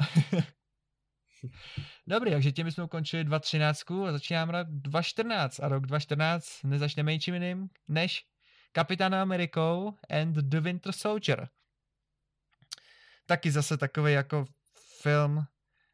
Dobrý, takže tím jsme ukončili 2.13 a začínáme rok 2.14 a rok 2.14 nezačneme ničím jiným než Kapitánem Amerikou and the Winter Soldier. Taky zase takový jako film,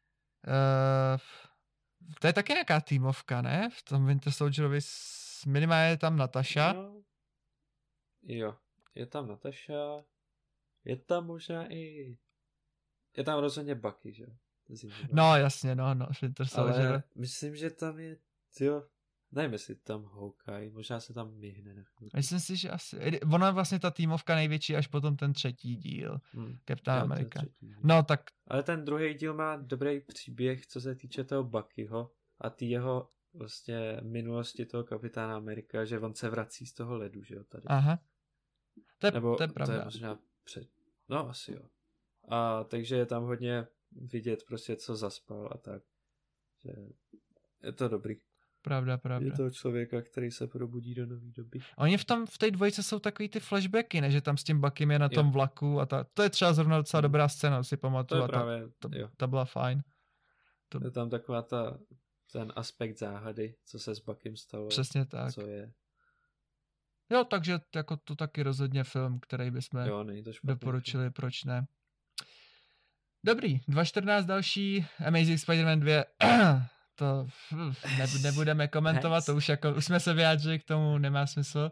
to je taky nějaká týmovka, ne? V tom Winter Soldierovi minimálně je tam Natasha. No, jo, je tam Natasha, je tam možná i, je tam rozhodně Bucky, že jo? No jasně, no, Winter Soldier. Ale myslím, že tam je, jo, nevím, jestli tam Hawkeye, možná se tam myhne na chvíli. Myslím si, že asi, ona je vlastně ta týmovka největší až potom ten třetí díl, Captain America. No tak. Ale ten druhý díl má dobrý příběh, co se týče toho Buckyho a ty jeho vlastně minulosti toho Kapitána Amerika, že on se vrací z toho ledu, že jo, tady. Aha. To je pravda. To je možná no asi jo. A takže je tam hodně vidět prostě, co zaspal a tak. Že je to dobrý. Pravda. Je to člověka, který se probudí do nový doby. Oni v té dvojice jsou takový ty flashbacky, ne? Že tam s tím Buckym je na tom vlaku a to je třeba zrovna docela dobrá scéna, si pamatuju. Ta byla fajn. Je tam taková ten aspekt záhady, co se s Buckym stalo. Přesně tak. Co je. Jo, takže jako to taky rozhodně film, který bychom doporučili, proč ne. Dobrý, 2.14 další, Amazing Spider-Man 2, to nebudeme komentovat, to už jsme se vyjádřili k tomu, nemá smysl.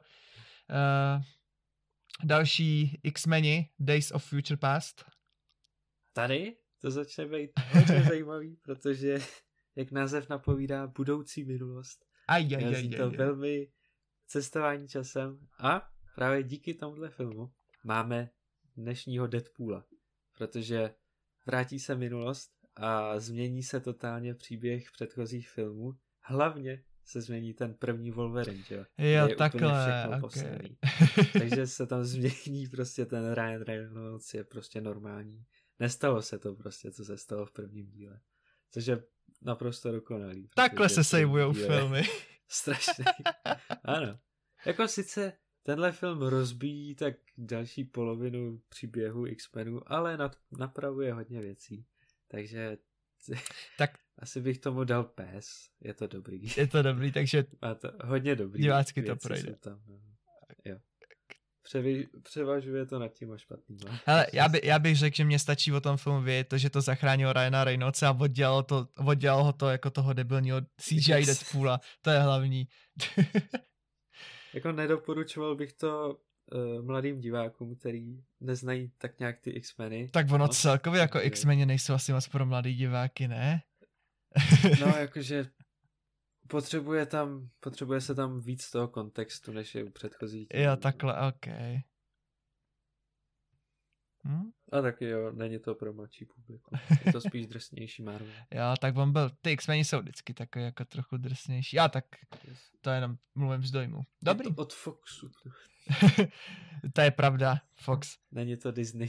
Další X-meni, Days of Future Past. Tady to začne být hodně zajímavý, protože jak název napovídá, budoucí minulost. To velmi cestování časem a právě díky tomuhle filmu máme dnešního Deadpoola, protože vrátí se minulost a změní se totálně příběh předchozích filmů. Hlavně se změní ten první Wolverine, že jo? Jo, takhle, okay. Takže se tam změní prostě ten Ryan Reynolds je prostě normální. Nestalo se to prostě, co se stalo v prvním díle. Což je naprosto dokonalý. Takhle se sejvujou filmy. Strašný. Ano. Jako sice tenhle film rozbíjí tak další polovinu příběhu X-Menů, ale napravuje hodně věcí. Takže tak asi bych tomu dal pés. Je to dobrý. Je to dobrý, takže má to hodně dobrý. Divácky to projde. Tam, no. Jo. Převažuje to nad těma špatnýma. Hele, já bych řekl, že mě stačí o tom filmu vědět to, že to zachránilo Ryana Reynoldse a oddělalo ho to jako toho debilního CGI Deadpoola. To je hlavní. Jako nedoporučoval bych to mladým divákům, který neznají tak nějak ty X-meny. Tak ono celkově jako X-meni nejsou asi moc pro mladý diváky, ne? No, jakože potřebuje se tam víc toho kontextu, než je u předchozích. Jo, takhle, ok. A taky jo, není to pro mladší publikum. Je to spíš drsnější Marvel. Jo, tak ty X-meni jsou vždycky takový jako trochu drsnější. Já tak to jenom mluvím z dojmu. Dobrý. Je to od Foxu. To je pravda, Fox. Není to Disney.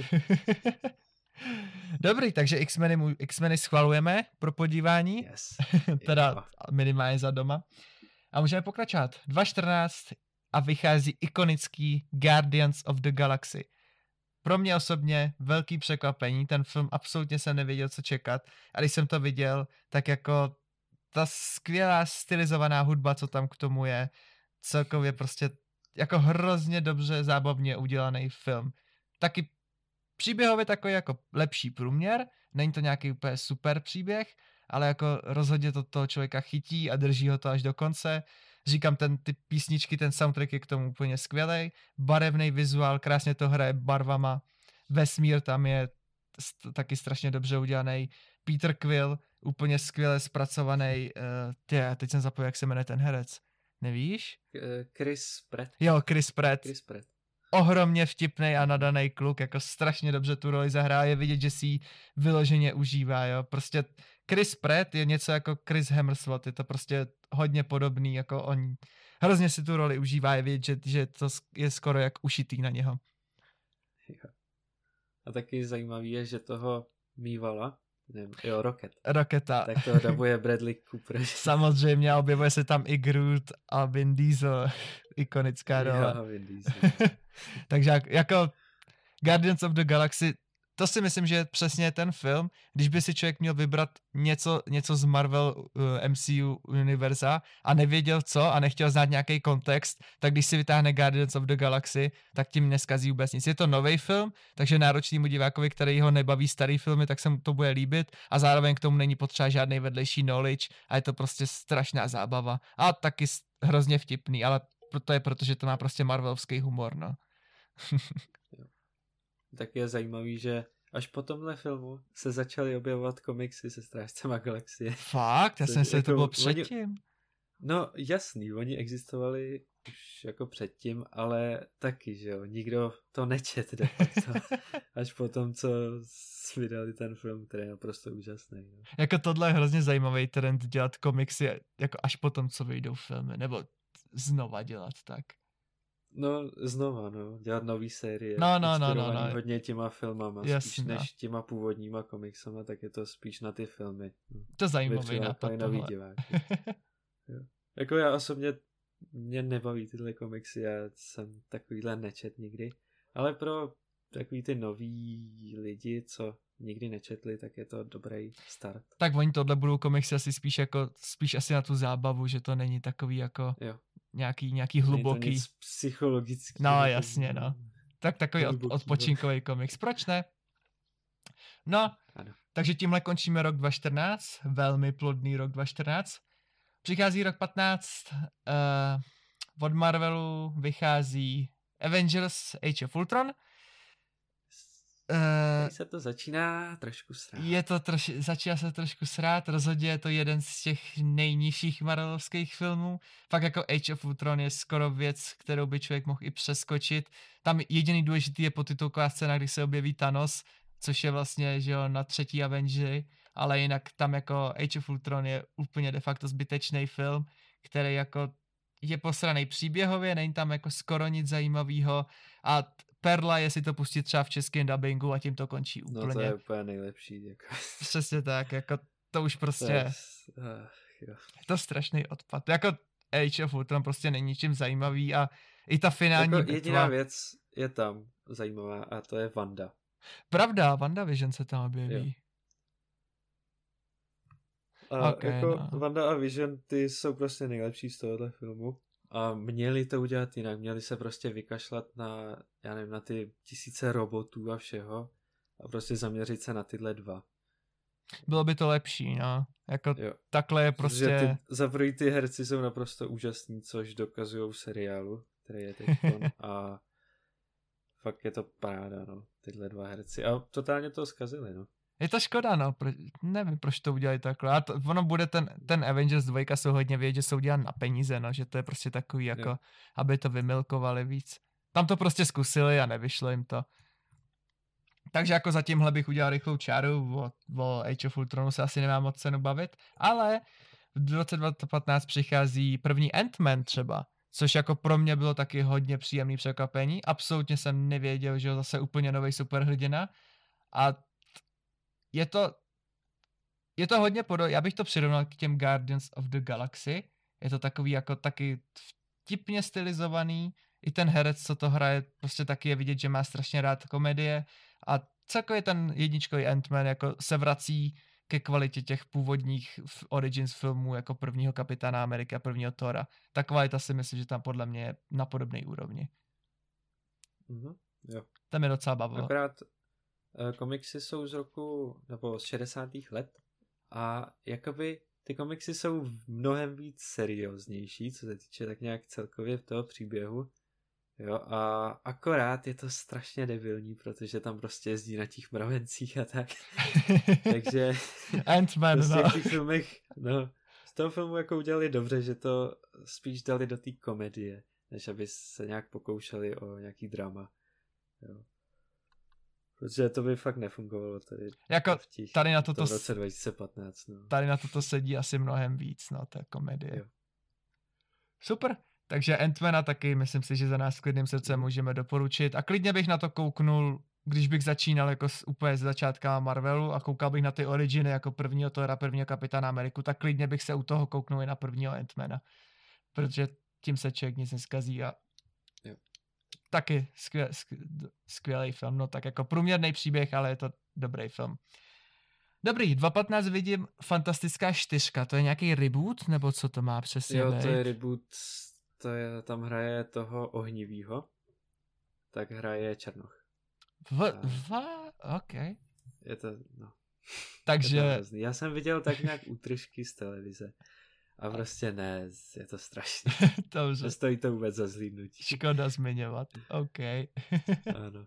Dobrý, takže X-meny schvalujeme pro podívání. Yes. Teda minimálně za doma. A můžeme pokračovat. 2.14 a vychází ikonický Guardians of the Galaxy. Pro mě osobně velký překvapení, ten film absolutně jsem nevěděl, co čekat. A když jsem to viděl, tak jako ta skvělá stylizovaná hudba, co tam k tomu je, celkově prostě jako hrozně dobře zábavně udělaný film. Taky příběhově takový jako lepší průměr, není to nějaký úplně super příběh, ale jako rozhodně to toho člověka chytí a drží ho to až do konce. Říkám, ty písničky, ten soundtrack je k tomu úplně skvělej, barevný vizuál, krásně to hraje barvama, vesmír tam je taky strašně dobře udělaný, Peter Quill, úplně skvěle zpracovaný, teď jsem zapomněl, jak se jmenuje ten herec, nevíš? Chris Pratt. Jo, Chris Pratt. Ohromně vtipnej a nadaný kluk, jako strašně dobře tu roli zahrál, je vidět, že si ji vyloženě užívá, jo, prostě Chris Pratt je něco jako Chris Hemsworth, je to prostě hodně podobný, jako on hrozně si tu roli užívá, je vidět, že to je skoro jak ušitý na něho. A taky zajímavý je, že toho mývala, nevím, Roketa. Tak to dabuje Bradley Cooper. Samozřejmě, objevuje se tam i Groot a Vin Diesel, ikonická role. Jo, Vin Diesel. Takže jako Guardians of the Galaxy, to si myslím, že je přesně ten film, když by si člověk měl vybrat něco z Marvel MCU univerza a nevěděl co a nechtěl znát nějaký kontext, tak když si vytáhne Guardians of the Galaxy, tak tím neskazí vůbec nic. Je to nový film, takže náročnému divákovi, který ho nebaví starý filmy, tak se mu to bude líbit a zároveň k tomu není potřeba žádný vedlejší knowledge a je to prostě strašná zábava a taky hrozně vtipný, ale to je proto, že to má prostě marvelovský humor, no. Tak je zajímavý, že až po tomhle filmu se začaly objevovat komiksy se Strážcema galaxie. Fakt? Já jsem si to bylo předtím. No jasný, oni existovali už jako předtím, ale taky, že jo, nikdo to nečet de facto. Až po tom, co vydali ten film, který je naprosto úžasný. No. Jako tohle je hrozně zajímavý trend dělat komiksy jako až po tom, co vyjdou filmy, nebo znova dělat tak. No, znova, no. Dělat nový série. No. Hodně těma filmama. Jasně. Spíš než těma původníma komiksama, tak je to spíš na ty filmy. To zajímavý nápad nový diváky. Jako já osobně mě nebaví tyhle komiksy, já jsem takovýhle nečet nikdy. Ale pro takový ty nový lidi, co nikdy nečetli, tak je to dobrý start. Tak oni tohle budou komiksy asi spíš asi na tu zábavu, že to není takový jako nějaký hluboký. Není to nic psychologický. No jasně, no. Tak takový odpočinkový komiks. Proč ne? No, ano. Takže tímhle končíme rok 2014. Velmi plodný rok 2014. Přichází rok 15. Od Marvelu vychází Avengers Age of Ultron. Tady se to začíná trošku srát. Začíná se trošku srát, rozhodně je to jeden z těch nejnižších Marvelovských filmů. Fakt jako Age of Ultron je skoro věc, kterou by člověk mohl i přeskočit. Tam jediný důležitý je potitulková scéna, kdy se objeví Thanos, což je vlastně, že jo, na třetí Avengers, ale jinak tam jako Age of Ultron je úplně de facto zbytečný film, který jako je posranej příběhově, není tam jako skoro nic zajímavého a perla je si to pustit třeba v českém dabingu a tím to končí úplně. No to je úplně nejlepší. Jako. Přesně tak, jako to už prostě je to strašný odpad. Jako Age of Ultron prostě není ničím zajímavý a i ta finální jako jediná věc je tam zajímavá a to je Wanda. Pravda, WandaVision se tam objeví. A okay, jako no. Wanda a Vision, ty jsou prostě nejlepší z tohohle filmu. A měli to udělat jinak, měli se prostě vykašlat na, já nevím, na ty tisíce robotů a všeho a prostě zaměřit se na tyhle dva. Bylo by to lepší, no. Jako takhle je prostě... Za první ty herci jsou naprosto úžasní, což dokazují v seriálu, který je teď a fakt je to paráda, no, tyhle dva herci. A totálně to zkazili, no. Je to škoda, no, nevím, proč to udělali takhle. A ono bude ten Avengers 2 jsou hodně vědět, že jsou udělaný na peníze, no, že to je prostě takový jako, aby to vymilkovali víc. Tam to prostě zkusili a nevyšlo jim to. Takže jako za tímhle bych udělal rychlou čáru, o Age of Ultronu se asi nemá moc cenu bavit, ale v roce 2015 přichází první Ant-Man třeba, což jako pro mě bylo taky hodně příjemný překvapení. Absolutně jsem nevěděl, že zase úplně nový superhrdina a je to hodně já bych to přirovnal k těm Guardians of the Galaxy. Je to takový jako taky vtipně stylizovaný. I ten herec, co to hraje, prostě taky je vidět, že má strašně rád komedie. A celkově ten jedničkový Ant-Man jako se vrací ke kvalitě těch původních Origins filmů jako prvního Kapitána Ameriky a prvního Thora. Ta kvalita si myslím, že tam podle mě je na podobné úrovni. Jo. To mě docela bavilo. Akorát komiksy jsou z roku, nebo z 60. let a jakoby ty komiksy jsou mnohem víc serióznější, co se týče tak nějak celkově toho příběhu. Jo, a akorát je to strašně debilní, protože tam prostě jezdí na těch mravencích a tak. Takže Ant-Man, prostě v těch filmech, z toho filmu jako udělali dobře, že to spíš dali do té komedie, než aby se nějak pokoušeli o nějaký drama. Jo. Protože to by fakt nefungovalo tady. Jako tady na toto v roce 2015. No. Tady na toto sedí asi mnohem víc, no, ta komedie. Jo. Super. Takže Ant-Mana taky, myslím si, že za nás s klidným srdcem můžeme doporučit. A klidně bych na to kouknul, když bych začínal jako úplně z začátka Marvelu a koukal bych na ty originy jako prvního Thora, prvního Kapitána Ameriku, tak klidně bych se u toho kouknul i na prvního Ant-Mana. Protože tím se člověk nic neskazí a jo. Taky skvělý film. No tak jako průměrný příběh, ale je to dobrý film. Dobrý, 2.15 vidím Fantastická 4, to je nějaký reboot, nebo co to má přesně Jo, být? to je reboot, tam hraje toho Ohnivýho, tak hraje Černoch. OK. Je to, no. Takže... Je to já jsem viděl tak nějak útržky z televize a prostě ne, je to strašné. Dobře. Nestojí to vůbec za zhlídnutí. Škoda zmiňovat, OK. Ano.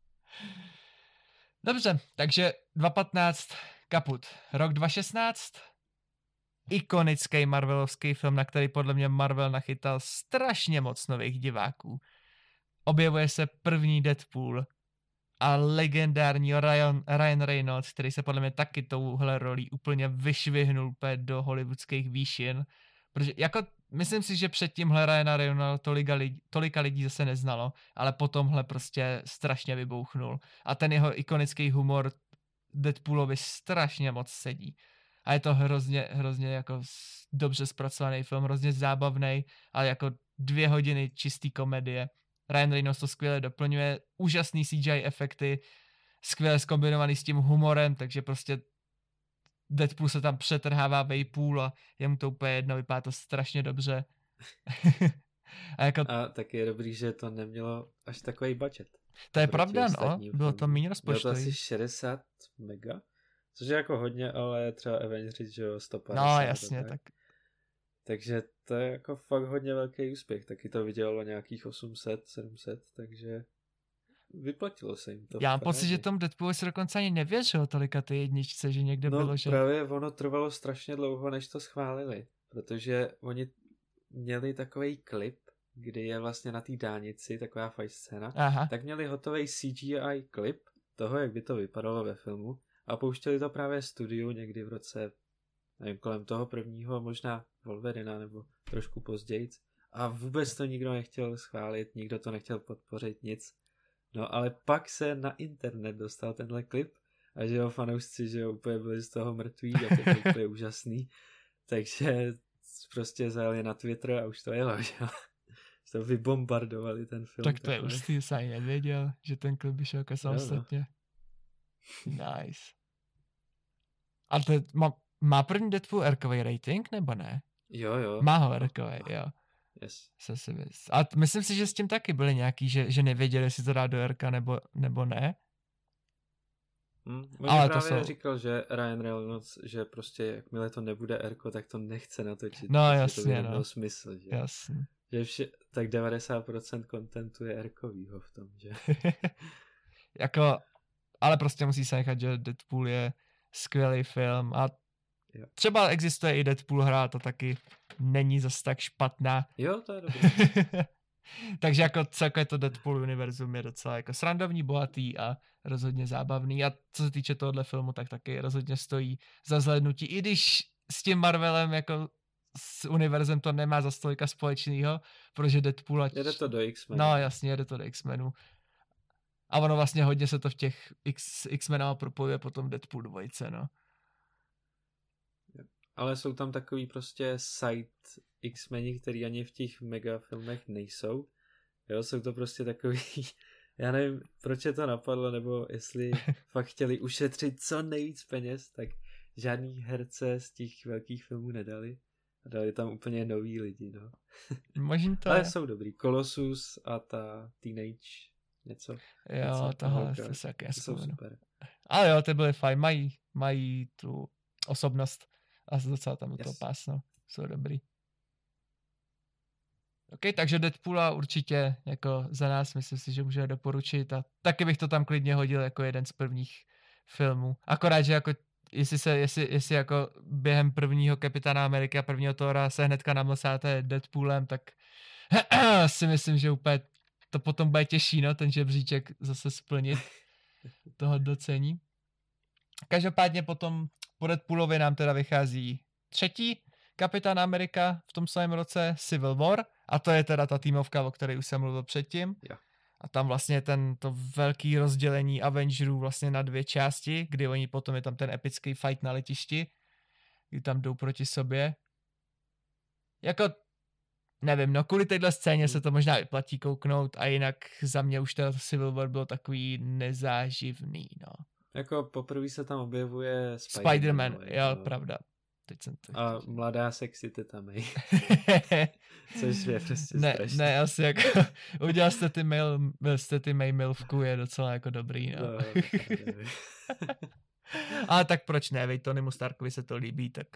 Dobře, takže 2.15 kaput. Rok 2016, ikonický marvelovský film, na který podle mě Marvel nachytal strašně moc nových diváků. Objevuje se první Deadpool a legendární Ryan Reynolds, který se podle mě taky touhle rolí úplně vyšvihnul do hollywoodských výšin, protože jako myslím si, že před tímhle Ryana Reynolds tolika lidí zase neznalo, ale potom prostě strašně vybouchnul a ten jeho ikonický humor Deadpoolovi strašně moc sedí. A je to hrozně jako dobře zpracovaný film, hrozně zábavný, ale jako 2 hodiny čistý komedie. Ryan Reynolds to skvěle doplňuje, úžasný CGI efekty, skvěle zkombinovaný s tím humorem, takže prostě Deadpool se tam přetrhává vejpůl a je mu to úplně jedno, vypadá to strašně dobře. A taky je dobrý, že to nemělo až takový budget. To je pravda, no, bylo to méně rozpočtový. Bylo to asi 60 mega, což je jako hodně, ale třeba Avengers, že jo, 150. No jasně, tak. Takže to je jako fakt hodně velký úspěch, taky to vydělalo nějakých 800, 700, takže vyplatilo se jim to. Já mám pocit, že tomu Deadpoolu se dokonce ani nevěřilo tolika ty jedničce, že někde bylo, že... No právě ono trvalo strašně dlouho, než to schválili, protože oni měli takovej klip, kdy je vlastně na té dálnici taková fight scéna, tak měli hotový CGI klip toho, jak by to vypadalo ve filmu a pouštěli to právě studiu někdy v roce, nevím, kolem toho prvního, možná Wolverina nebo trošku později a vůbec to nikdo nechtěl schválit, nikdo to nechtěl podpořit, nic. No ale pak se na internet dostal tenhle klip a že jo, fanoušci, že jo, úplně byli z toho mrtví a to bylo úplně úžasný, takže prostě zajeli na Twitter a už to jelo, že jo. To vybombardovali ten film. Tak to je ústý, jsem ani nevěděl, že ten klip vyšel jako samostatně. Nice. A to má první Deadpool R-kový rating, nebo ne? Jo. Má ho R-kový, jo. Yes. A myslím si, že s tím taky byli nějaký, že nevěděli, jestli to dá do R-ka nebo ne. Ale právě říkal, že Ryan Reynolds, že prostě jakmile to nebude R-ko, tak to nechce natočit. No jasně, to by nemělo smysl, že? Jasně. Že tak 90% kontentu je R-kovýho v tom, že? Jako, ale prostě musí se nechat, že Deadpool je skvělý film a třeba existuje i Deadpool hra, to taky není zase tak špatná. Jo, to je dobrý. Takže jako celkově to Deadpool univerzum je docela jako srandovní, bohatý a rozhodně zábavný a co se týče tohohle filmu, tak taky rozhodně stojí za zhlédnutí, i když s tím Marvelem jako s univerzem to nemá za stolika společného, protože Deadpool... Jede to do X-menů. No jasně, jede to do X-menů. A ono vlastně hodně se to v těch X-menách propojuje potom Deadpool 2, no. Ale jsou tam takový prostě side X-meni, který ani v těch megafilmech nejsou. Jo, jsou to prostě takový... Já nevím, proč je to napadlo, nebo jestli fakt chtěli ušetřit co nejvíc peněz, tak žádný herce z těch velkých filmů nedali. A dali tam úplně nový lidi, no. Možná to ale je. jsou dobrý. Colossus a ta Teenage něco. Jo, tohle se taky jsou super. Ale jo, ty byly fajn, mají tu osobnost a docela tam to pásno. Jsou dobrý. OK, takže Deadpoola určitě jako za nás myslím si, že můžeme doporučit a taky bych to tam klidně hodil jako jeden z prvních filmů. Akorát, že jako jestli jako během prvního Kapitána Ameriky a prvního Thora se hnedka namlsáte Deadpoolem, tak si myslím, že úplně to potom bude těžší, no, ten žebříček zase splnit toho docení. Každopádně potom po Deadpoolovi nám teda vychází třetí Kapitán Amerika v tom samém roce Civil War, a to je teda ta týmovka, o které už jsem mluvil předtím. Jo. A tam vlastně to velký rozdělení Avengerů vlastně na 2 části, kdy oni potom je tam ten epický fight na letišti, kdy tam jdou proti sobě. Jako, nevím, no kvůli téhle scéně se to možná vyplatí kouknout a jinak za mě už teda Civil War bylo takový nezáživný, no. Jako poprvé se tam objevuje Spider-Man, jo, no. Pravda. Teď jsem to a mladá sexy teta May. Což je prostě strašný. Ne, asi jako udělal jste ty May milvku, je docela jako dobrý, no. Ale tak proč ne, vej, Tonymu Starkovi se to líbí, tak.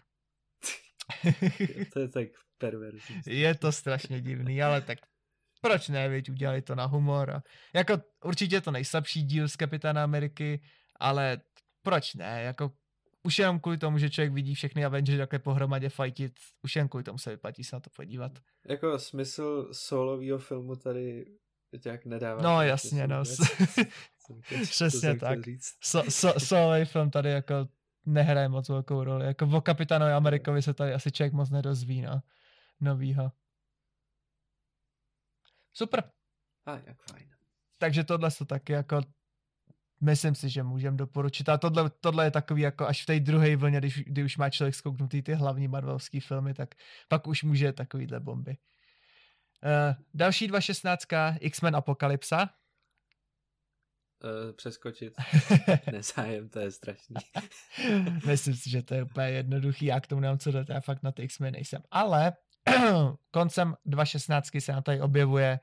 To je tak perverzní. Je to strašně divný, ale tak proč ne, veď, udělali to na humor. A jako určitě je to nejslabší díl z Kapitána Ameriky, ale proč ne, jako už jenom kvůli tomu, že člověk vidí všechny Avengers takhle pohromadě fightit, už jen kvůli tomu se vyplatí se na to podívat. Jako smysl solovýho filmu tady jak nedává. No jasně, no. Přesně tak. Solový film tady jako nehraje moc velkou roli. Jako o Kapitánovi Amerikovi se tady asi člověk moc nedozví, no. Novýho. Super. A jak fajn. Takže tohle to taky jako myslím si, že můžeme doporučit. A tohle je takový jako až v té druhé vlně, kdy už má člověk zkouknutý ty hlavní marvelovský filmy, tak pak už může takovýhle bomby. Další 2.16. X-Men Apokalypsa. Přeskočit. Nezájem, to je strašný. Myslím si, že to je úplně jednoduchý. Já k tomu nemám co dodat, já fakt na ty X-Men nejsem. Ale koncem 2.16. se na tady objevuje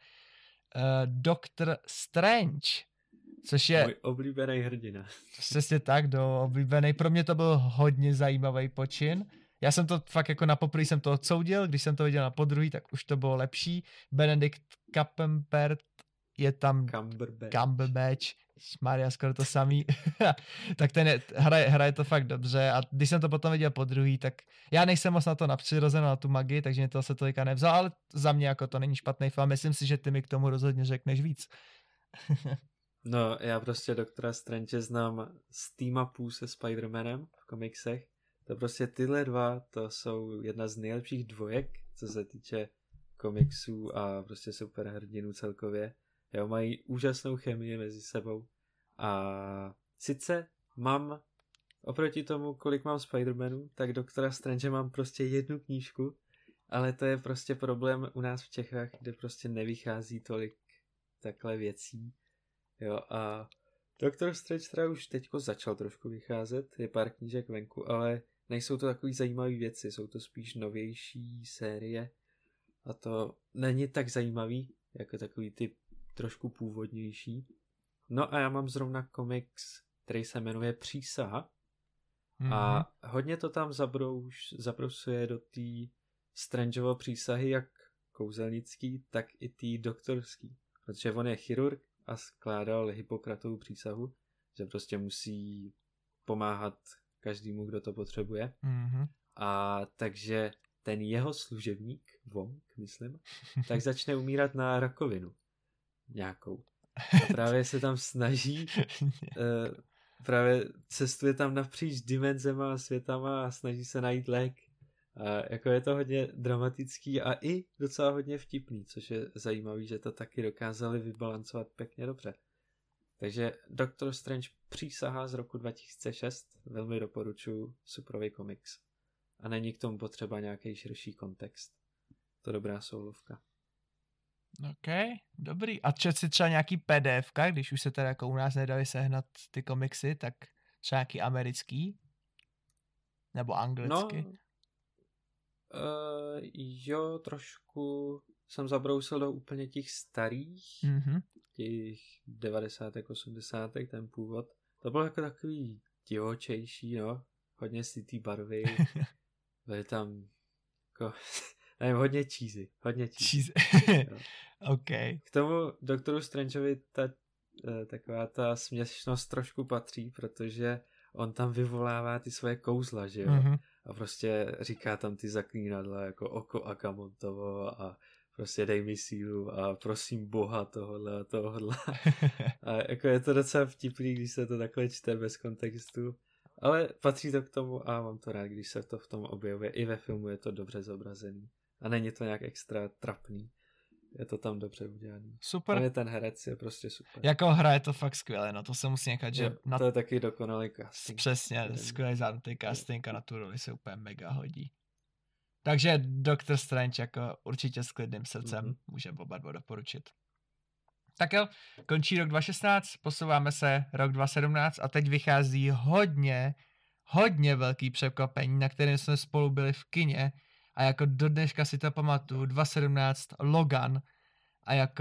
Doctor Strange, což je... Můj oblíbený hrdina. Přesně tak, oblíbený. Pro mě to byl hodně zajímavý počin. Já jsem to fakt jako na poprvé jsem to odsoudil, když jsem to viděl na podruhý, tak už to bylo lepší. Benedict Cumberbatch je tam Cumberbatch. Maria, skoro to samý. Tak ten hraje to fakt dobře a když jsem to potom viděl po druhý, tak já nejsem moc na to napřirozen, na tu magii, takže mě to se tolika nevzal, ale za mě jako to není špatný film. Myslím si, že ty mi k tomu rozhodně řekneš víc. No, já prostě Doktora Strange znám z team-upů se Spider-Manem v komiksech. To prostě tyhle dva, to jsou jedna z nejlepších dvojek, co se týče komiksů a prostě superhrdinů celkově. Jo, mají úžasnou chemii mezi sebou. A sice mám, oproti tomu, kolik mám Spider-Manů, tak Doktora Strange mám prostě jednu knížku, ale to je prostě problém u nás v Čechách, kde prostě nevychází tolik takhle věcí. Jo, a Doctor Strange teda už teďko začal trošku vycházet, je pár knížek venku, ale nejsou to takový zajímavé věci, jsou to spíš novější série a to není tak zajímavý, jako takový ty trošku původnější. No a já mám zrovna komiks, který se jmenuje Přísaha a hodně to tam zabrousuje do té Strangeovo přísahy, jak kouzelnický, tak i té doktorský, protože on je chirurg a skládal Hippokratovu přísahu, že prostě musí pomáhat každému, kdo to potřebuje. A takže ten jeho služebník, Wong, myslím, tak začne umírat na rakovinu nějakou. A právě se tam snaží, právě cestuje tam napříč dimenzema a světama a snaží se najít lék. A jako je to hodně dramatický a i docela hodně vtipný, což je zajímavý, že to taky dokázali vybalancovat pěkně dobře. Takže Doctor Strange Přísaha z roku 2006, velmi doporučuji, superový komiks. A není k tomu potřeba nějaký širší kontext. To dobrá soulovka. OK, dobrý. A čet si třeba nějaký PDF-ka, když už se teda jako u nás nedali sehnat ty komiksy, tak třeba nějaký americký? Nebo anglicky? No, jo, trošku jsem zabrousil do úplně těch starých, těch 90. 80. ten původ. To bylo jako takový divočejší, no. Hodně si ty barvy. Byly tam jako, nevím, hodně cheesy. OK. K tomu Doktoru Strangeovi taková ta směšnost trošku patří, protože on tam vyvolává ty svoje kouzla, že jo? A prostě říká tam ty zaklínadla jako oko Akamontovo a prostě dej mi sílu a prosím Boha tohle a tohle. A jako je to docela vtipný, když se to takhle čte bez kontextu. Ale patří to k tomu a mám to rád, když se to v tom objevuje. I ve filmu je to dobře zobrazený. A není to nějak extra trapný. Je to tam dobře udělaný. Super. Tam je ten herec, je prostě super. Jako hra je to fakt skvělé, no to se musí nechat, že... To je taky dokonalý casting. Přesně, skvělý zvládnutý casting a na tu roli se úplně mega hodí. Takže Doctor Strange jako určitě s klidným srdcem můžeme oba dva doporučit. Tak jo, končí rok 2016, posouváme se rok 2017 a teď vychází hodně velký překvapení, na kterém jsme spolu byli v kině a jako do dneška si to pamatuju, 2017 Logan a jako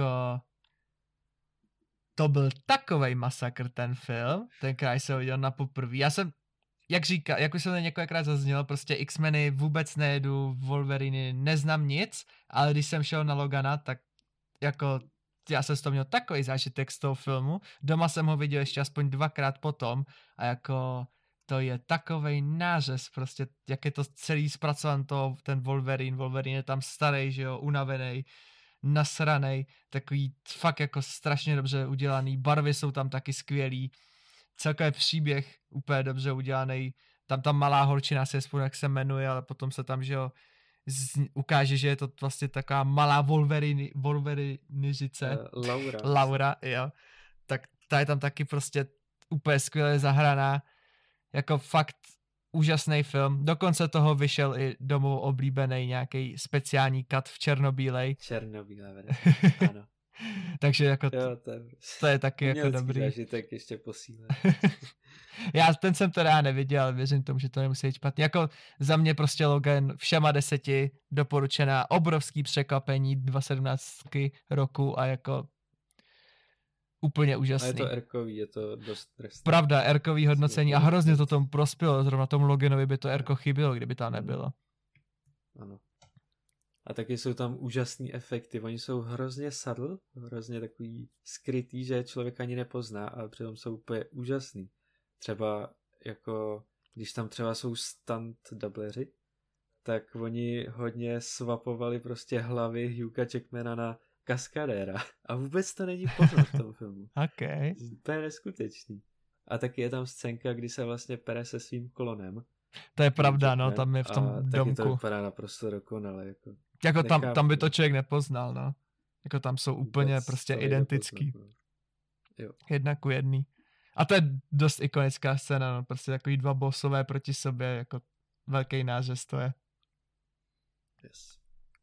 to byl takovej masakr ten film, tenkrát jsem ho viděl na poprvé. Já jsem, jak už jsem to několikrát zazněl, prostě X-meny vůbec nejedu, Wolveriny neznám nic, ale když jsem šel na Logana, tak jako já jsem z toho měl takový zážitek z toho filmu, doma jsem ho viděl ještě aspoň 2krát potom a jako to je takovej nářez prostě, jak je to celý zpracovaný ten Wolverine je tam starý, že jo, unavený, nasranej, takový fakt jako strašně dobře udělaný, barvy jsou tam taky skvělý, celkový příběh úplně dobře udělaný, tam ta malá holčina se spolu jak se jmenuje, ale potom se tam, že jo, ukáže, že je to vlastně taková malá Wolverinižice. Laura, jo. Tak ta je tam taky prostě úplně skvěle zahraná, jako fakt úžasný film. Dokonce toho vyšel i domů oblíbený nějaký speciální cut v černobílej. Černobílé, ano. Takže jako jo, to je taky jako dobrý. Zážitek ještě posíle. Já ten jsem teda neviděl, ale věřím tomu, že to nemusí být špatný. Jako za mě prostě Logan všema 10 doporučená, obrovský překvapení 2017 roku a jako úplně úžasný. A je to R-kový, je to dost trestný. Pravda, R-kový hodnocení a hrozně to tomu prospělo, zrovna tomu Loganovi by to R-ko chybělo, kdyby tam nebylo. Ano. A taky jsou tam úžasný efekty, oni jsou hrozně subtle, hrozně takový skrytý, že člověk ani nepozná, ale přitom jsou úplně úžasný. Třeba jako, když tam třeba jsou stunt dubleři, tak oni hodně swapovali prostě hlavy Hugha Jackmana na kaskadéra a vůbec to není poznat v tom filmu. Okay. To je neskutečný. A taky je tam scénka, kdy se vlastně pere se svým klonem. To je pravda, no, tam je v tom domku. Taky to vypadá naprosto dokonale. Jako tam by to člověk nepoznal, no. Jako tam jsou úplně vůbec prostě identický. Jo. 1:1. A to je dost ikonická scéna, no, prostě takový dva bossové proti sobě, jako velký nářez to je. Yes.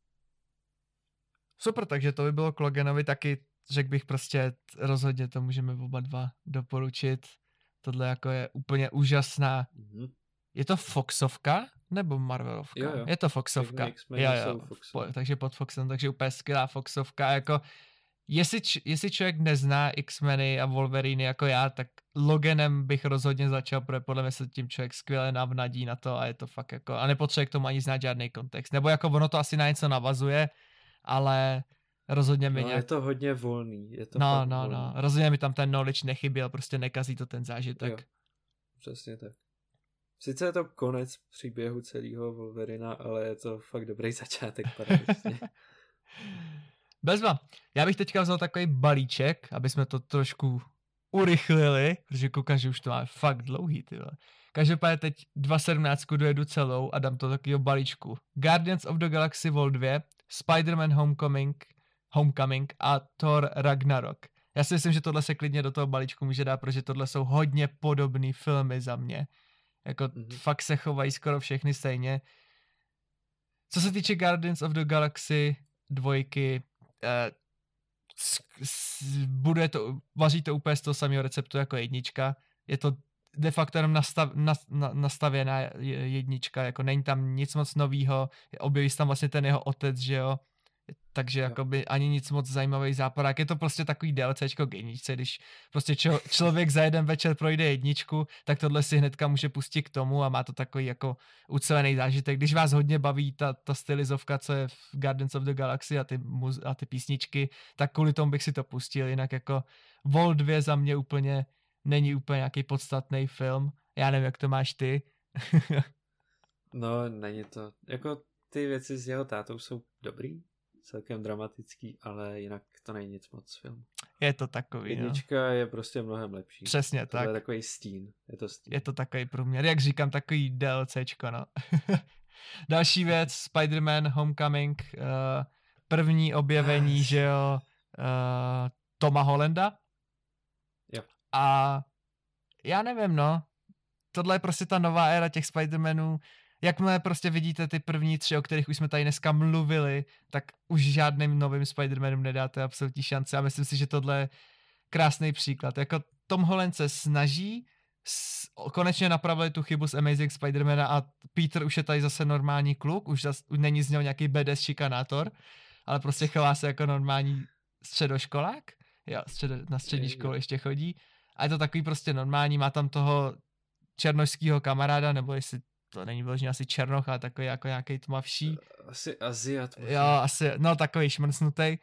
Super, takže to by bylo k Loganovi, taky řekl bych prostě rozhodně to můžeme oba dva doporučit. Tohle jako je úplně úžasná. Mm-hmm. Je to Foxovka nebo Marvelovka? Jo. Je to Foxovka. Jo. Takže pod Foxem, takže úplně skvělá Foxovka. Jako, jestli člověk nezná X-meny a Wolverine jako já, tak Loganem bych rozhodně začal, protože podle mě se tím člověk skvěle navnadí na to a je to fakt jako, a nepotřebuje k tomu ani znát žádný kontext. Nebo jako ono to asi na něco navazuje, ale rozhodně mi je to hodně volný. Je to volný. Rozhodně mi tam ten knowledge nechyběl, prostě nekazí to ten zážitek. Jo. Přesně tak. Sice je to konec příběhu celého Wolverina, ale je to fakt dobrý začátek paradoxně. Bezva. Já bych teďka vzal takový balíček, aby jsme to trošku urychlili, protože koukám, že už to máme fakt dlouhý, ty vole. Každopádně teď 2017 dojedu celou a dám to takovýho balíčku. Guardians of the Galaxy Vol 2, Spider-Man Homecoming a Thor Ragnarok. Já si myslím, že tohle se klidně do toho balíčku může dát, protože tohle jsou hodně podobné filmy za mě. Jako fakt se chovají skoro všechny stejně. Co se týče Guardians of the Galaxy 2, vaří to úplně z toho samého receptu jako jednička. Je to de facto jenom nastavěná jednička, jako není tam nic moc novýho, objeví se tam vlastně ten jeho otec, že jo, takže jakoby ani nic moc zajímavý záporák, je to prostě takový DLCčko k jedničce, když prostě člověk za jeden večer projde jedničku, tak tohle si hnedka může pustit k tomu a má to takový jako ucelený zážitek. Když vás hodně baví ta stylizovka, co je v Guardians of the Galaxy a ty písničky, tak kvůli tomu bych si to pustil, jinak jako Vol 2 za mě není úplně nějaký podstatný film. Já nevím, jak to máš ty. No, není to. Jako ty věci s jeho tátou jsou dobrý, celkem dramatický, ale jinak to není nic moc film. Je to takový, jednička je prostě mnohem lepší. Přesně tak. To je takový stín. Je to takový průměr. Jak říkám, takový DLCčko, no. Další věc, Spider-Man Homecoming, první objevení, že jo, Toma Hollanda. Jo. A já nevím, no. Tohle je prostě ta nová éra těch Spider-Manů. Jakmile prostě vidíte ty první 3, o kterých už jsme tady dneska mluvili, tak už žádným novým Spider-Manům nedáte absolutní šance. A myslím si, že tohle je krásný příklad. Jako Tom Holland se snaží, konečně napravili tu chybu z Amazing Spider-Mana a Peter už je tady zase normální kluk, už není z něho nějaký badass šikanátor, ale prostě chová se jako normální středoškolák. Jo, na střední školu ještě chodí. A je to takový prostě normální, má tam toho černošského kamaráda, nebo jestli to není vyloženě asi černoch, ale takový jako nějaký tmavší. Asi Aziat. Jo, asi, no takový šmrcnutej.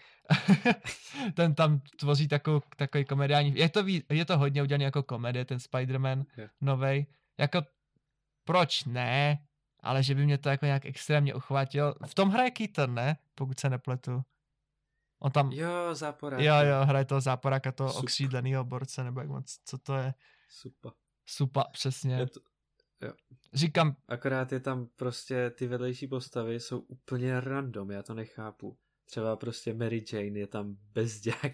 Ten tam tvoří takový komediální. Je to hodně udělaný jako komedie, ten Spider-Man novej. Jako, proč ne? Ale že by mě to jako nějak extrémně uchvátil. V tom hraje Keaton, ne? Pokud se nepletu. On tam... Jo, záporák. Jo, hraje toho záporáka, toho okřídlenýho borce, nebo jak moc, co to je? Supa, přesně. Jo. Říkám... Akorát je tam prostě, ty vedlejší postavy jsou úplně random, já to nechápu. Třeba prostě Mary Jane je tam bezďák.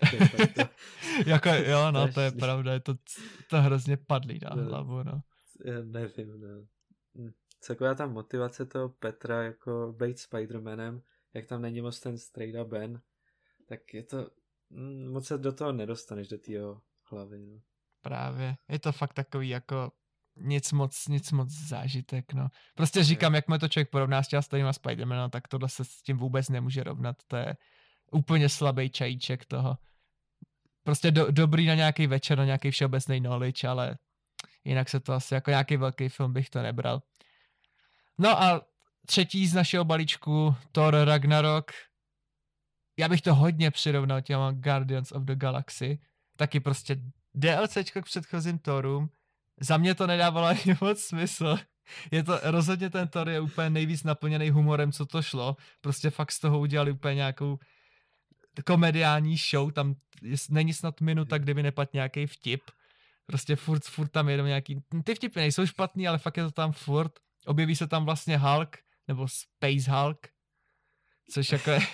Jako, jo, no, to je pravda, je to hrozně padlý na hlavu, no. Já nevím, no. Taková ta motivace toho Petra jako být Spider-Manem, jak tam není moc ten straight up Ben, tak je to, moc se do toho nedostaneš, do tého hlavy, no. Právě, je to fakt takový jako nic moc zážitek, no. Prostě říkám, jak to člověk porovná s těma starýma Spider-Manem, tak tohle se s tím vůbec nemůže rovnat, to je úplně slabý čajíček toho. Prostě dobrý na nějaký večer, na nějaký všeobecný knowledge, ale jinak se to asi jako nějaký velký film bych to nebral. No a třetí z našeho balíčku, Thor Ragnarok. Já bych to hodně přirovnal těma Guardians of the Galaxy. Taky prostě DLCčko k předchozím Thorům. Za mě to nedávalo ani moc smysl. Je to, rozhodně ten Thor je úplně nejvíc naplněný humorem, co to šlo. Prostě fakt z toho udělali úplně nějakou komediální show. Tam není snad minuta, kdyby nepadl nějaký vtip. Prostě furt tam jedou nějaký... Ty vtipy nejsou špatný, ale fakt je to tam furt. Objeví se tam vlastně Hulk, nebo Space Hulk, což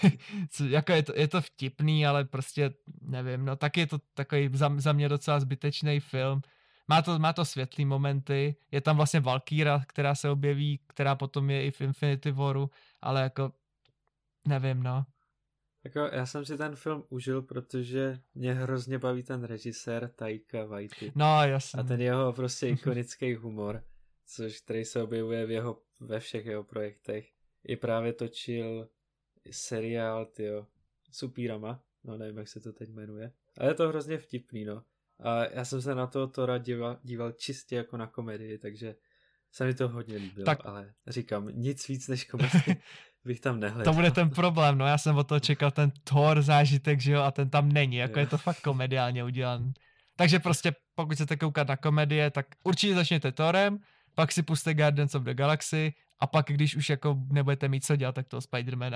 jako je to vtipný, ale prostě nevím, no tak je to takový za mě docela zbytečný film. Má to světlý momenty, je tam vlastně Valkyra, která se objeví, která potom je i v Infinity Waru, ale jako nevím, no. Jako já jsem si ten film užil, protože mě hrozně baví ten režisér Taika Waititi. No, jasně. A ten jeho prostě ikonický humor, který se objevuje ve všech jeho projektech. I právě točil seriál, s upírama, no nevím, jak se to teď jmenuje. Ale je to hrozně vtipný, no. A já jsem se na toho Thora díval čistě jako na komedii, takže se mi to hodně líbilo, tak... ale říkám, nic víc než komedii bych tam nehledal. To bude ten problém, no já jsem od toho čekal ten Thor zážitek, že jo, a ten tam není, jako je to fakt komediálně udělaný. Takže prostě pokud chcete koukat na komedie, tak určitě začněte Thorem, pak si puste Guardians of the Galaxy a pak, když už jako nebudete mít co dělat, tak toho Spidermana.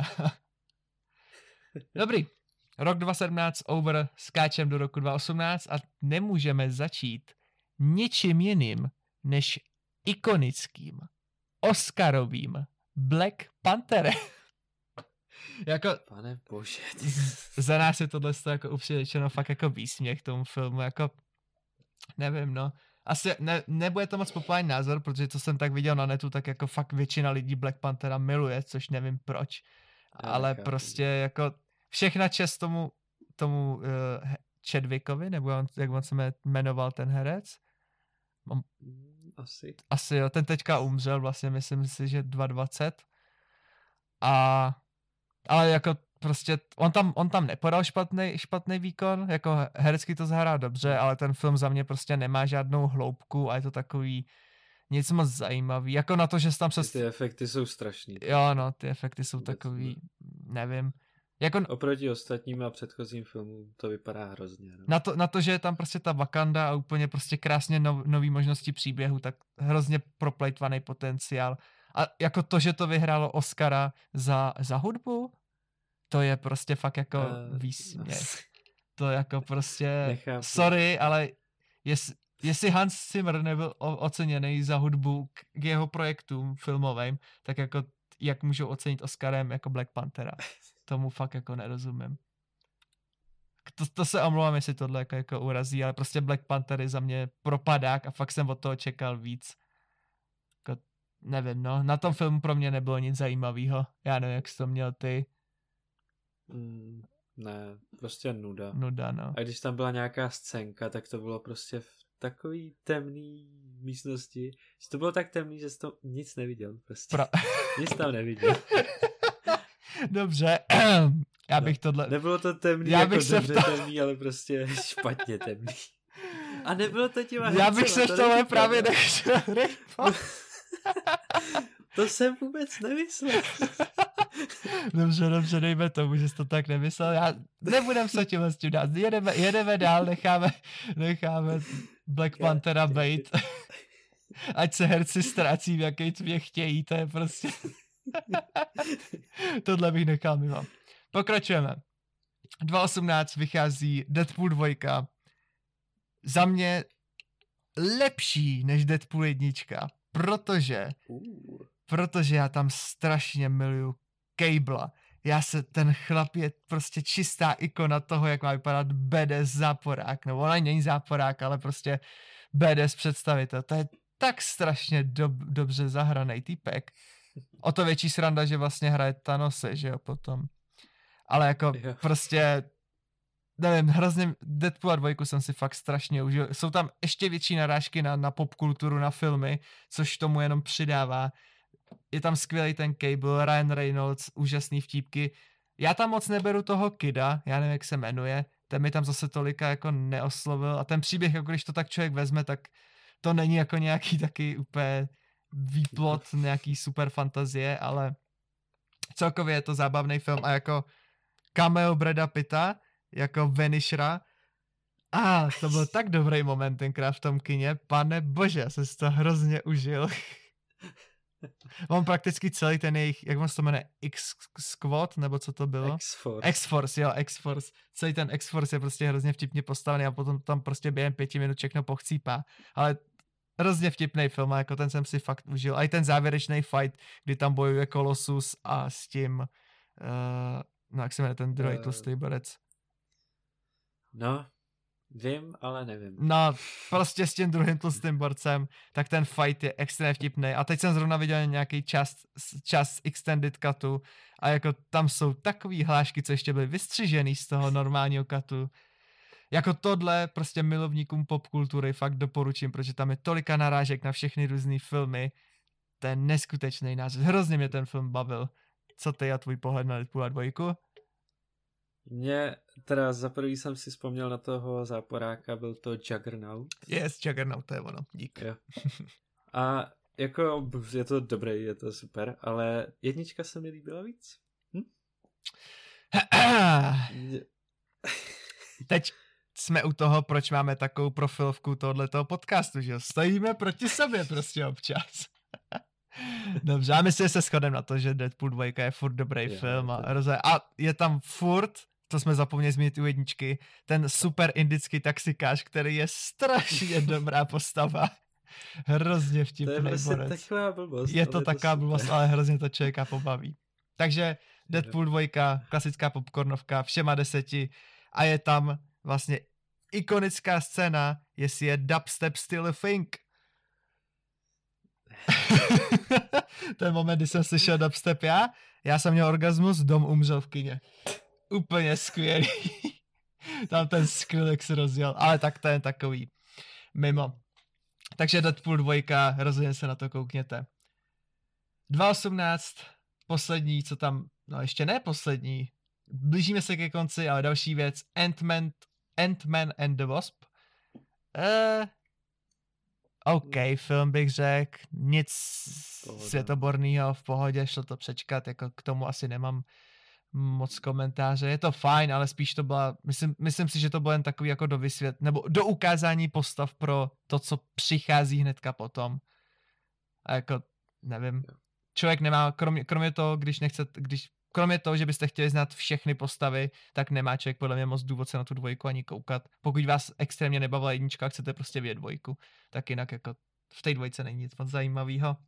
Dobrý. Rok 2017 over, skáčem do roku 2018 a nemůžeme začít ničím jiným než ikonickým, Oscarovým Black Pantherem. Jako, pane bože. Za nás je tohle jako upřímně řečeno fakt jako výsměch tomu filmu, jako nevím, no. Asi nebude to moc populární názor, protože co jsem tak viděl na netu, tak jako fakt většina lidí Black Panthera miluje, což nevím proč. Ale prostě jako všechna čest tomu Chadwickovi, nebo jak on se jmenoval ten herec. Asi jo, ten teďka umřel vlastně, myslím si, že 2020. Ale jako prostě, on tam nepodal špatný výkon, jako herecky to zahrál dobře, ale ten film za mě prostě nemá žádnou hloubku a je to takový nic moc zajímavý, jako na to, že tam se... Ty efekty jsou strašný. Jo, no, ty efekty jsou takový, nevím. Jako... Oproti ostatním a předchozím filmům to vypadá hrozně. No. Na to, že je tam prostě ta Wakanda a úplně prostě krásně nový možnosti příběhu, tak hrozně proplejtvaný potenciál. A jako to, že to vyhrálo Oscara za hudbu, to je prostě fakt jako výsměch. To jako prostě, Nechápu. sorry, ale jestli Hans Zimmer nebyl oceněný za hudbu k jeho projektům filmovým, tak jako jak můžou ocenit Oscarem jako Black Panthera. Tomu fakt jako nerozumím. To se omlouvám, jestli tohle jako urazí, ale prostě Black Panther je za mě propadák a fakt jsem od toho čekal víc. Jako, nevím, no. Na tom filmu pro mě nebylo nic zajímavého. Já nevím, jak jsi to měl ty. Ne, prostě nuda. Nuda, no. A když tam byla nějaká scénka, tak to bylo prostě v takový temný místnosti. Že to bylo tak temný, že jsi to nic neviděl. Prostě. Nic tam neviděl. Dobře. Já bych tohle... Nebylo to temný, já jako dobře temný, ale prostě špatně temný. A nebylo to těma Já bych se v tohle právě nechtěl. To jsem vůbec nemyslel. Dobře, dejme tomu, že jsi to tak nemyslel. Já nebudem se tímhle s tím dát. Jedeme dál, necháme Black Panthera bejt. Ať se herci ztrácí, v jaký tmě chtějí, to je prostě... Tohle bych nechal mimo. Pokračujeme. 2018 vychází Deadpool 2. Za mě lepší než Deadpool 1, protože já tam strašně miluju Cabla. Ten chlap je prostě čistá ikona toho, jak má vypadat badass záporák. No on není záporák, ale prostě badass představitel. To je tak strašně dobře zahraný týpek. O to větší sranda, že vlastně hraje Thanose, že jo, potom. Ale jako prostě, nevím, hrozně Deadpoola 2 jsem si fakt strašně užil. Jsou tam ještě větší narážky na popkulturu, na filmy, což tomu jenom přidává. Je tam skvělý ten Cable, Ryan Reynolds, úžasný vtípky. Já tam moc neberu toho Kida, já nevím, jak se jmenuje, ten mi tam zase tolika jako neoslovil a ten příběh, jako když to tak člověk vezme, tak to není jako nějaký taky úplně výplod nějaký super fantazie, ale celkově je to zábavný film a jako cameo Brada Pitta jako Vanishera. To byl tak dobrý moment tenkrát v tom kině, pane bože, já jsem si to hrozně užil. Mám prakticky celý ten jejich, jak on se to jmenuje, X-Squad, nebo co to bylo? X-Force. Celý ten X-Force je prostě hrozně vtipně postavený a potom tam prostě během 5 minut všechno pochcípá. Ale hrozně vtipný film a jako ten jsem si fakt užil. A i ten závěrečný fight, kdy tam bojuje Colossus a s tím, jak se jmenuje ten druhý tlustý borec. No, vím, ale nevím. No, prostě s tím druhým tlustým borcem, tak ten fight je extrémně vtipný. A teď jsem zrovna viděl nějaký čas extended cutu a jako tam jsou takový hlášky, co ještě byly vystřižený z toho normálního cutu. Jako tohle prostě milovníkům popkultury fakt doporučím, protože tam je tolika narážek na všechny různý filmy. To je neskutečný název. Hrozně mě ten film bavil. Co ty a tvůj pohled na Deadpoola 2? Mě teda za prvý jsem si vzpomněl na toho záporáka, byl to Juggernaut. Yes, Juggernaut, to je ono, dík. Jo. A jako je to dobrý, je to super, ale 1 se mi líbila víc. Teď jsme u toho, proč máme takovou profilovku tohoto podcastu, že jo? Stojíme proti sobě prostě občas. Dobře, a myslím, že se shodneme na to, že Deadpool 2 je furt dobrý film a je tam furt, to jsme zapomněli zmínit u 1, ten super indický taxikář, který je strašně dobrá postava. Hrozně vtipný borec. To je prostě taková blbost. Je to taková blbost, ale hrozně to člověka pobaví. Takže Deadpool 2, klasická popcornovka, všema 10 a je tam vlastně ikonická scéna, jestli je dubstep still a thing. Ten moment, kdy jsem slyšel dubstep já jsem měl orgasmus, dom umřel v kině. Úplně skvělý. Tam ten Skrillex rozjel, ale tak to je takový mimo. Takže Deadpool 2, rozhodně se na to koukněte. 2018, poslední, co tam, no ještě ne poslední, blížíme se ke konci, ale další věc, Ant-Man and the Wasp. OK, film bych řekl, nic světoborného, v pohodě, šlo to přečkat, jako k tomu asi nemám moc komentáře, je to fajn, ale spíš to byla, myslím si, že to bylo jen takový jako nebo do ukázání postav pro to, co přichází hnedka potom. A jako, nevím, člověk nemá, kromě toho, když kromě toho, že byste chtěli znát všechny postavy, tak nemá člověk podle mě moc důvod se na tu dvojku ani koukat. Pokud vás extrémně nebavila jednička a chcete prostě vidět dvojku, tak jinak jako v té dvojce není nic moc zajímavého.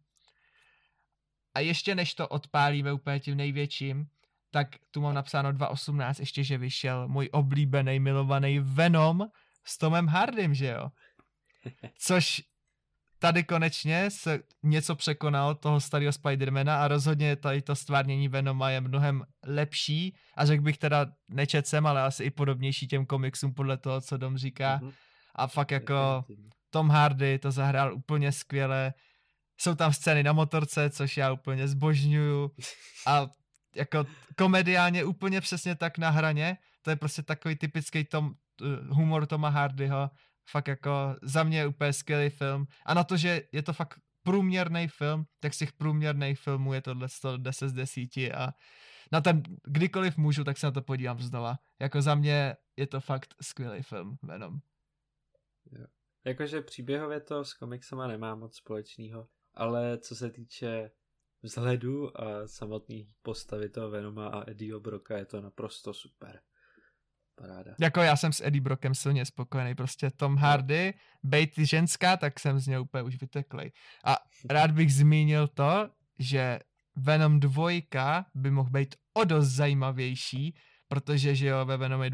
A ještě než to odpálíme úplně tím největším, tak tu mám napsáno 2018 ještě, že vyšel můj oblíbený, milovaný Venom s Tomem Hardym, že jo? Což tady konečně se něco překonal toho starého Spidermana a rozhodně tady to stvárnění Venoma je mnohem lepší a řekl bych teda nečet jsem, ale asi i podobnější těm komiksům podle toho, co Dom říká. A fakt jako Tom Hardy to zahrál úplně skvěle. Jsou tam scény na motorce, což já úplně zbožňuju a jako komediálně úplně přesně tak na hraně. To je prostě takový typický humor Toma Hardyho. Fakt jako za mě úplně skvělý film. A na to, že je to fakt průměrný film, tak z těch průměrných filmů je tohle 10 z 10 a na ten kdykoliv můžu, tak se na to podívám znova. Jako za mě je to fakt skvělý film Venom. Jo. Jakože příběhově to s komiksama nemá moc společného, ale co se týče vzhledu a samotný postavy toho Venoma a Eddieho Brocka je to naprosto super. Paráda. Jako já jsem s Eddie Brockem silně spokojený, prostě Tom Hardy, bejt ženská, tak jsem z něj úplně už vyteklej. A rád bych zmínil to, že Venom 2 by mohl být o dost zajímavější, protože že jo,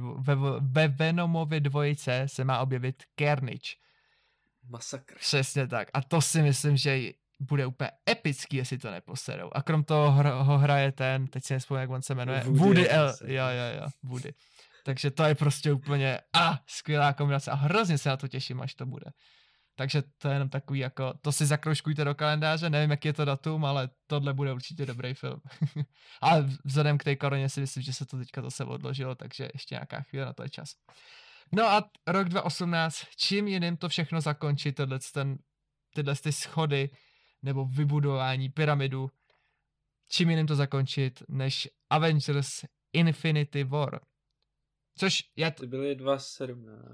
ve Venomově 2 se má objevit Carnage. Masakr. Přesně tak. A to si myslím, že bude úplně epický, jestli to neposerou. A krom toho ho hraje ten, teď si nespomínám, jak on se jmenuje, Woody. Jo, Woody. Takže to je prostě úplně skvělá kombinace a hrozně se na to těším, až to bude. Takže to je jenom takový jako, to si zakroužkujte do kalendáře, nevím, jaký je to datum, ale tohle bude určitě dobrý film. Ale vzhledem k té koroně si myslím, že se to teďka zase odložilo, takže ještě nějaká chvíle na to je čas. No a rok 2018, čím jiným to všechno zakončit, tyhle ty schody nebo vybudování pyramidu, čím jiným to zakončit, než Avengers Infinity War. Což já... To byly 2017?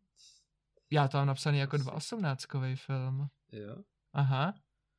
Já to mám napsaný jako 2018kový film. Jo? Aha.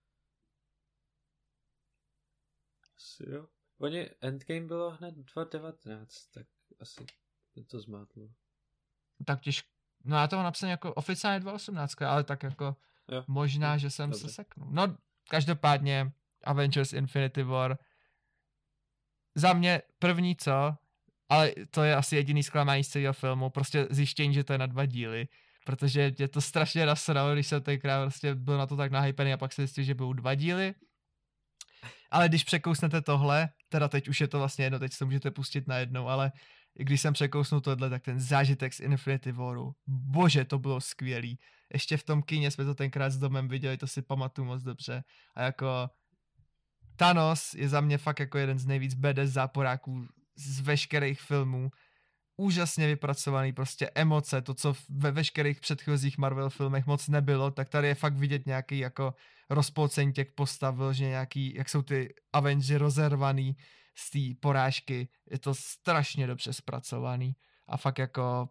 Asi jo. Oni Endgame bylo hned 2019, tak asi to zmátlo. Tak těžko. No já to mám napsaný jako oficiálně 2018, ale tak jako jo. Možná, že jsem se seknul. No každopádně Avengers Infinity War za mě první co, ale to je asi jediný zklamání z celého filmu, prostě zjištění, že to je na 2 díly, protože mě to strašně nasralo, když jsem tenkrát prostě byl na to tak nahypený a pak se zjistil, že budou 2 díly. Ale když překousnete tohle, teda teď už je to vlastně jedno, teď se to můžete pustit najednou, ale když jsem překousnul tohle, tak ten zážitek z Infinity Waru, bože, to bylo skvělý. Ještě v tom kině jsme to tenkrát s Domem viděli, to si pamatuju moc dobře. A jako Thanos je za mě fakt jako jeden z nejvíc badass záporáků z veškerých filmů. Úžasně vypracovaný, prostě emoce, to, co ve veškerých předchozích Marvel filmech moc nebylo, tak tady je fakt vidět nějaký jako rozpolcení těch postav, že nějaký, jak jsou ty Avengers rozervaný z té porážky, je to strašně dobře zpracovaný a fakt jako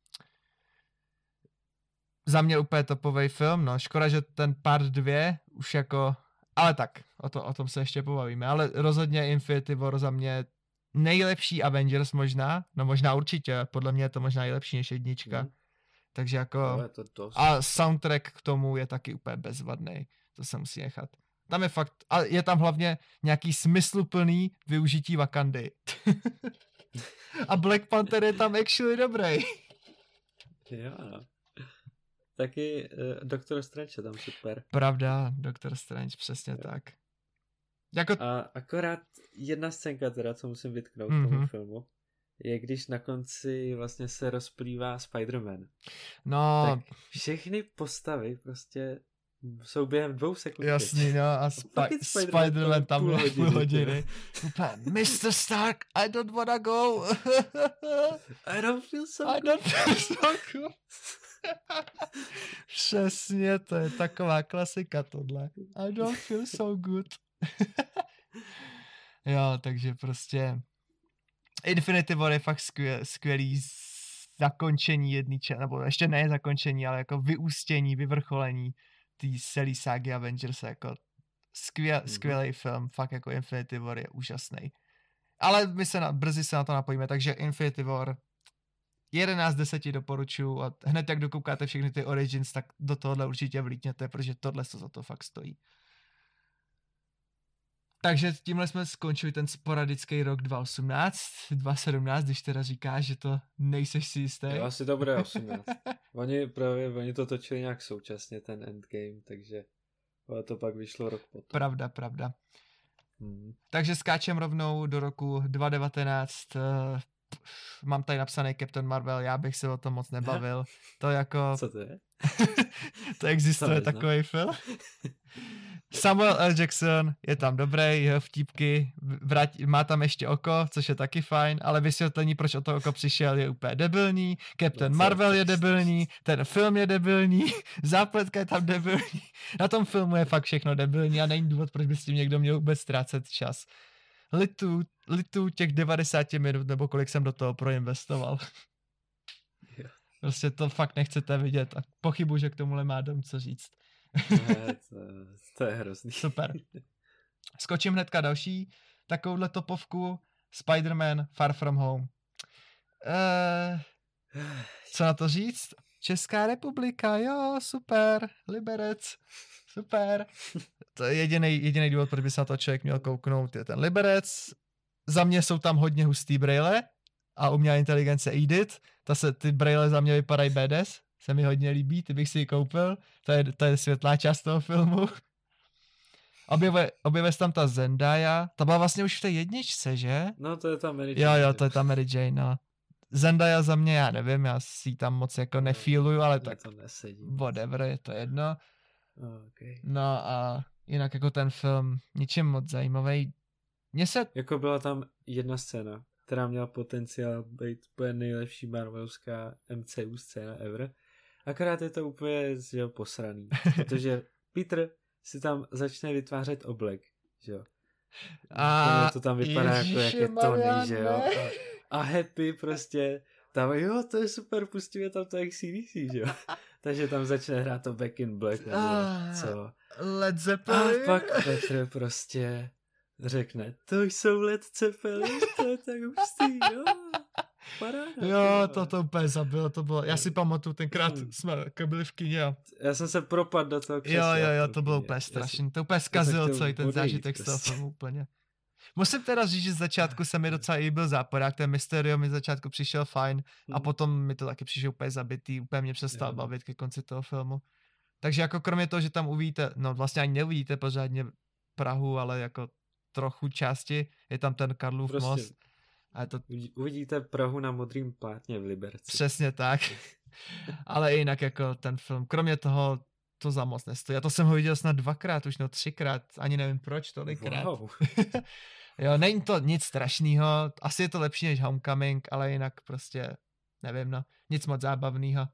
za mě úplně topový film, no škoda, že ten part 2 už jako, ale tak, o tom se ještě pobavíme, ale rozhodně Infinity War za mě nejlepší Avengers možná, no možná určitě, podle mě je to možná i lepší než jednička, takže jako a soundtrack k tomu je taky úplně bezvadný, to se musí nechat. Tam je fakt, a je tam hlavně nějaký smysluplný využití Wakandy. A Black Panther je tam actually dobrý. Jo, no. Taky Doctor Strange je tam super. Pravda, Doctor Strange, přesně tak. Jako... A akorát jedna scénka teda, co musím vytknout k tomu filmu, je když na konci vlastně se rozplývá Spider-Man. No. Tak všechny postavy prostě jsou během 2 sekund. Jasný, no a Spider-Man tam byl půl hodiny. Mr. Stark, I don't wanna go. I don't feel so good. Přesně, to je taková klasika tohle. I don't feel so good. Jo, takže prostě Infinity War je fakt skvělý zakončení jedničky, nebo ještě ne zakončení, ale jako vyústění, vyvrcholení té celé ságy Avengers, jako skvělý film, fakt jako Infinity War je úžasný. Ale my brzy se na to napojíme, takže Infinity War 11 z 10 doporučuji a hned jak dokoukáte všechny ty Origins, tak do tohohle určitě vlítněte, protože tohle za to fakt stojí. Takže tímhle jsme skončili ten sporadický rok 2018, 2017, když teda říkáš, že to nejseš si jistý. Jo, asi to bude 18. Oni to točili nějak současně, ten Endgame, takže to pak vyšlo rok potom. Pravda. Takže skáčem rovnou do roku 2019. Mám tady napsaný Captain Marvel, já bych se o tom moc nebavil. To jako... Co to je? To existuje takový film. Samuel L. Jackson je tam dobrý, jeho vtípky, má tam ještě oko, což je taky fajn, ale vysvětlení, proč o to oko přišel, je úplně debilní. Captain Marvel je debilní, ten film je debilní, zápletka je tam debilní. Na tom filmu je fakt všechno debilní a není důvod, proč by s tím někdo měl vůbec ztrácet čas. Litu těch 90 minut, nebo kolik jsem do toho proinvestoval. Prostě to fakt nechcete vidět a pochybuji, že k tomuhle má Dom co říct. Ne, to je hrozný. Super. Skočím hnedka další takovouhle topovku. Spider-Man Far From Home. Co na to říct? Česká republika, jo, super. Liberec, super. To je jediný důvod, proč by se na to člověk měl kouknout, je ten Liberec. Za mě jsou tam hodně hustý brejle a umělá inteligence Edit. Ty brejle za mě vypadají badass. Se mi hodně líbí, ty bych si ji koupil. To je světlá část toho filmu. Objevuje se tam ta Zendaya. Ta byla vlastně už v té jedničce, že? No, to je ta Mary Jane. Jo, to je ta Mary Jane, no. Zendaya za mě, já nevím, já si ji tam moc jako nefeeluju, ale tak to nesedí. Whatever, je to jedno. Okay. No a jinak jako ten film, ničím moc zajímavý. Jako byla tam jedna scéna, která měla potenciál být úplně nejlepší marvelovská MCU scéna ever. Akorát je to úplně posraný, protože Peter si tam začne vytvářet oblek, že jo. A to tam vypadá jako jak je Tony, že jo. A Happy prostě tam, jo, to je super, pustíme tam to jak CDC, že jo. Takže tam začne hrát to Back in Black, nebo co. Led Zeppelin. A pak Petr prostě řekne, to jsou Led Zeppelin, to je tak hustý, jo. Paráda. Jo, to úplně zabilo, to bylo, já si pamatuju, tenkrát jsme byli v kině a... Já jsem se propadl do toho křesla. Jo, to bylo úplně strašný, to úplně zkazilo celý ten zážitek z toho filmu úplně. Musím teda říct, že z začátku se mi docela líbil záporák, ten Mysterio mi z začátku přišel fajn a potom mi to taky přišel úplně zabitý, úplně mě přestal bavit ke konci toho filmu. Takže jako kromě toho, že tam uvidíte, no vlastně ani neuvidíte pořádně Prahu, ale jako trochu části, je tam ten Karlův most. A to... Uvidíte Prahu na modrým plátně v Liberci. Přesně tak. Ale jinak jako ten film, kromě toho, to za moc nestojí. Já to jsem ho viděl snad 2krát, už 3krát, ani nevím proč tolikrát. Wow. Jo, není to nic strašného, asi je to lepší než Homecoming, ale jinak prostě, nevím, no, nic moc zábavného.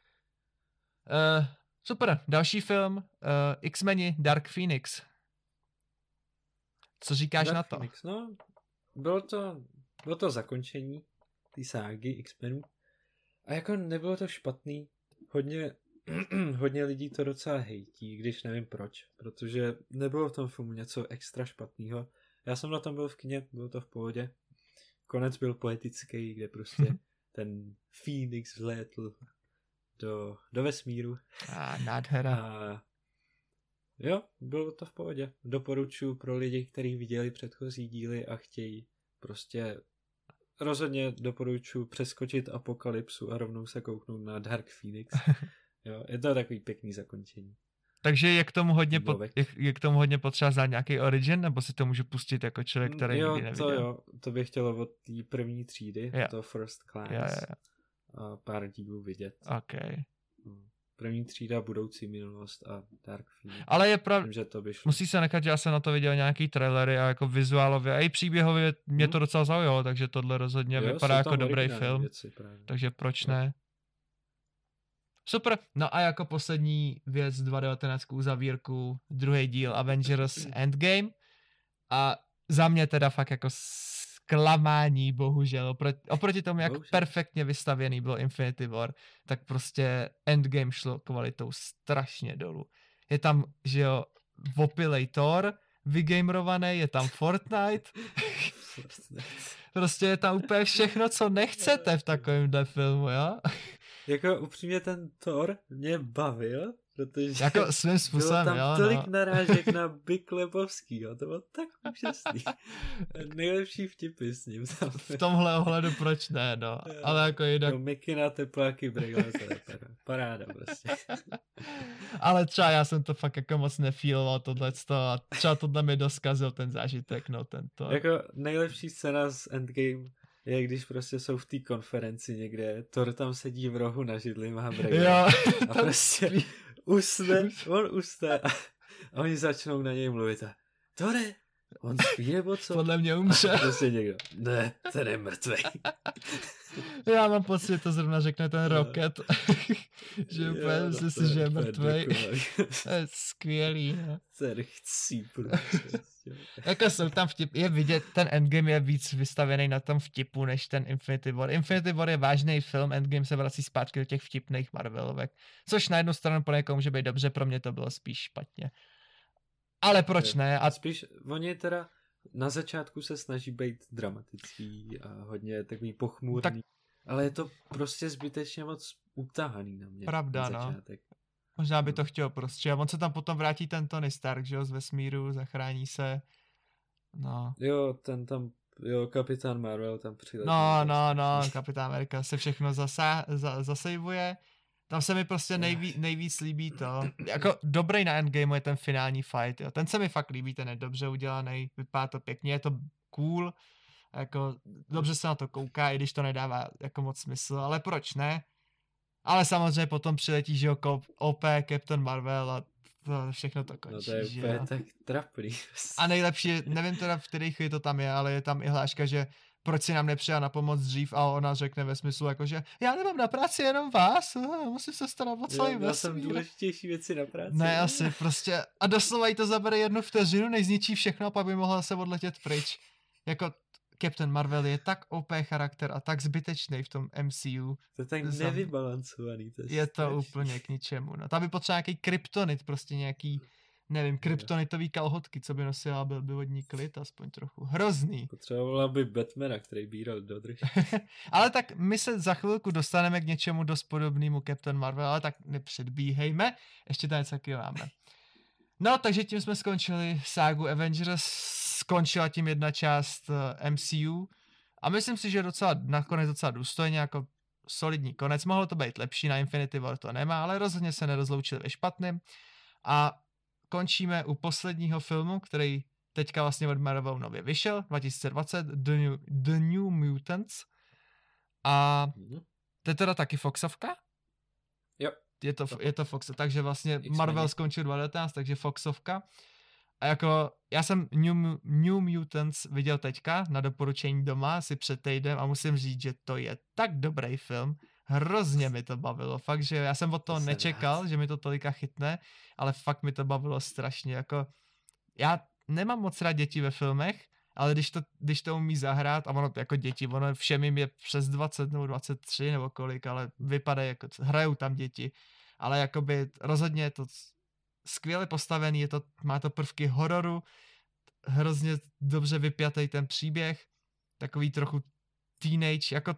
Super, další film, X-meni Dark Phoenix. Co říkáš Dark na to? Phoenix, no, bylo to zakončení té ságy X-menů a jako nebylo to špatný, hodně lidí to docela hejtí, když nevím proč, protože nebylo v tom filmu něco extra špatného. Já jsem na tom byl v kině, bylo to v pohodě. Konec byl poetický, kde prostě ten Phoenix vlétl do vesmíru. Nádhera. A jo, bylo to v pohodě. Doporučuji pro lidi, kteří viděli předchozí díly a chtějí prostě rozhodně doporučuji přeskočit apokalypsu a rovnou se kouknout na Dark Phoenix. Jo, je to takový pěkný zakončení. Takže je k tomu hodně potřeba znát nějaký origin, nebo si to můžu pustit jako člověk, který nikdy neviděl? To bych chtělo od té první třídy, to First Class, a pár dílů vidět. Okay. První třída, budoucí minulost a Dark Phoenix. Ale je pravda, musí se nechat, že já jsem na to viděl nějaký trailery a jako vizuálově a i příběhově mě to docela zaujalo, takže tohle rozhodně vypadá jako dobrý film, věci, takže proč ne? Super, no a jako poslední věc 2019 uzavírku, druhý díl Avengers Endgame a za mě teda fakt jako zklamání, bohužel, oproti tomu, jak perfektně vystavěný byl Infinity War, tak prostě Endgame šlo kvalitou strašně dolů. Je tam, že jo, opilej Thor, vygamerovaný, je tam Fortnite, Prostě je tam úplně všechno, co nechcete v takovémhle filmu, jo? Jako upřímně ten Thor mě bavil, protože jako svým způsobem, bylo tam jo, tolik narážek na Big Lebowskýho, to bylo tak úžasný. Nejlepší vtipy s ním. V tomhle ohledu proč ne, no. Ale jako jinak... No, Mickey na tepláky, Bregla, paráda prostě. Ale třeba já jsem to fakt jako moc nefíloval tohleto a třeba tohle mi doskazil ten zážitek, no tento. Jako nejlepší scéna z Endgame je, když prostě jsou v té konferenci někde, Thor tam sedí v rohu na židli, má Bregla a prostě on usne a oni začnou na něj mluvit a Thore, on spí nebo co? Podle mě umře. Prostě někdo, ne, ten je mrtvej. Já mám pocit, že to zrovna řekne ten Rocket, že úplně myslím si, že je mrtvej. To je skvělý. No. Ten chcípl. Jako jsou tam je vidět, ten Endgame je víc vystavěný na tom vtipu, než ten Infinity War. Infinity War je vážný film, Endgame se vrací zpátky do těch vtipných Marvelovek. Což na jednu stranu pro někoho může být dobře, pro mě to bylo spíš špatně. Ale proč ne? A spíš oni teda na začátku se snaží být dramatický a hodně takový pochmurný, tak... ale je to prostě zbytečně moc utahaný na mě. Pravda, na začátek. No. Možná by to chtěl prostě. A on se tam potom vrátí ten Tony Stark, že jo, z vesmíru, zachrání se. No. Jo, ten tam, kapitán Marvel tam přiletí. No, kapitán Amerika se všechno zasejvuje. Tam se mi prostě nejvíc líbí to. Jako dobrý na Endgame je ten finální fight, jo. Ten se mi fakt líbí, ten je dobře udělaný, vypadá to pěkně, je to cool, jako dobře se na to kouká, i když to nedává jako moc smysl, ale proč ne? Ale samozřejmě potom přiletí, že jo, OP, Captain Marvel a to všechno to končí. No to je úplně tak trapný. A nejlepší, nevím teda v který chvíli to tam je, ale je tam i hláška, že proč si nám nepřijela na pomoc dřív a ona řekne ve smyslu jako, že já nemám na práci jenom vás, musím se starat o celý vesmír. Já jsem důležitější věci na práci. Ne, asi prostě a doslova jí to zabere 1 vteřinu, než zničí všechno a pak by mohla se odletět pryč. Jako Captain Marvel je tak OP charakter a tak zbytečný v tom MCU. To je tak nevybalancovaný. Je to úplně k ničemu. No. Tam by potřeba nějaký kryptonit, prostě nějaký, nevím, kryptonitový kalhotky, co by nosila, byl by vodní klid, aspoň trochu. Hrozný. Potřebovala by Batmana, který bíral dodrž. Ale tak my se za chvilku dostaneme k něčemu dost podobnému Captain Marvel, ale tak nepředbíhejme, ještě tam něco taky máme. No, takže tím jsme skončili ságu Avengers, skončila tím jedna část MCU a myslím si, že nakonec docela důstojně, jako solidní konec. Mohlo to být lepší, na Infinity War to nemá, ale rozhodně se nerozloučili ve špatném. A končíme u posledního filmu, který teďka vlastně od Marvelu nově vyšel, 2020, The New Mutants. A to je teda taky Foxovka? Jo. Je to Fox, takže vlastně Marvel skončil 2019, takže Foxovka. A jako já jsem New Mutants viděl teďka na doporučení doma asi před týdnem a musím říct, že to je tak dobrý film. Hrozně mi to bavilo. Fakt, že já jsem od toho nečekal, že mi to tolika chytne, ale fakt mi to bavilo strašně. Jako já nemám moc rád děti ve filmech, ale když to umí zahrát, a ono jako děti, ono všem jim je přes 20 nebo 23 nebo kolik, ale vypadají jako, hrajou tam děti, ale jakoby rozhodně je to skvěle postavený, má to prvky hororu, hrozně dobře vypjatý ten příběh, takový trochu teenage, jako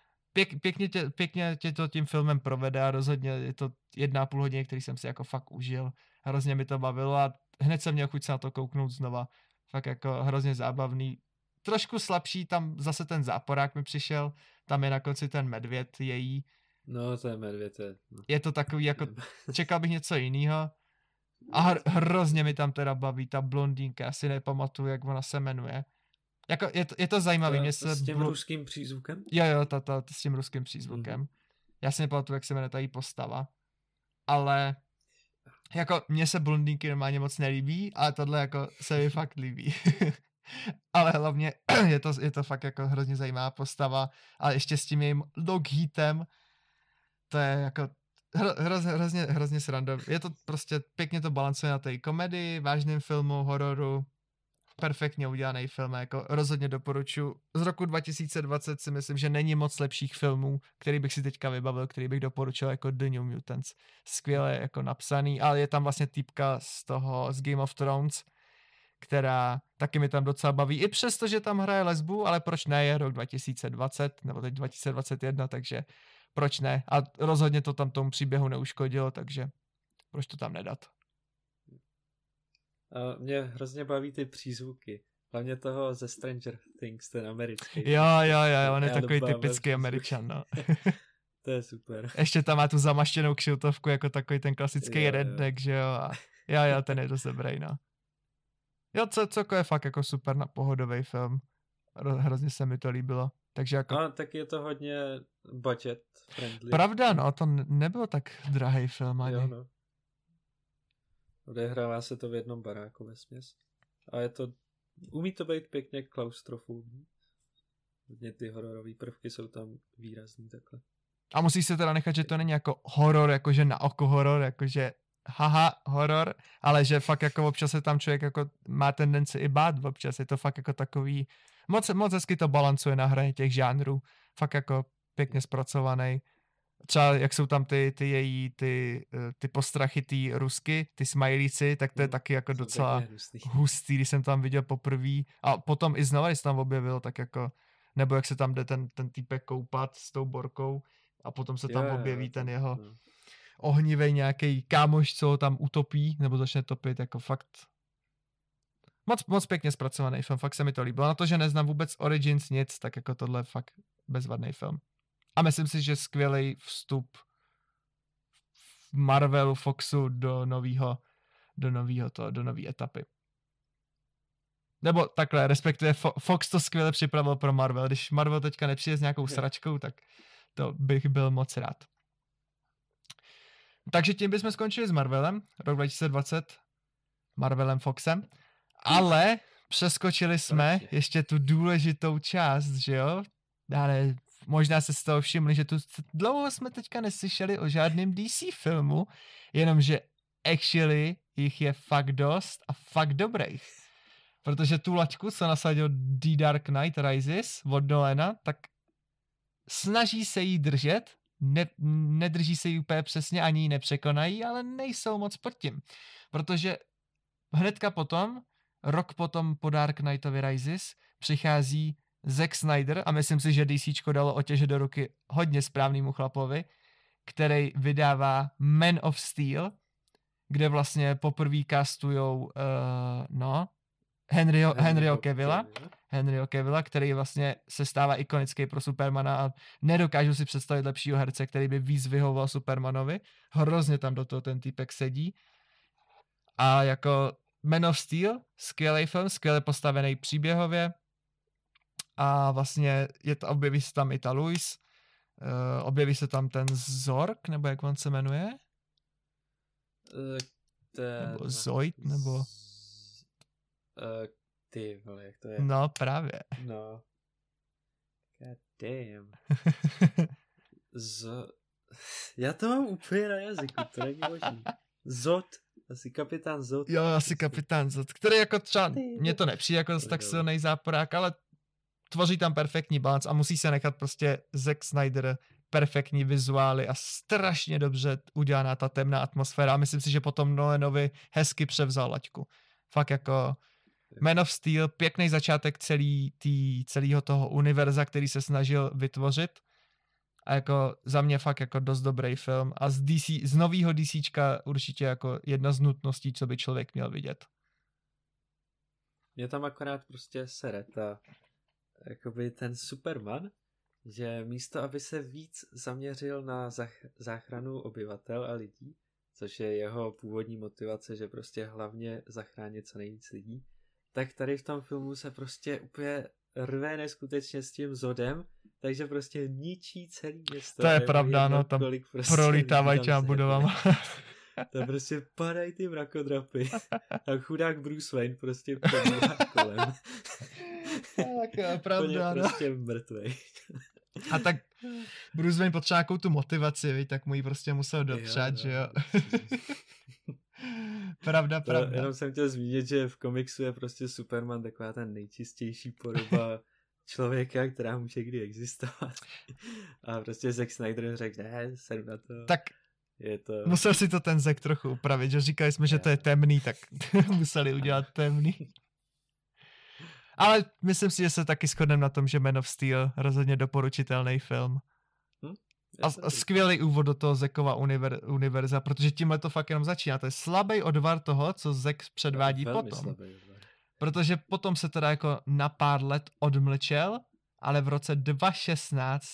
pěkně tě to tím filmem provede a rozhodně je to 1,5 hodiny, který jsem si jako fakt užil, hrozně mi to bavilo a hned jsem měl chuť se na to kouknout znova. Fakt jako hrozně zábavný. Trošku slabší, tam zase ten záporák mi přišel, tam je na konci ten medvěd její. No, to je medvěd. Je to takový jako, čekal bych něco jiného. A hrozně mi tam teda baví ta blondýnka, já si nepamatuju, jak ona se jmenuje. Jako je to zajímavý. S tím ruským přízvukem? Jo, s tím ruským přízvukem. Já si nepamatuju, jak se jmenuje ta její postava. Ale jako mně se blondýnky normálně moc nelíbí, ale tohle jako se mi fakt líbí. Ale hlavně je to fakt jako hrozně zajímavá postava, ale ještě s tím jejím Lockheedem, to je jako hrozně srandovný. Je to prostě pěkně to balancuje na té komedii, vážném filmu, hororu, perfektně udělaný film, jako rozhodně doporučuji. Z roku 2020 si myslím, že není moc lepších filmů, který bych si teďka vybavil, který bych doporučil jako The New Mutants. Skvěle jako napsaný, ale je tam vlastně týpka z Game of Thrones, která taky mi tam docela baví, i přesto, že tam hraje lesbu, ale proč ne, je rok 2020, nebo teď 2021, takže proč ne, a rozhodně to tam tomu příběhu neuškodilo, takže proč to tam nedat. A mě hrozně baví ty přízvuky. Hlavně toho ze Stranger Things, ten americký. Jo, on je takový typický Američan, no. To je super. Ještě tam má tu zamaštěnou kšiltovku, jako takový ten klasický redneck, že jo. A jo, ten je dost dobrý, no. Jo, Coko je fakt jako super na pohodový film. Hrozně se mi to líbilo. Takže jako... No, tak je to hodně budget friendly. Pravda, no, to nebylo tak drahý film ani. Jo, no. Odehrává se to v jednom baráku vesměs. A je to, umí to být pěkně klaustrofobní. Hodně ty hororové prvky jsou tam výrazný takhle. A musíš se teda nechat, že to není jako horor, jakože na oko horor, jakože haha, horor, ale že fakt jako občas se tam člověk jako má tendenci i bát občas, je to fakt jako takový, moc hezky to balancuje na hraně těch žánrů, fakt jako pěkně zpracovaný. Třeba jak jsou tam ty postrachy, ty rusky, ty smajlíci, tak to je taky jako docela hustý, když jsem tam viděl poprvé. A potom i znova, když se tam objevil, tak jako, nebo jak se tam jde ten týpek koupat s tou borkou a potom se tam objeví ten jeho ohnivej nějaký kámoš, co ho tam utopí, nebo začne topit, jako fakt moc pěkně zpracovaný film, fakt se mi to líbilo. Na to, že neznám vůbec Origins nic, tak jako tohle je fakt bezvadný film. A myslím si, že skvělý vstup Marvelu, Foxu do nový etapy. Nebo takhle, respektive Fox to skvěle připravil pro Marvel. Když Marvel teďka nepřijde s nějakou sračkou, tak to bych byl moc rád. Takže tím bychom skončili s Marvelem, rok 2020, Marvelem, Foxem, ale přeskočili jsme ještě tu důležitou část, že jo? Ale možná se z toho všimli, že tu dlouho jsme teďka neslyšeli o žádném DC filmu, jenomže actually jich je fakt dost a fakt dobrých. Protože tu laťku, co nasadil The Dark Knight Rises od Nolana, tak snaží se jí držet, nedrží se jí úplně přesně, ani ji nepřekonají, ale nejsou moc pod tím. Protože hnedka potom, rok potom po Dark Knightovi Rises, přichází Zack Snyder a myslím si, že DCčko dalo otěž do ruky hodně správnému chlapovi, který vydává Man of Steel, kde vlastně poprvé castujou Henryho Cavilla, který vlastně se stává ikonický pro Supermana a nedokážu si představit lepšího herce, který by víc vyhovoval Supermanovi. Hrozně tam do toho ten týpek sedí. A jako Man of Steel, skvělý film, skvěle postavený příběhově. A vlastně objeví se tam i ta Lois, objeví se tam ten Zork, nebo jak on se jmenuje? Nebo Zoid, nebo... Ty vole, jak to je? No, právě. No. God damn. Já to mám úplně na jazyku, to není možný. Zod. Asi kapitán Zod. Jo, asi kapitán Zod, který jako třeba, mně to nepřijde jako tak silný záporák, ale tvoří tam perfektní balans a musí se nechat prostě Zack Snyder perfektní vizuály a strašně dobře udělaná ta temná atmosféra a myslím si, že potom Nolanovi hezky převzal laťku. Fakt jako Man of Steel, pěkný začátek celého toho univerza, který se snažil vytvořit a jako za mě fakt jako dost dobrý film a z novýho DCčka určitě jako jedna z nutností, co by člověk měl vidět. Mě tam akorát prostě sere jakoby ten Superman, že místo, aby se víc zaměřil na záchranu obyvatel a lidí, což je jeho původní motivace, že prostě hlavně zachránit co nejvíc lidí, tak tady v tom filmu se prostě úplně rve neskutečně s tím Zodem, takže prostě ničí celý město. To je pravda, no, tam prostě prolítávají těma budovama. To prostě padají ty mrakodrapy a chudák Bruce Wayne prostě pobíhá kolem. Tak pravda, no. Prostě mrtvej. A tak Bruce Wayne potřeba nějakou tu motivaci, tak mu ji prostě musel dopřát, že jo. Pravda. Jenom jsem chtěl zmínit, že v komiksu je prostě Superman taková ta nejčistější podoba člověka, která může kdy existovat. A prostě Zack Snyder řekl, ne, sedu na to. Tak je to... musel si to ten Zack trochu upravit, že říkali jsme, že to je temný, tak museli udělat temný. Ale myslím si, že se taky shodneme na tom, že Man of Steel rozhodně doporučitelný film. A skvělý úvod do toho Zackova univerza, protože tímhle to fakt jenom začíná. To je slabý odvar toho, co Zack předvádí potom. Protože potom se teda jako na pár let odmlčel, ale v roce 2016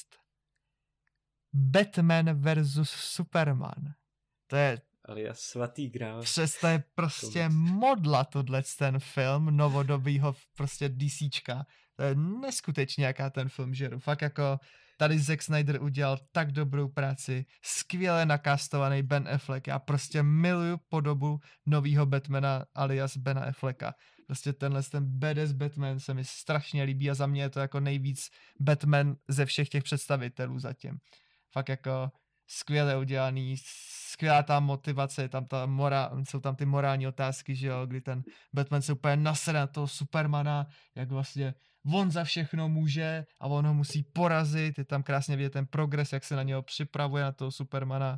Batman versus Superman. To je alias svatý grál. to je prostě modla ten film novodobýho prostě DCčka. To je neskutečně, jaká ten film žeru. Fakt jako tady Zack Snyder udělal tak dobrou práci, skvěle nakastovaný Ben Affleck. Já prostě miluju podobu novýho Batmana alias Bena Afflecka. Prostě ten badass Batman se mi strašně líbí a za mě je to jako nejvíc Batman ze všech těch představitelů zatím. Fakt jako skvěle udělaný, skvělá ta motivace, jsou tam ty morální otázky, že jo, kdy ten Batman se úplně nasede na toho Supermana, jak vlastně on za všechno může a on ho musí porazit, je tam krásně vidět ten progres, jak se na něho připravuje, na toho Supermana.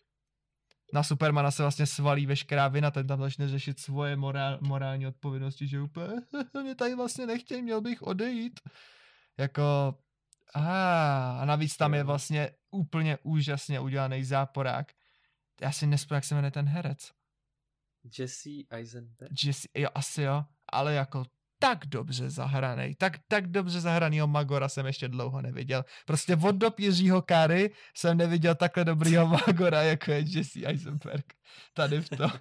Na Supermana se vlastně svalí veškerá vina, ten tam začne řešit svoje morální odpovědnosti, že úplně, mě tady vlastně nechtějí, měl bych odejít. Jako, a navíc tam je vlastně úplně úžasně udělaný záporák. Já si nespomínám, jak se jmenuje ten herec. Jesse Eisenberg? Jo, asi jo, ale jako tak dobře zahraný, tak dobře zahranýho Magora jsem ještě dlouho neviděl. Prostě od dob Jiřího Káry jsem neviděl takhle dobrýho Magora, jako je Jesse Eisenberg. Tady v to.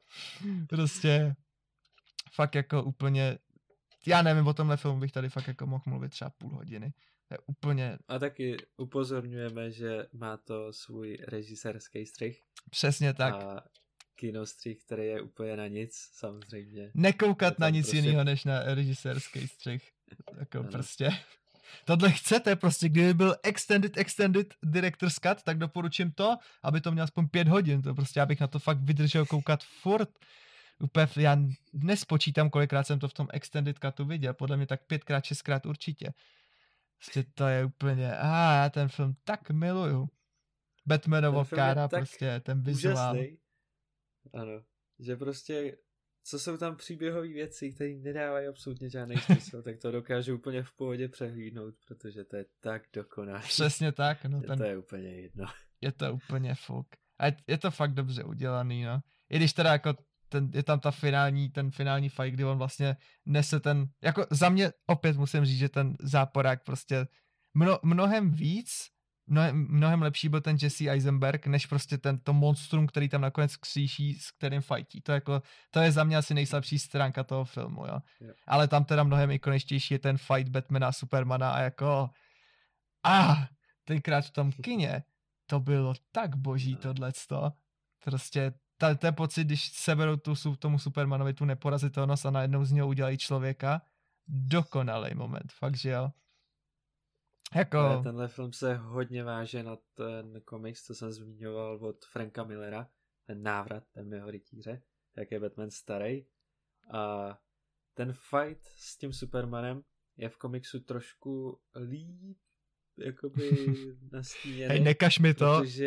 Prostě fakt jako úplně, já nevím, o tomhle filmu bych tady fakt jako mohl mluvit třeba půl hodiny. To je úplně... A taky upozorňujeme, že má to svůj režisérský střih. Přesně tak. A kinostřih, který je úplně na nic, samozřejmě. Nekoukat na nic prostě... jiného, než na režisérský střih. Jako prostě. Tohle chcete, prostě, kdyby byl extended director's cut, tak doporučím to, aby to měl aspoň 5 hodin. To prostě, abych na to fakt vydržel koukat furt. Úplně, já nespočítám, kolikrát jsem to v tom extended cutu viděl. Podle mě tak 5x, 6x určitě. Prostě to je úplně, já ten film tak miluju. Batmanovo kára, prostě ten vizuál. Úžasný. Ano, že prostě, co jsou tam příběhové věci, které nedávají absolutně žádný smysl, tak to dokážu úplně v pohodě přehlídnout, protože to je tak dokonalý. Přesně tak, no. To je úplně jedno. Je to úplně fuk. A je to fakt dobře udělaný, no. I když teda jako je tam ten finální fight, kdy on vlastně nese ten, jako za mě opět musím říct, že ten záporák prostě mnohem víc, mnohem lepší byl ten Jesse Eisenberg, než prostě to monstrum, který tam nakonec kříší, s kterým fightí. To je za mě asi nejslabší stránka toho filmu, jo. Yeah. Ale tam teda mnohem ikoničtější je ten fight Batmana a Supermana a jako tenkrát v tom kině to bylo tak boží tohleto. Prostě ten pocit, když seberou tomu Supermanovi tu neporazitelnost a najednou z něho udělají člověka, dokonalý moment, fakt, že jo. Jako... Tenhle film se hodně váže na ten komiks, co jsem zmiňoval od Franka Millera, ten návrat temného rytíře, jak je Batman starý. A ten fight s tím Supermanem je v komiksu trošku líp jakoby nastíněný. Hej, nekaž mi to. Protože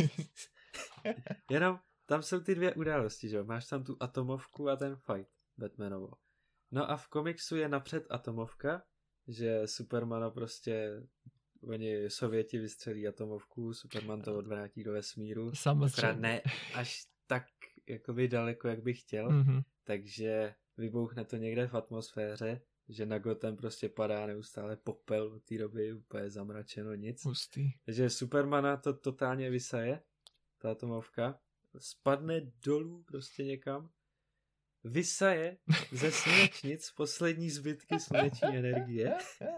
jenom tam jsou ty dvě události, že jo? Máš tam tu atomovku a ten fight Batmanovo. No a v komiksu je napřed atomovka, že Supermana prostě, oni Sověti vystřelí atomovku, Superman to odvrátí do vesmíru. Samozřejmě. Ne až tak jakoby daleko, jak by chtěl, takže vybouchne to někde v atmosféře, že na Gotham prostě padá neustále popel od té doby, úplně zamračeno, nic. Hustý. Takže Supermana to totálně vysaje, ta atomovka, spadne dolů prostě někam, vysaje ze slunečnic poslední zbytky sluneční energie,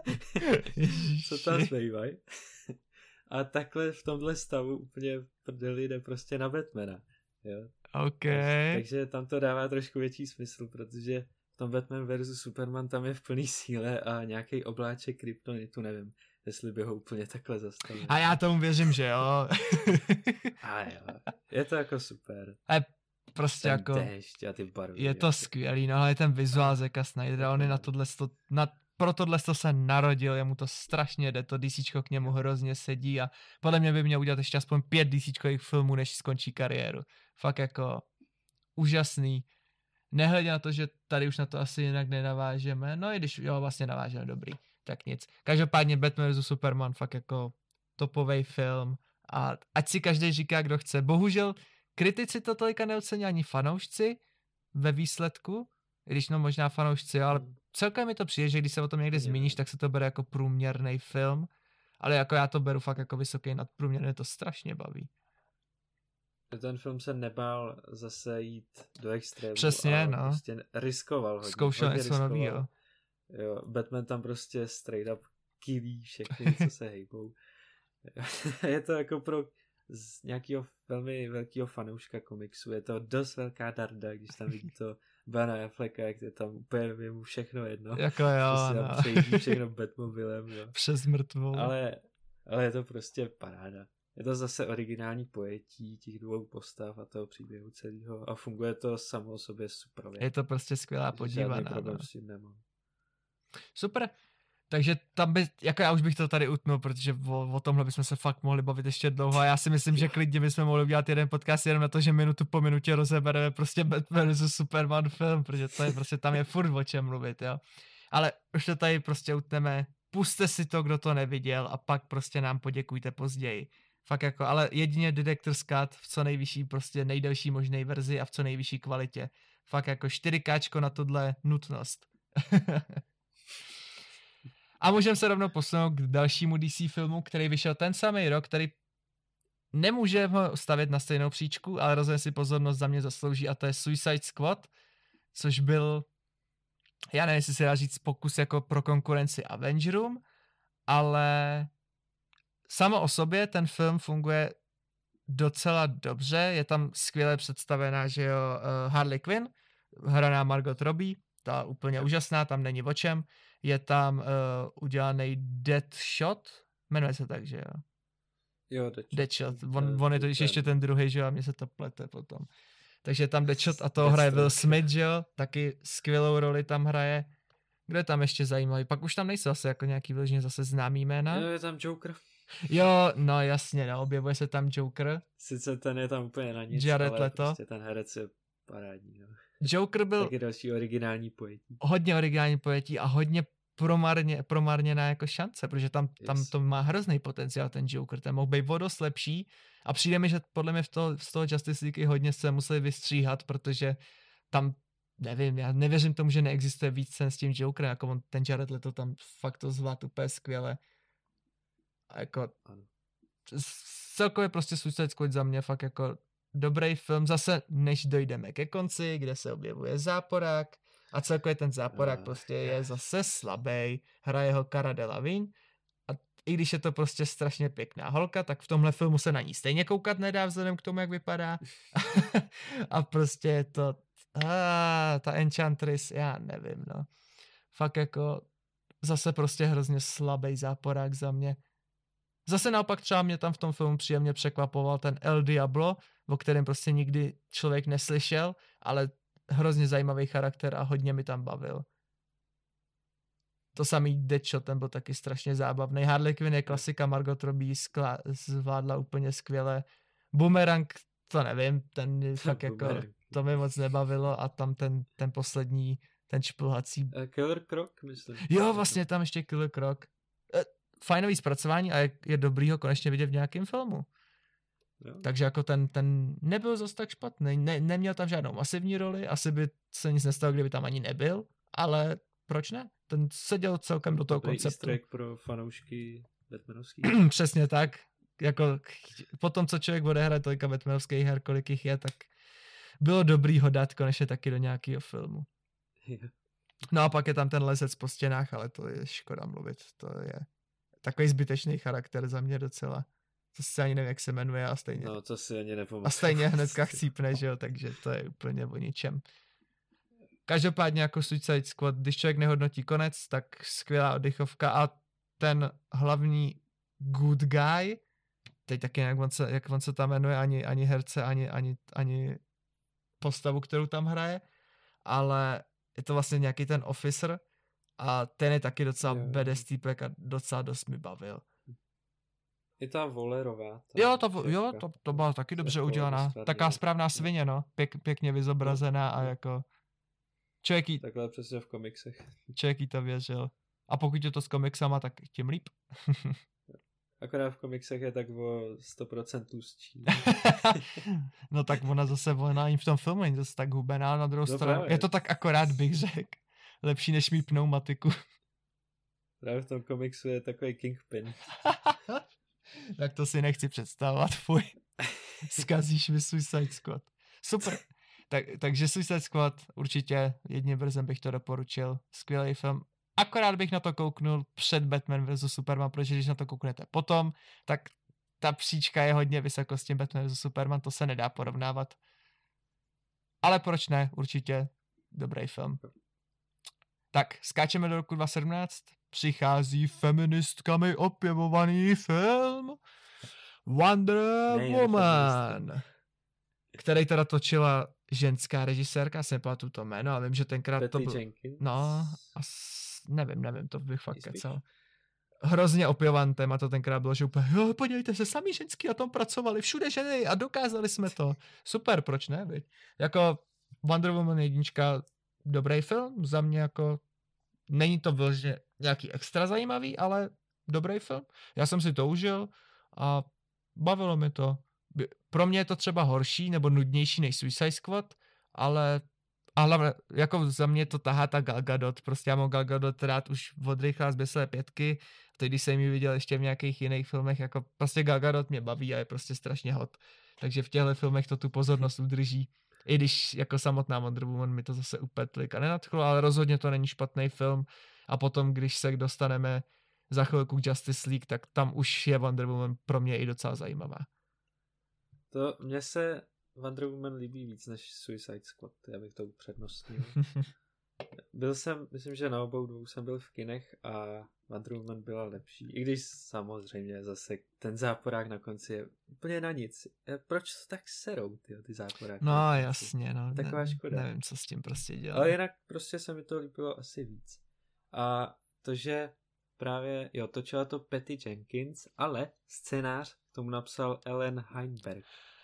co tam zbývají. A takhle v tomhle stavu úplně prdeli jde prostě na Batmana. Jo? Okay. Takže tam to dává trošku větší smysl, protože v tom Batman versus Superman tam je v plný síle a nějaký obláček kryptonitu, nevím, jestli by ho úplně takhle zastavil. A já tomu věřím, že jo. A jo, je to jako super. Prostě ten jako déšť a ty barvy. Je to skvělý, no ale ten vizuál Zacka Snydera, on je na pro tohle se narodil, jemu to strašně jde, to DCčko k němu hrozně sedí a podle mě by měl udělat ještě aspoň 5 DCčkových filmů, než skončí kariéru. Fakt jako úžasný. Nehledě na to, že tady už na to asi jinak nenavážeme, no i když jo, vlastně navážeme, dobrý, tak nic. Každopádně Batman vs Superman fakt jako topový film a ať si každý říká, kdo chce. Bohužel kritici to tolika neocení ani fanoušci ve výsledku, když no možná fanoušci, ale celkem mi to přijde, že když se o tom někde zmíníš, tak se to bere jako průměrný film, ale jako já to beru fakt jako vysoký nadprůměrný, to strašně baví. Ten film se nebál zase jít do extrému. Přesně, no. Prostě riskoval hodně. Zkoušel něco novýho. Jo, Batman tam prostě straight up killí všechny, co se hejbou. Je to jako pro z nějakého velmi velkého fanouška komiksu. Je to dost velká darda, když tam vidí to Bena Afflecka, jak je tam úplně mu všechno jedno. Jako jo, no. Přejdí všechno Batmobilem. Jo. Přes mrtvou. Ale je to prostě paráda. Je to zase originální pojetí těch dvou postav a toho příběhu celého a funguje to samo o sobě super. Je to prostě skvělá podívaná. Problém s tím nemám. Super. Takže tam by, jako já už bych to tady utnul, protože o tomhle bychom se fakt mohli bavit ještě dlouho a já si myslím, že klidně bychom mohli udělat jeden podcast jenom na to, že minutu po minutě rozebereme prostě Batman vs Superman film, protože to je prostě, tam je furt o čem mluvit, jo. Ale už to tady prostě utneme, pusťte si to, kdo to neviděl a pak prostě nám poděkujte později. Fakt jako, ale jedině Director's Cut v co nejvyšší, prostě nejdelší možné verzi a v co nejvyšší kvalitě. Fakt jako 4K na tohle nutnost. A můžeme se rovnou posunout k dalšímu DC filmu, který vyšel ten samý rok, který nemůžeme ho stavět na stejnou příčku, ale rozhodně si pozornost za mě zaslouží a to je Suicide Squad, což byl, já nevím, jestli se dá říct pokus jako pro konkurenci Avengerům, ale samo o sobě ten film funguje docela dobře, je tam skvěle představená, že jo, Harley Quinn, hraná Margot Robbie, ta úplně úžasná, tam není o čem, je tam udělaný Deadshot, jmenuje se tak, že jo? Jo, Deadshot. On je to ještě ten druhý, že jo, a mně se to plete potom. Takže je tam Deadshot a toho hraje Will Smith, že jo, taky skvělou roli tam hraje. Kdo je tam ještě zajímavý? Pak už tam nejsou asi jako nějaký vyloženě zase známý jména. Jo, je tam Joker. Jo, no jasně, no, objevuje se tam Joker. Sice ten je tam úplně na nic, Jared ale Leto. prostě ten herec je parádní. No. Joker byl taky další originální pojetí. Hodně originální pojetí a hodně promarněná jako šance, protože tam to má hrozný potenciál ten Joker, ten mohl být o dost lepší a přijde mi, že podle mě z toho Justice League hodně se museli vystříhat, protože tam, nevím, já nevěřím tomu, že neexistuje víc scén s tím Jokerem, jako ten Jared Leto tam fakt to zvládl úplně skvěle. A jako celkově prostě Suicide Squad za mě fakt jako dobrý film, zase než dojdeme ke konci, kde se objevuje záporák a celkově ten záporák prostě je zase slabý, hraje ho Cara Delevingne a i když je to prostě strašně pěkná holka, tak v tomhle filmu se na ní stejně koukat nedá vzhledem k tomu, jak vypadá a prostě je to ta Enchantress, já nevím, no. Fakt jako zase prostě hrozně slabý záporák za mě. Zase naopak třeba mě tam v tom filmu příjemně překvapoval ten El Diablo, o kterém prostě nikdy člověk neslyšel, ale hrozně zajímavý charakter a hodně mi tam bavil. To samý Deadshot, ten byl taky strašně zábavný. Harley Quinn je klasika, Margot Robbie zvládla úplně skvěle. Boomerang, to nevím, ten fakt jako, to mi moc nebavilo a tam ten poslední, ten šplhací. Killer Croc, myslím. Jo, vlastně tam ještě Killer Croc. Fajnový zpracování a je dobrý ho konečně vidět v nějakém filmu. Jo. Takže jako ten nebyl zase tak špatný, neměl tam žádnou masivní roli, asi by se nic nestalo, kdyby tam ani nebyl, ale proč ne? Ten seděl celkem do toho konceptu. Easter pro fanoušky Batmanovských. Přesně tak. Jako po tom, co člověk odehraje tolika Batmanovských her, kolik jich je, tak bylo dobrý ho dát konečně taky do nějakého filmu. No a pak je tam ten lezec po stěnách, ale to je škoda mluvit, to je takový zbytečný charakter za mě docela. To si ani nevím, jak se jmenuje a stejně. No, to si ani nepamatuji. A stejně hnedka chcípne, že jo, takže to je úplně o ničem. Každopádně jako Suicide Squad, když člověk nehodnotí konec, tak skvělá oddychovka a ten hlavní good guy, teď taky jak on se tam jmenuje, ani herce, ani postavu, kterou tam hraje, ale je to vlastně nějaký ten officer a ten je taky docela badass týpek a docela dost mi bavil. Je ta Volerová. To byla taky dobře udělaná. Taká správná svině, no. Pěkně vyzobrazená a jako Takhle přesně v komiksech. Člověk jí to věřil. A pokud je to s komiksama, tak tím líp. Akorát v komiksech je tak o 100% tlustší. No tak ona ani v tom filmu není zase tak hubená, na druhou stranu. Je to tak akorát, bych řekl. Lepší než mít pneumatiku. Právě v tom komiksu je takový Kingpin. Tak to si nechci představovat, fuj. Zkazíš mi Suicide Squad. Super. Takže Suicide Squad určitě jedním brzem bych to doporučil. Skvělý film. Akorát bych na to kouknul před Batman vs. Superman, protože když na to kouknete potom, tak ta příčka je hodně vysoko s tím Batman vs. Superman, to se nedá porovnávat. Ale proč ne? Určitě dobrý film. Tak, skáčeme do roku 2017. Přichází feministkami opěvovaný film Wonder Woman, který teda točila ženská režisérka, jsem nepamatuju to jméno, ale vím, že tenkrát Patty to byl... Jenkins? No, nevím, to bych fakt kecal. Hrozně opěvovaný téma to tenkrát bylo, že úplně, jo, podívejte se, sami ženský na tom pracovali, všude ženy a dokázali jsme to. Super, proč ne, viď? Jako Wonder Woman 1, dobrý film, za mě jako není to vyloženě nějaký extra zajímavý, ale dobrý film. Já jsem si to užil a bavilo mi to. Pro mě je to třeba horší nebo nudnější než Suicide Squad, ale jako za mě to tahá ta Gal Gadot. Prostě já mám Gal Gadot rád už od Rychlá zběsilé 5. Teď, když jsem ji viděl ještě v nějakých jiných filmech, jako prostě Gal Gadot mě baví a je prostě strašně hot. Takže v těchto filmech to tu pozornost udrží. I když jako samotná Wonder Woman mi to zase úplně tolik a nenadchlo, ale rozhodně to není špatný film. A potom, když se dostaneme za chvilku k Justice League, tak tam už je Wonder Woman pro mě i docela zajímavá. Mně se Wonder Woman líbí víc než Suicide Squad, já bych to upřednostnil. Myslím, že na obou dvou jsem byl v kinech a Wonder Woman byla lepší. I když samozřejmě zase ten záporák na konci je úplně na nic. Proč to tak serou, ty záporáky? No jasně, no. Taková škoda. Nevím, co s tím prostě dělá. Ale jinak prostě se mi to líbilo asi víc. A to, že právě, točila to Patty Jenkins, ale scénář k tomu napsal Ellen Heinberg.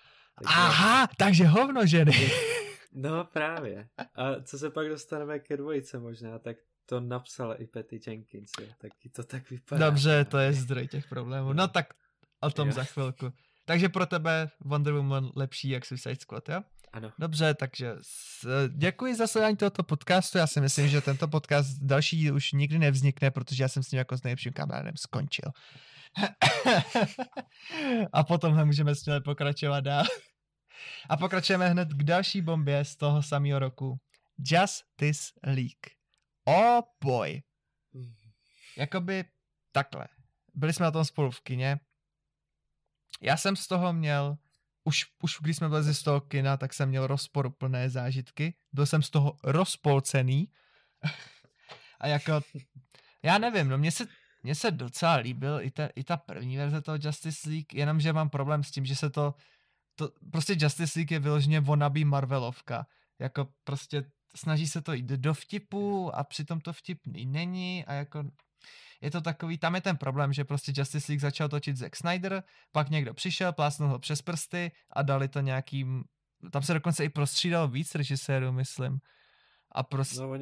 Takže hovno ženy. No právě. A co se pak dostaneme ke dvojice možná, tak to napsala i Patty Jenkins, taky to tak vypadá. Dobře, to je zdroj těch problémů. No tak o tom za chvilku. Takže pro tebe Wonder Woman lepší jak Suicide Squad, jo? Ano. Dobře, takže děkuji za sledování tohoto podcastu. Já si myslím, že tento podcast další už nikdy nevznikne, protože já jsem s ním jako s nejlepším kamarádem skončil. A potom můžeme směle pokračovat dál. A pokračujeme hned k další bombě z toho samého roku. Justice League. Oh boy. Jakoby takhle. Byli jsme na tom spolu v kině. Já jsem z toho měl, už když jsme byli z toho kina, tak jsem měl rozporuplné zážitky. Byl jsem z toho rozpolcený. A jako, já nevím, no mně se docela líbil i ta první verze toho Justice League, jenomže mám problém s tím, že se to prostě Justice League je vyloženě wannabe Marvelovka. Jako prostě snaží se to jít do vtipu a přitom to vtipný není a jako je to takový, tam je ten problém, že prostě Justice League začal točit Zack Snyder, pak někdo přišel, plásnul ho přes prsty a dali to nějakým, tam se dokonce i prostřídalo víc režisérů, myslím. A prostě... No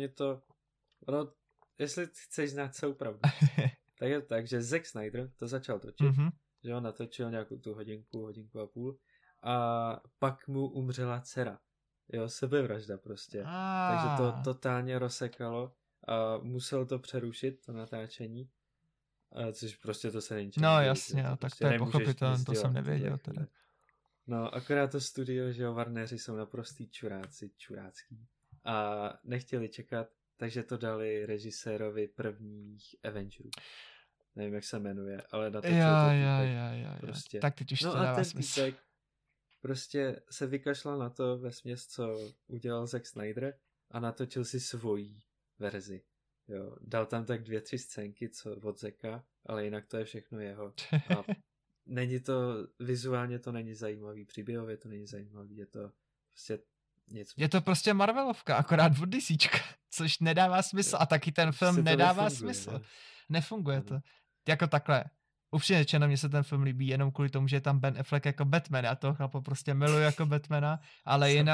jestli chceš znát celou pravdu, tak je to tak, že Zack Snyder to začal točit, že on natočil nějakou tu hodinku a půl a pak mu umřela dcera. Sebevražda prostě. Takže to totálně rozsekalo a musel to přerušit, to natáčení. Což prostě to se není. No jasně, tak prostě to je pochopitelné, to jsem nevěděl teda. No akorát to studio, že Warneri jsou naprostý čurácký. A nechtěli čekat, takže to dali režisérovi prvních Avengerů. Nevím, jak se jmenuje, ale natočil to prostě. Tak teď už to a dává ten smysl. týpek prostě se vykašlal na to vesměs, co udělal Zack Snyder a natočil si svoji verzi. Dal tam tak 2-3 scénky od Zacka, ale jinak to je všechno jeho. A není to, vizuálně to není zajímavý, příběhově to není zajímavý, je to prostě něco. Je to prostě Marvelovka, akorát od DCčka, což nedává smysl a taky ten film nedává smysl. Nefunguje to. Jako takhle. Upřímně řečeno, mně se ten film líbí jenom kvůli tomu, že je tam Ben Affleck jako Batman. Já toho chlapu prostě miluji jako Batmana, ale jinak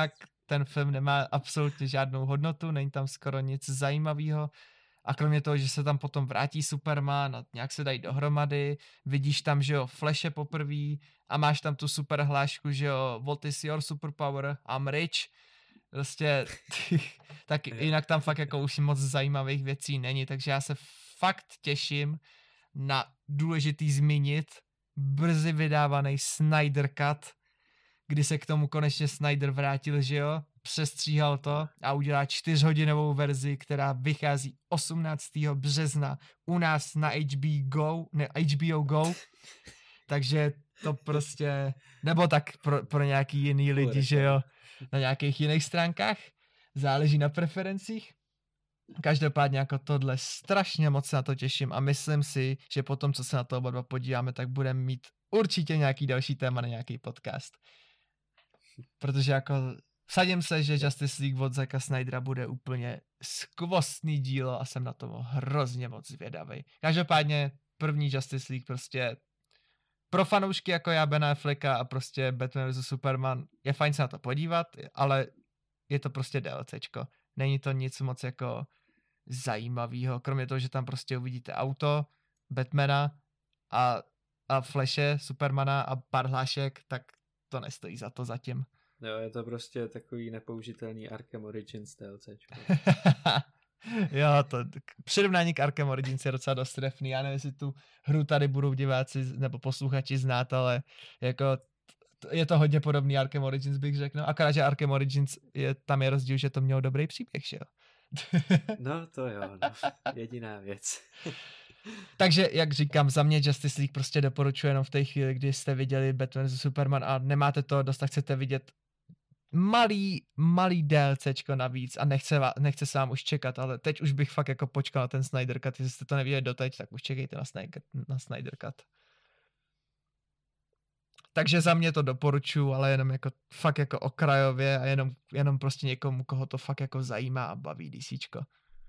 ten film nemá absolutně žádnou hodnotu, není tam skoro nic zajímavého. A kromě toho, že se tam potom vrátí Superman a nějak se dají dohromady, vidíš tam, že jo, Flashe poprvé a máš tam tu super hlášku, že jo, what is your superpower, I'm rich. Prostě, tak jinak tam fakt jako už moc zajímavých věcí není, takže já se fakt těším na důležitý zmínit brzy vydávaný Snyder Cut, kdy se k tomu konečně Snyder vrátil, že jo, přestříhal to a udělá 4hodinovou verzi, která vychází 18. března u nás na HBO Go, takže to prostě, nebo tak pro nějaký jiný lidi, že jo, na nějakých jiných stránkách, záleží na preferencích. Každopádně jako tohle strašně moc se na to těším a myslím si, že potom, co se na to oba dva podíváme, tak budeme mít určitě nějaký další téma na nějaký podcast. Protože jako vsadím se, že Justice League od Zacka Snydera bude úplně skvostný dílo a jsem na to hrozně moc zvědavý. Každopádně první Justice League prostě pro fanoušky jako já Ben Afflecka a prostě Batman vs Superman je fajn se na to podívat, ale je to prostě DLCčko. Není to nic moc jako zajímavého, kromě toho, že tam prostě uvidíte auto Batmana a Flashe, Supermana a pár hlášek, tak to nestojí za to zatím. Jo, je to prostě takový nepoužitelný Arkham Origins DLCčko. Jo, to přirovnání k Arkham Origins je docela dost trefný. Já nevím, jestli tu hru tady budou diváci nebo posluchači znát, ale jako je to hodně podobný Arkham Origins, bych řekl. No, akorát, že Arkham Origins tam je rozdíl, že to mělo dobrý příběh, že jo? No to jo, no. Jediná věc. Takže, jak říkám, za mě Justice League prostě doporučuji jenom v té chvíli, kdy jste viděli Batman vs Superman a nemáte to dost, tak chcete vidět malý DLCčko navíc a nechce se vám už čekat, ale teď už bych fakt jako počkal na ten Snyder Cut, jestli jste to neviděli doteď, tak už čekejte na Snyder Cut. Takže za mě to doporučuji, ale jenom jako fakt jako okrajově a jenom prostě někomu, koho to fakt jako zajímá a baví DCčko.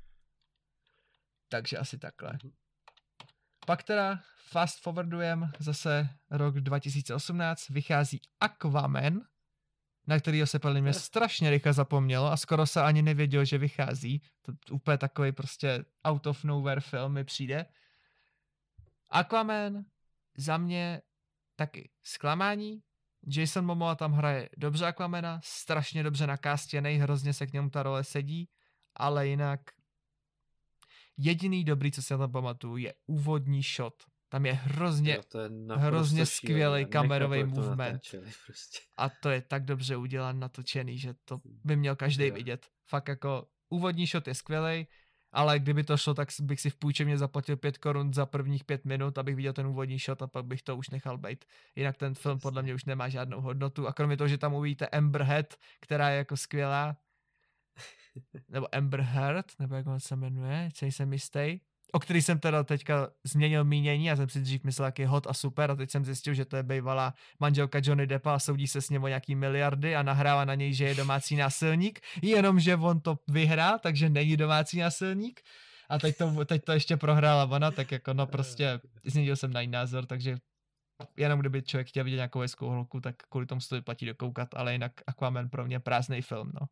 Takže asi takhle. Pak teda fast forwardujem zase rok 2018, vychází Aquaman, na kterýho se podle mě strašně rychle zapomnělo a skoro se ani nevěděl, že vychází. To úplně takový prostě out of nowhere film mi přijde. Aquaman za mě taky zklamání. Jason Momoa tam hraje dobře Aquamana, strašně dobře nakástěnej, hrozně se k němu ta role sedí, ale jinak jediný dobrý, co si na tom pamatuju, je úvodní shot. Tam je hrozně skvělý kamerový movement. Prostě. A to je tak dobře udělan, natočený, že to by měl každý vidět. Fakt jako úvodní shot je skvělej, ale kdyby to šlo, tak bych si v půjčovně zaplatil 5 korun za prvních 5 minut, abych viděl ten úvodní shot a pak bych to už nechal bejt. Jinak ten film podle mě už nemá žádnou hodnotu a kromě toho, že tam uvidíte Amber Heard, která je jako skvělá, nebo Amber Heard, nebo jak on se jmenuje, jsem jistý, o který jsem teda teďka změnil mínění, já jsem si dřív myslel, jak je hot a super a teď jsem zjistil, že to je bývalá manželka Johnny Deppa a soudí se s ním o nějaký miliardy a nahrává na něj, že je domácí násilník, jenomže on to vyhrál, takže není domácí násilník a teď to ještě prohrála ona, tak jako no prostě změnil jsem na jiný názor, takže jenom kdyby člověk chtěl vidět nějakou hezkou holku, tak kvůli tomu se to vyplatí dokoukat, ale jinak Aquaman pro mě prázdnej film, no.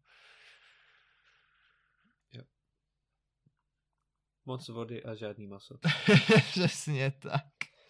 Moc vody a žádný maso. Přesně tak.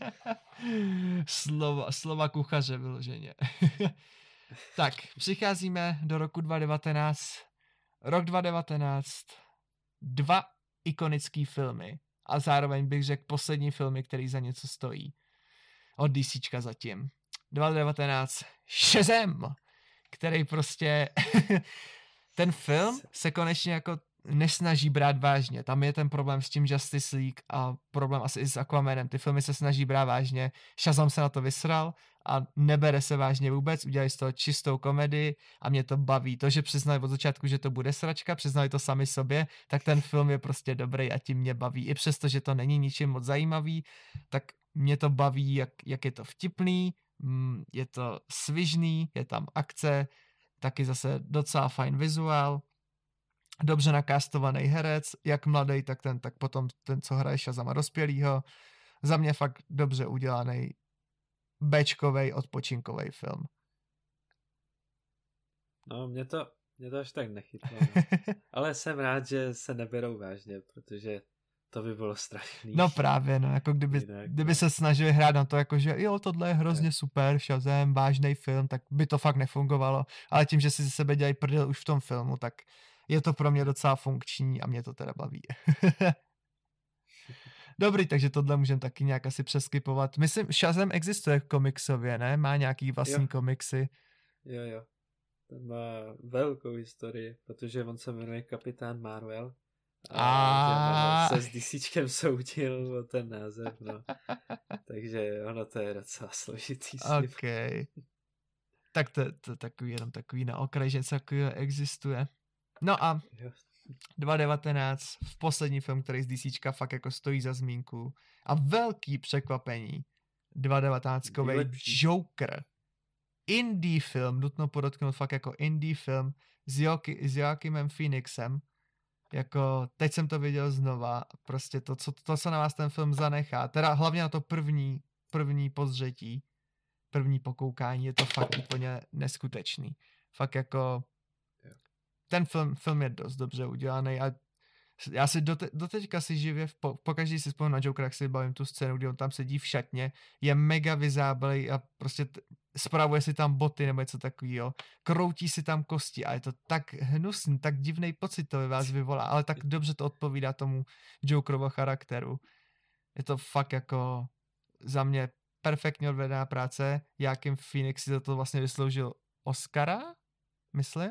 Slova kuchaře vyloženě. Tak, přicházíme do roku 2019. Rok 2019. 2 ikonický filmy. A zároveň bych řekl poslední filmy, který za něco stojí. Od DCčka zatím. 2019. Shazam! Který prostě... Ten film se konečně jako nesnaží brát vážně. Tam je ten problém s tím Justice League a problém asi i s Aquamanem. Ty filmy se snaží brát vážně. Shazam se na to vysral a nebere se vážně vůbec. Udělali z toho čistou komedii a mě to baví. To, že přiznali od začátku, že to bude sračka, přiznali to sami sobě, tak ten film je prostě dobrý a tím mě baví. I přesto, že to není ničím moc zajímavý, tak mě to baví, jak je to vtipný, je to svižný, je tam akce, taky zase docela fajn vizuál, dobře nakástovaný herec, jak mladý, tak potom ten, co hraje Shazama dospělýho. Za mě fakt dobře udělaný béčkovej odpočinkovej film. No, mě to Mě to až tak nechytlo. Ale jsem rád, že se neberou vážně, protože to by bylo strašný. No právě, no, jako kdyby se snažili hrát na to, jako že jo, tohle je hrozně super, Shazam, vážnej film, tak by to fakt nefungovalo, ale tím, že si ze sebe dělají prdel už v tom filmu, tak je to pro mě docela funkční a mě to teda baví. Dobrý, takže tohle můžeme taky nějak asi přeskipovat. Myslím, Shazam existuje komiksově, ne? Má nějaký vlastní komiksy. Jo. Ten má velkou historii, protože on se jmenuje Kapitán Marvel. A se s DCčkem soudil o ten název, no. Takže ono to je docela složitý. OK. Tak to takový, jenom takový na okraj, že něco takového existuje. No a 2019, v poslední film, který z DCčka fakt jako stojí za zmínku. A velký překvapení. 2019-kovej Joker. Indie film, nutno podotknout fakt jako indie film s Joaquimem Phoenixem. Jako, teď jsem to viděl znova, prostě to, co na vás ten film zanechá, teda hlavně na to první pozřetí, první pokoukání, je to fakt úplně neskutečný. Fakt jako, ten film je dost dobře udělaný a já si doteďka si živě, pokaždý si vzpomínám na Joker, jak si bavím tu scénu, kdy on tam sedí v šatně, je mega vyzáblej a prostě spravuje si tam boty nebo něco takového, kroutí si tam kosti a je to tak hnusný, tak divnej pocit to ve vás vyvolá, ale tak dobře to odpovídá tomu Jokerovo charakteru. Je to fakt jako za mě perfektně odvedená práce. Joaquin Phoenix si za to vlastně vysloužil Oscara, myslím.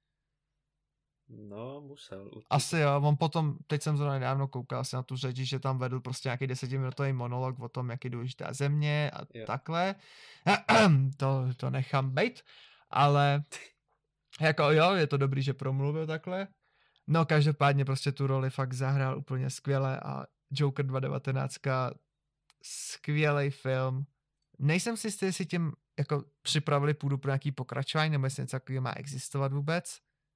No, musel. Určitě. Asi jo, on potom, teď jsem zrovna nedávno koukal asi na tu řeč, že tam vedl prostě nějaký 10minutový monolog o tom, jak je důležitá země a takhle. To nechám bejt, ale jako jo, je to dobrý, že promluvil takhle. No každopádně prostě tu roli fakt zahrál úplně skvěle a Joker 2019, skvělej film. Nejsem si jistý, jestli tím jako připravili půdu pro nějaký pokračování, nebo jestli něco takového má existovat vůbec.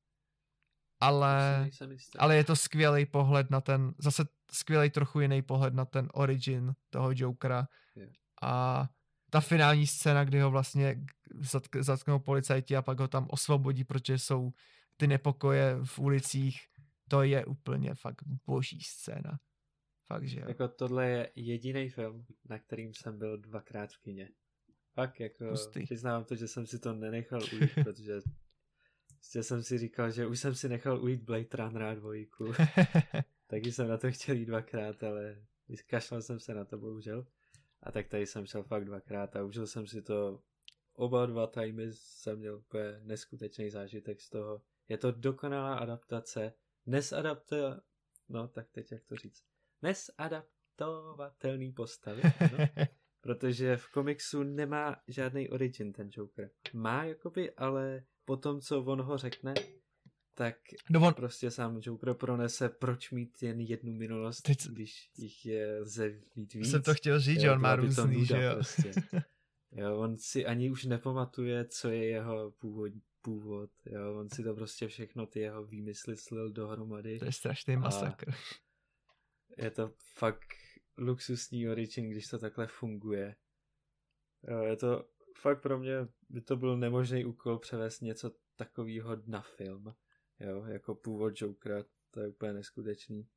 Ale je to skvělý pohled na ten, zase skvělý trochu jiný pohled na ten origin toho Jokera. A ta finální scéna, kdy ho vlastně zatknou policajti a pak ho tam osvobodí, protože jsou ty nepokoje v ulicích, to je úplně fakt boží scéna. Fakt, že jo. Jako tohle je jediný film, na kterým jsem byl 2krát v kině. Fakt jako, přiznám to, že jsem si to nenechal ujít, protože prostě jsem si říkal, že už jsem si nechal ujít Blade Runnera 2. Taky jsem na to chtěl jít 2krát, ale kašlal jsem se na to bohužel. A tak tady jsem šel fakt 2krát a užil jsem si to. Oba 2 timey jsem měl úplně neskutečný zážitek z toho. Je to dokonalá adaptace. No tak teď jak to říct. Nesadaptovatelný postavy, ano? Protože v komiksu nemá žádný origin ten Joker. Má jakoby, ale po tom, co on ho řekne, tak prostě sám Joker pronese, proč mít jen jednu minulost, když jich je mít víc. Jsem to chtěl říct, že on má různý, že jo. Prostě. Jo, on si ani už nepamatuje, co je jeho původ. Jo, on si to prostě všechno ty jeho výmysly slil dohromady. To je strašný masakr. Je to fakt luxusní origin, když to takhle funguje. Jo, je to fakt pro mě, by to byl nemožný úkol převést něco takového na film. Jo, jako původ Jokera, to je úplně neskutečný.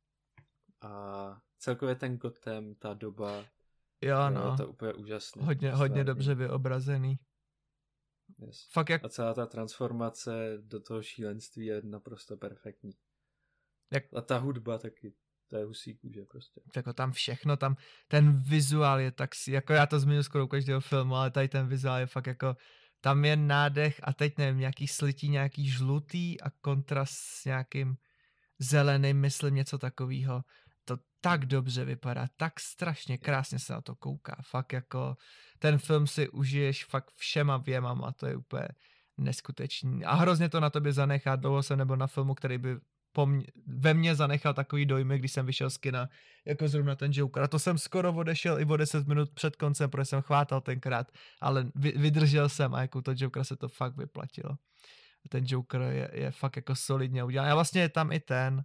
A celkově ten Gotham, ta doba, jo, no. Je to úplně úžasný. Hodně dobře vyobrazený. Yes. Fakt A celá ta transformace do toho šílenství je naprosto perfektní. A ta hudba taky. To je husí kůže prostě. Jako tam všechno, tam ten vizuál je tak si, jako já to zmiňuji skoro u každého filmu, ale tady ten vizuál je fakt jako, tam je nádech a teď nevím, nějaký slití, nějaký žlutý a kontrast s nějakým zeleným, myslím něco takového. To tak dobře vypadá, tak strašně krásně se na to kouká. Fakt jako, ten film si užiješ fakt všema věmama, to je úplně neskutečný. A hrozně to na tobě zanechá, dlouho jsem nebyl na filmu, který by ve mně zanechal takový dojmy, když jsem vyšel z kina, jako zrovna ten Joker. A to jsem skoro odešel i o 10 minut před koncem, protože jsem chvátal tenkrát, ale vydržel jsem a jako to Joker se to fakt vyplatilo. Ten Joker je fakt jako solidně udělaný. A vlastně je tam i ten,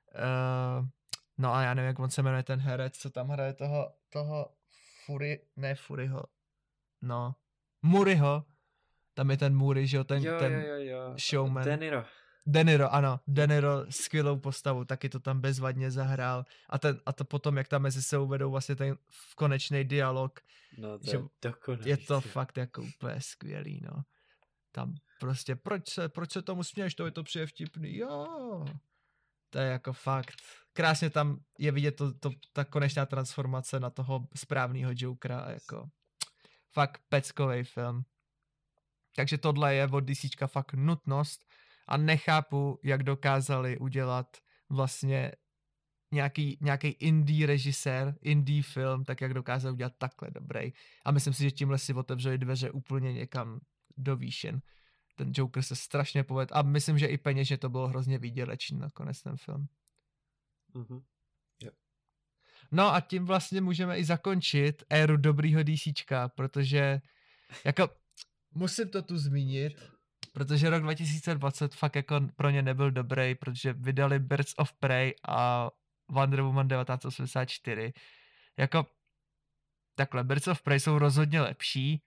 no a já nevím, jak on se jmenuje ten herec, co tam hraje toho Murrayho, Tam je ten Moody, že jo, ten showman. De Niro, ano. De Niro skvělou postavu, taky to tam bezvadně zahrál. A to potom, jak tam mezi sebou vedou vlastně ten konečný dialog. No to je dokonalý. Je to fakt jako úplně skvělý, no. Tam prostě, proč se tomu směješ, to je to přijde vtipný, jo. To je jako fakt. Krásně tam je vidět ta konečná transformace na toho správného Jokera, jako fakt peckovej film. Takže tohle je od DCčka fakt nutnost a nechápu, jak dokázali udělat vlastně nějaký indie režisér, indie film, tak jak dokázali udělat takhle dobrý. A myslím si, že tímhle si otevřeli dveře úplně někam do výšin. Ten Joker se strašně povedl a myslím, že i peněžně to bylo hrozně výdělečný nakonec ten film. Mm-hmm. Yep. No a tím vlastně můžeme i zakončit éru dobrýho DCčka, protože jako musím to tu zmínit, protože rok 2020 fakt jako pro ně nebyl dobrý, protože vydali Birds of Prey a Wonder Woman 1984. Jako takhle, Birds of Prey jsou rozhodně lepší,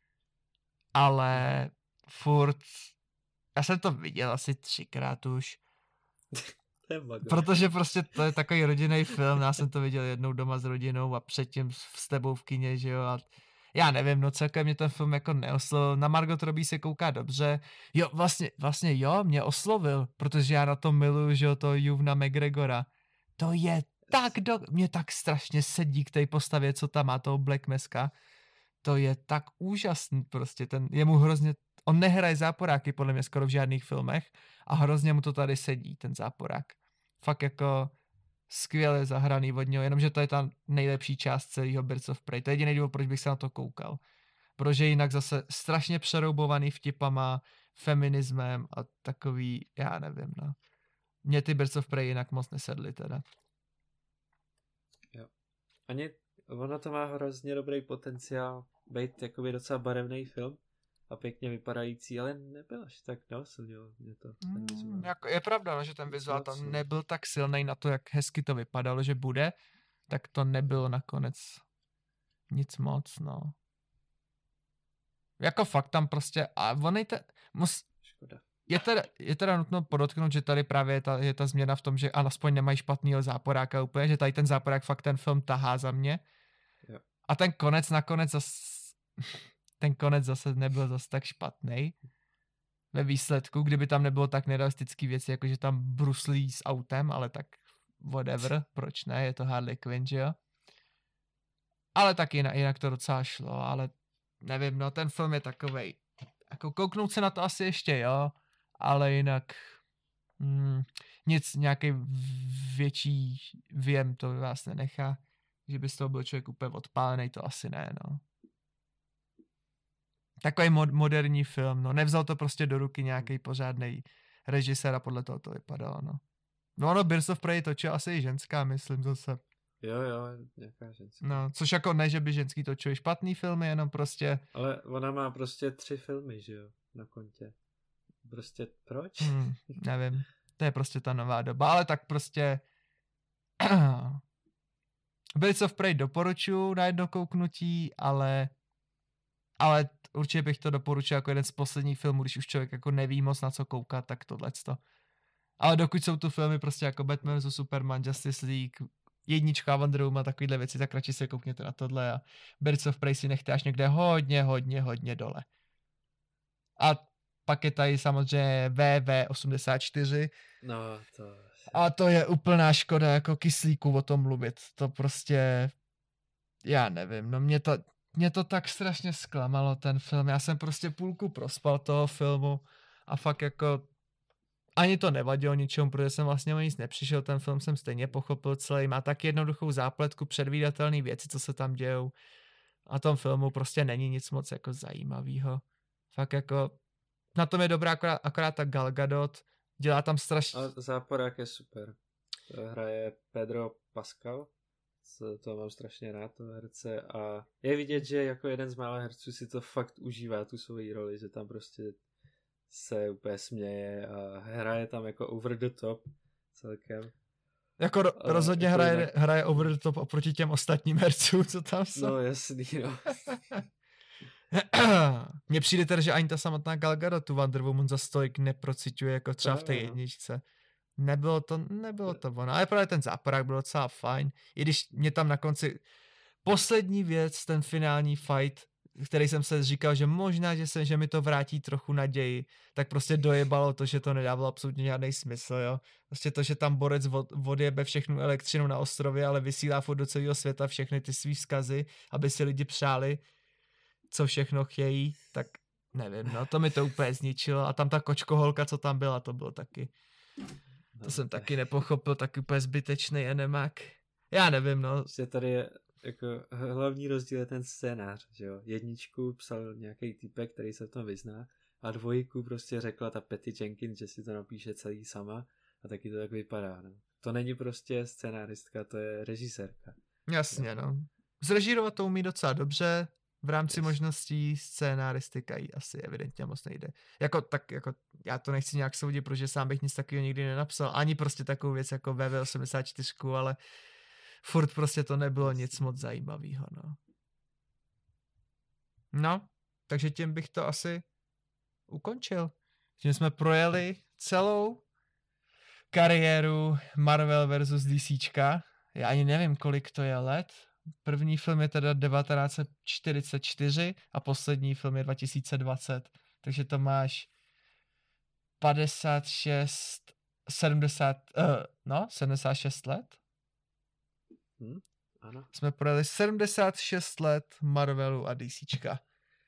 ale furt já jsem to viděl asi 3krát už. Protože prostě to je takový rodinný film, já jsem to viděl jednou doma s rodinou a předtím s tebou v kině, že jo, a já nevím, no celkem mě ten film jako neoslovil, na Margot Robbie se kouká dobře, jo, vlastně jo, mě oslovil, protože já na to miluju, že jo, to Ewana McGregora, to je tak, mě tak strašně sedí k té postavě, co tam má toho Black Maska, to je tak úžasný prostě, jemu hrozně, on nehraje záporáky podle mě skoro v žádných filmech a hrozně mu to tady sedí, ten záporák. Fakt jako skvěle zahraný od něho, jenomže to je ta nejlepší část celého Birds of Prey. To je jediný důvod, proč bych se na to koukal. Protože jinak zase strašně přeroubovaný vtipama, feminismem a takový, já nevím, no. Mně ty Birds of Prey jinak moc nesedly teda. Jo. Ono to má hrozně dobrý potenciál být jakoby docela barevný film a pěkně vypadající, ale nebyl až tak neoslnil mě to. Jako je pravda, no, že ten vizuál tam nebyl tak silný na to, jak hezky to vypadalo, že bude, tak to nebylo nakonec nic moc, no. Jako fakt tam prostě, a Škoda. Je teda nutno podotknout, že tady právě je ta změna v tom, že alespoň nemají špatnýho záporáka úplně, že tady ten záporák fakt ten film tahá za mě. Jo. A ten konec zase nebyl zase tak špatný. Ve výsledku, kdyby tam nebylo tak nerealistický věci, jako že tam bruslí s autem, ale tak whatever, proč ne, je to Harley Quinn, že jo? Ale tak jinak to docela šlo, ale nevím, no ten film je takovej, jako kouknout se na to asi ještě, jo, ale jinak nic, nějaký větší věm to vás nenechá, že by z toho byl člověk úplně odpálený, to asi ne, no. Takový moderní film, no, nevzal to prostě do ruky nějaký pořádný režisér a podle toho to vypadalo, no. No ono Birds of Prey točil asi i ženská, myslím zase. Jo, nějaká ženská. No, což jako ne, že by ženský točili špatný filmy, jenom prostě... Ale ona má prostě 3 filmy, že jo, na kontě. Prostě proč? Nevím, to je prostě ta nová doba, ale tak prostě... Birds of Prey doporučuji na jedno kouknutí, ale určitě bych to doporučil jako jeden z posledních filmů, když už člověk jako neví moc na co koukat, tak tohleto. Ale dokud jsou tu filmy prostě jako Batman vs Superman, Justice League, jednička Wonder Woman, takovýhle věci, tak radši se koukněte na tohle a Birds of Prey si nechte až někde hodně dole. A pak je tady samozřejmě VV84. No, to... A to je úplná škoda jako kyslíku o tom mluvit. To prostě, já nevím, no mě to tak strašně zklamalo ten film. Já jsem prostě půlku prospal toho filmu a fakt jako ani to nevadilo ničemu, protože jsem vlastně o nic nepřišel, ten film jsem stejně pochopil celý, má tak jednoduchou zápletku, předvídatelné věci, co se tam dějou a tom filmu prostě není nic moc jako zajímavého. Fakt jako, na tom je dobrá akorát ta Gal Gadot, dělá tam strašně... A záporák je super. To hraje Pedro Pascal, to mám strašně rád, to herce, a je vidět, že jako jeden z mála herců si to fakt užívá, tu svoji roli, že tam prostě se úplně směje a hraje tam jako over the top celkem. Jako rozhodně hraje over the top oproti těm ostatním hercům, co tam jsou. No jasný, no. Mně přijde teda, že ani ta samotná Gal Gadot tu Wonder Woman za stolik neprociťuje jako třeba v té jedničce. Nebylo to ono, ale právě ten záporák byl docela fajn, i když mě tam na konci poslední věc, ten finální fight, který jsem se říkal, že možná, že mi to vrátí trochu naději, tak prostě dojebalo to, že to nedávalo absolutně žádný smysl, jo. Prostě to, že tam borec odjebe všechnu elektřinu na ostrově, ale vysílá furt do celého světa všechny ty svý vzkazy, aby si lidi přáli, co všechno chtějí, tak nevím, no, to mi to úplně zničilo. A tam ta kočkoholka, co tam byla, to bylo taky, to jsem taky nepochopil, taky úplně zbytečný enemák. Já nevím, no. Prostě tady je jako hlavní rozdíl je ten scénář, že jo. Jedničku psal nějaký týpek, který se v tom vyzná, a dvojku prostě řekla ta Patty Jenkins, že si to napíše celý sama, a taky to tak vypadá, no. To není prostě scénáristka, to je režisérka. Jasně, no. Zrežírovat to umí docela dobře, v rámci možností scénáristika jí asi evidentně moc nejde. Jako já to nechci nějak soudit, protože sám bych nic takového nikdy nenapsal, ani prostě takovou věc jako VV84, ale furt prostě to nebylo nic moc zajímavého, no. No, takže tím bych to asi ukončil. Tím jsme projeli celou kariéru Marvel versus DCčka. Já ani nevím, kolik to je let. První film je teda 1944 a poslední film je 2020. Takže to máš 76 let. Ano. Jsme projeli 76 let Marvelu a DCčka.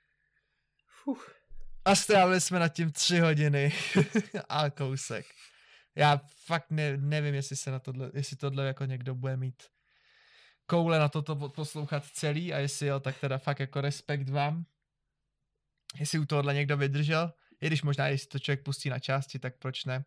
A strávili jsme nad tím 3 hodiny a kousek. Já fakt nevím, jestli tohle jako někdo bude mít koule na toto poslouchat celý, a jestli jo, tak teda fakt jako respekt vám. Jestli u tohohle někdo vydržel, i když možná, jestli to člověk pustí na části, tak proč ne.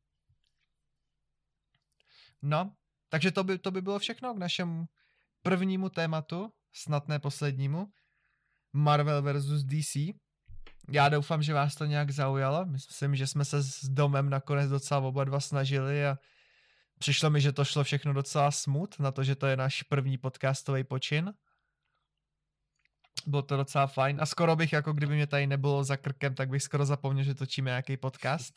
No, takže to by bylo všechno k našemu prvnímu tématu, snad ne poslednímu, Marvel versus DC. Já doufám, že vás to nějak zaujalo. Myslím, že jsme se s Domem nakonec docela oba dva snažili a přišlo mi, že to šlo všechno docela smooth, na to, že to je náš první podcastový počin. Bylo to docela fajn a skoro bych, jako kdyby mě tady nebylo za krkem, tak bych skoro zapomněl, že točíme nějaký podcast.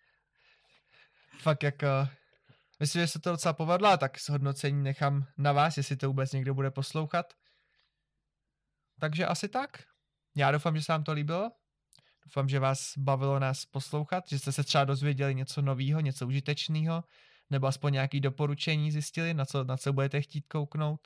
Fakt jako, myslím, že se to docela povedlo, a tak zhodnocení nechám na vás, jestli to vůbec někdo bude poslouchat. Takže asi tak. Já doufám, že se vám to líbilo. Doufám, že vás bavilo nás poslouchat, že jste se třeba dozvěděli něco nového, něco užitečného, nebo aspoň nějaké doporučení zjistili, na co budete chtít kouknout.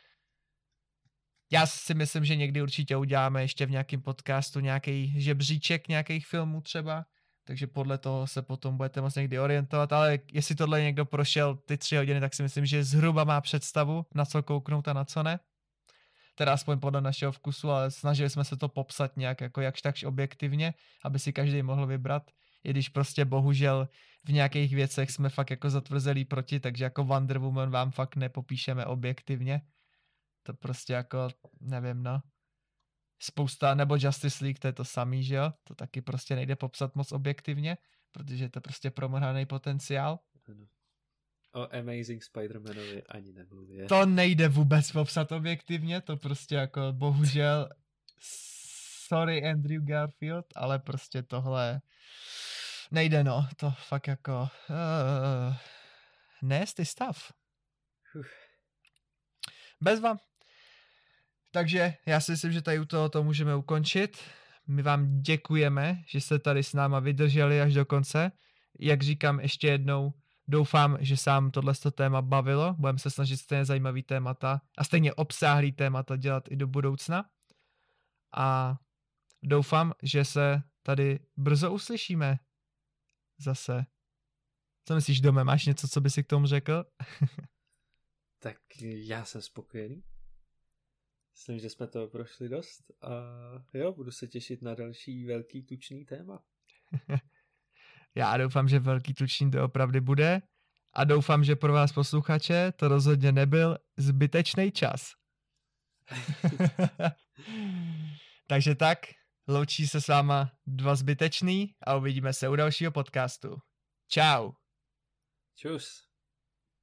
Já si myslím, že někdy určitě uděláme ještě v nějakém podcastu nějaký žebříček nějakých filmů třeba, takže podle toho se potom budete moct někdy orientovat, ale jestli tohle někdo prošel ty 3 hodiny, tak si myslím, že zhruba má představu, na co kouknout a na co ne. Teda aspoň podle našeho vkusu, ale snažili jsme se to popsat nějak jako jakž takž objektivně, aby si každý mohl vybrat, i když prostě bohužel v nějakých věcech jsme fakt jako zatvrzelí proti, takže jako Wonder Woman vám fakt nepopíšeme objektivně. To prostě jako, nevím, no. Spousta, nebo Justice League, to je to samý, že jo? To taky prostě nejde popsat moc objektivně, protože je to prostě promrhaný potenciál. O Amazing Spider-Manovi ani nemluvě. To nejde vůbec popsat objektivně, to prostě jako bohužel sorry Andrew Garfield, ale prostě tohle nejde, no, to fakt jako nasty stav. Bezva. Takže já si myslím, že tady u toho to můžeme ukončit. My vám děkujeme, že jste tady s náma vydrželi až do konce. Jak říkám ještě jednou, doufám, že se vám tohleto téma bavilo. Budeme se snažit stejně zajímavý témata a stejně obsáhlý témata dělat i do budoucna. A doufám, že se tady brzo uslyšíme. Zase. Co myslíš, Dome? Máš něco, co by si k tomu řekl? Tak já jsem spokojený. Myslím, že jsme to prošli dost a jo, budu se těšit na další velký tučný téma. Já doufám, že velký tučný to opravdu bude a doufám, že pro vás posluchače to rozhodně nebyl zbytečný čas. Takže tak, loučí se s váma 2 zbytečný a uvidíme se u dalšího podcastu. Čau. Čus.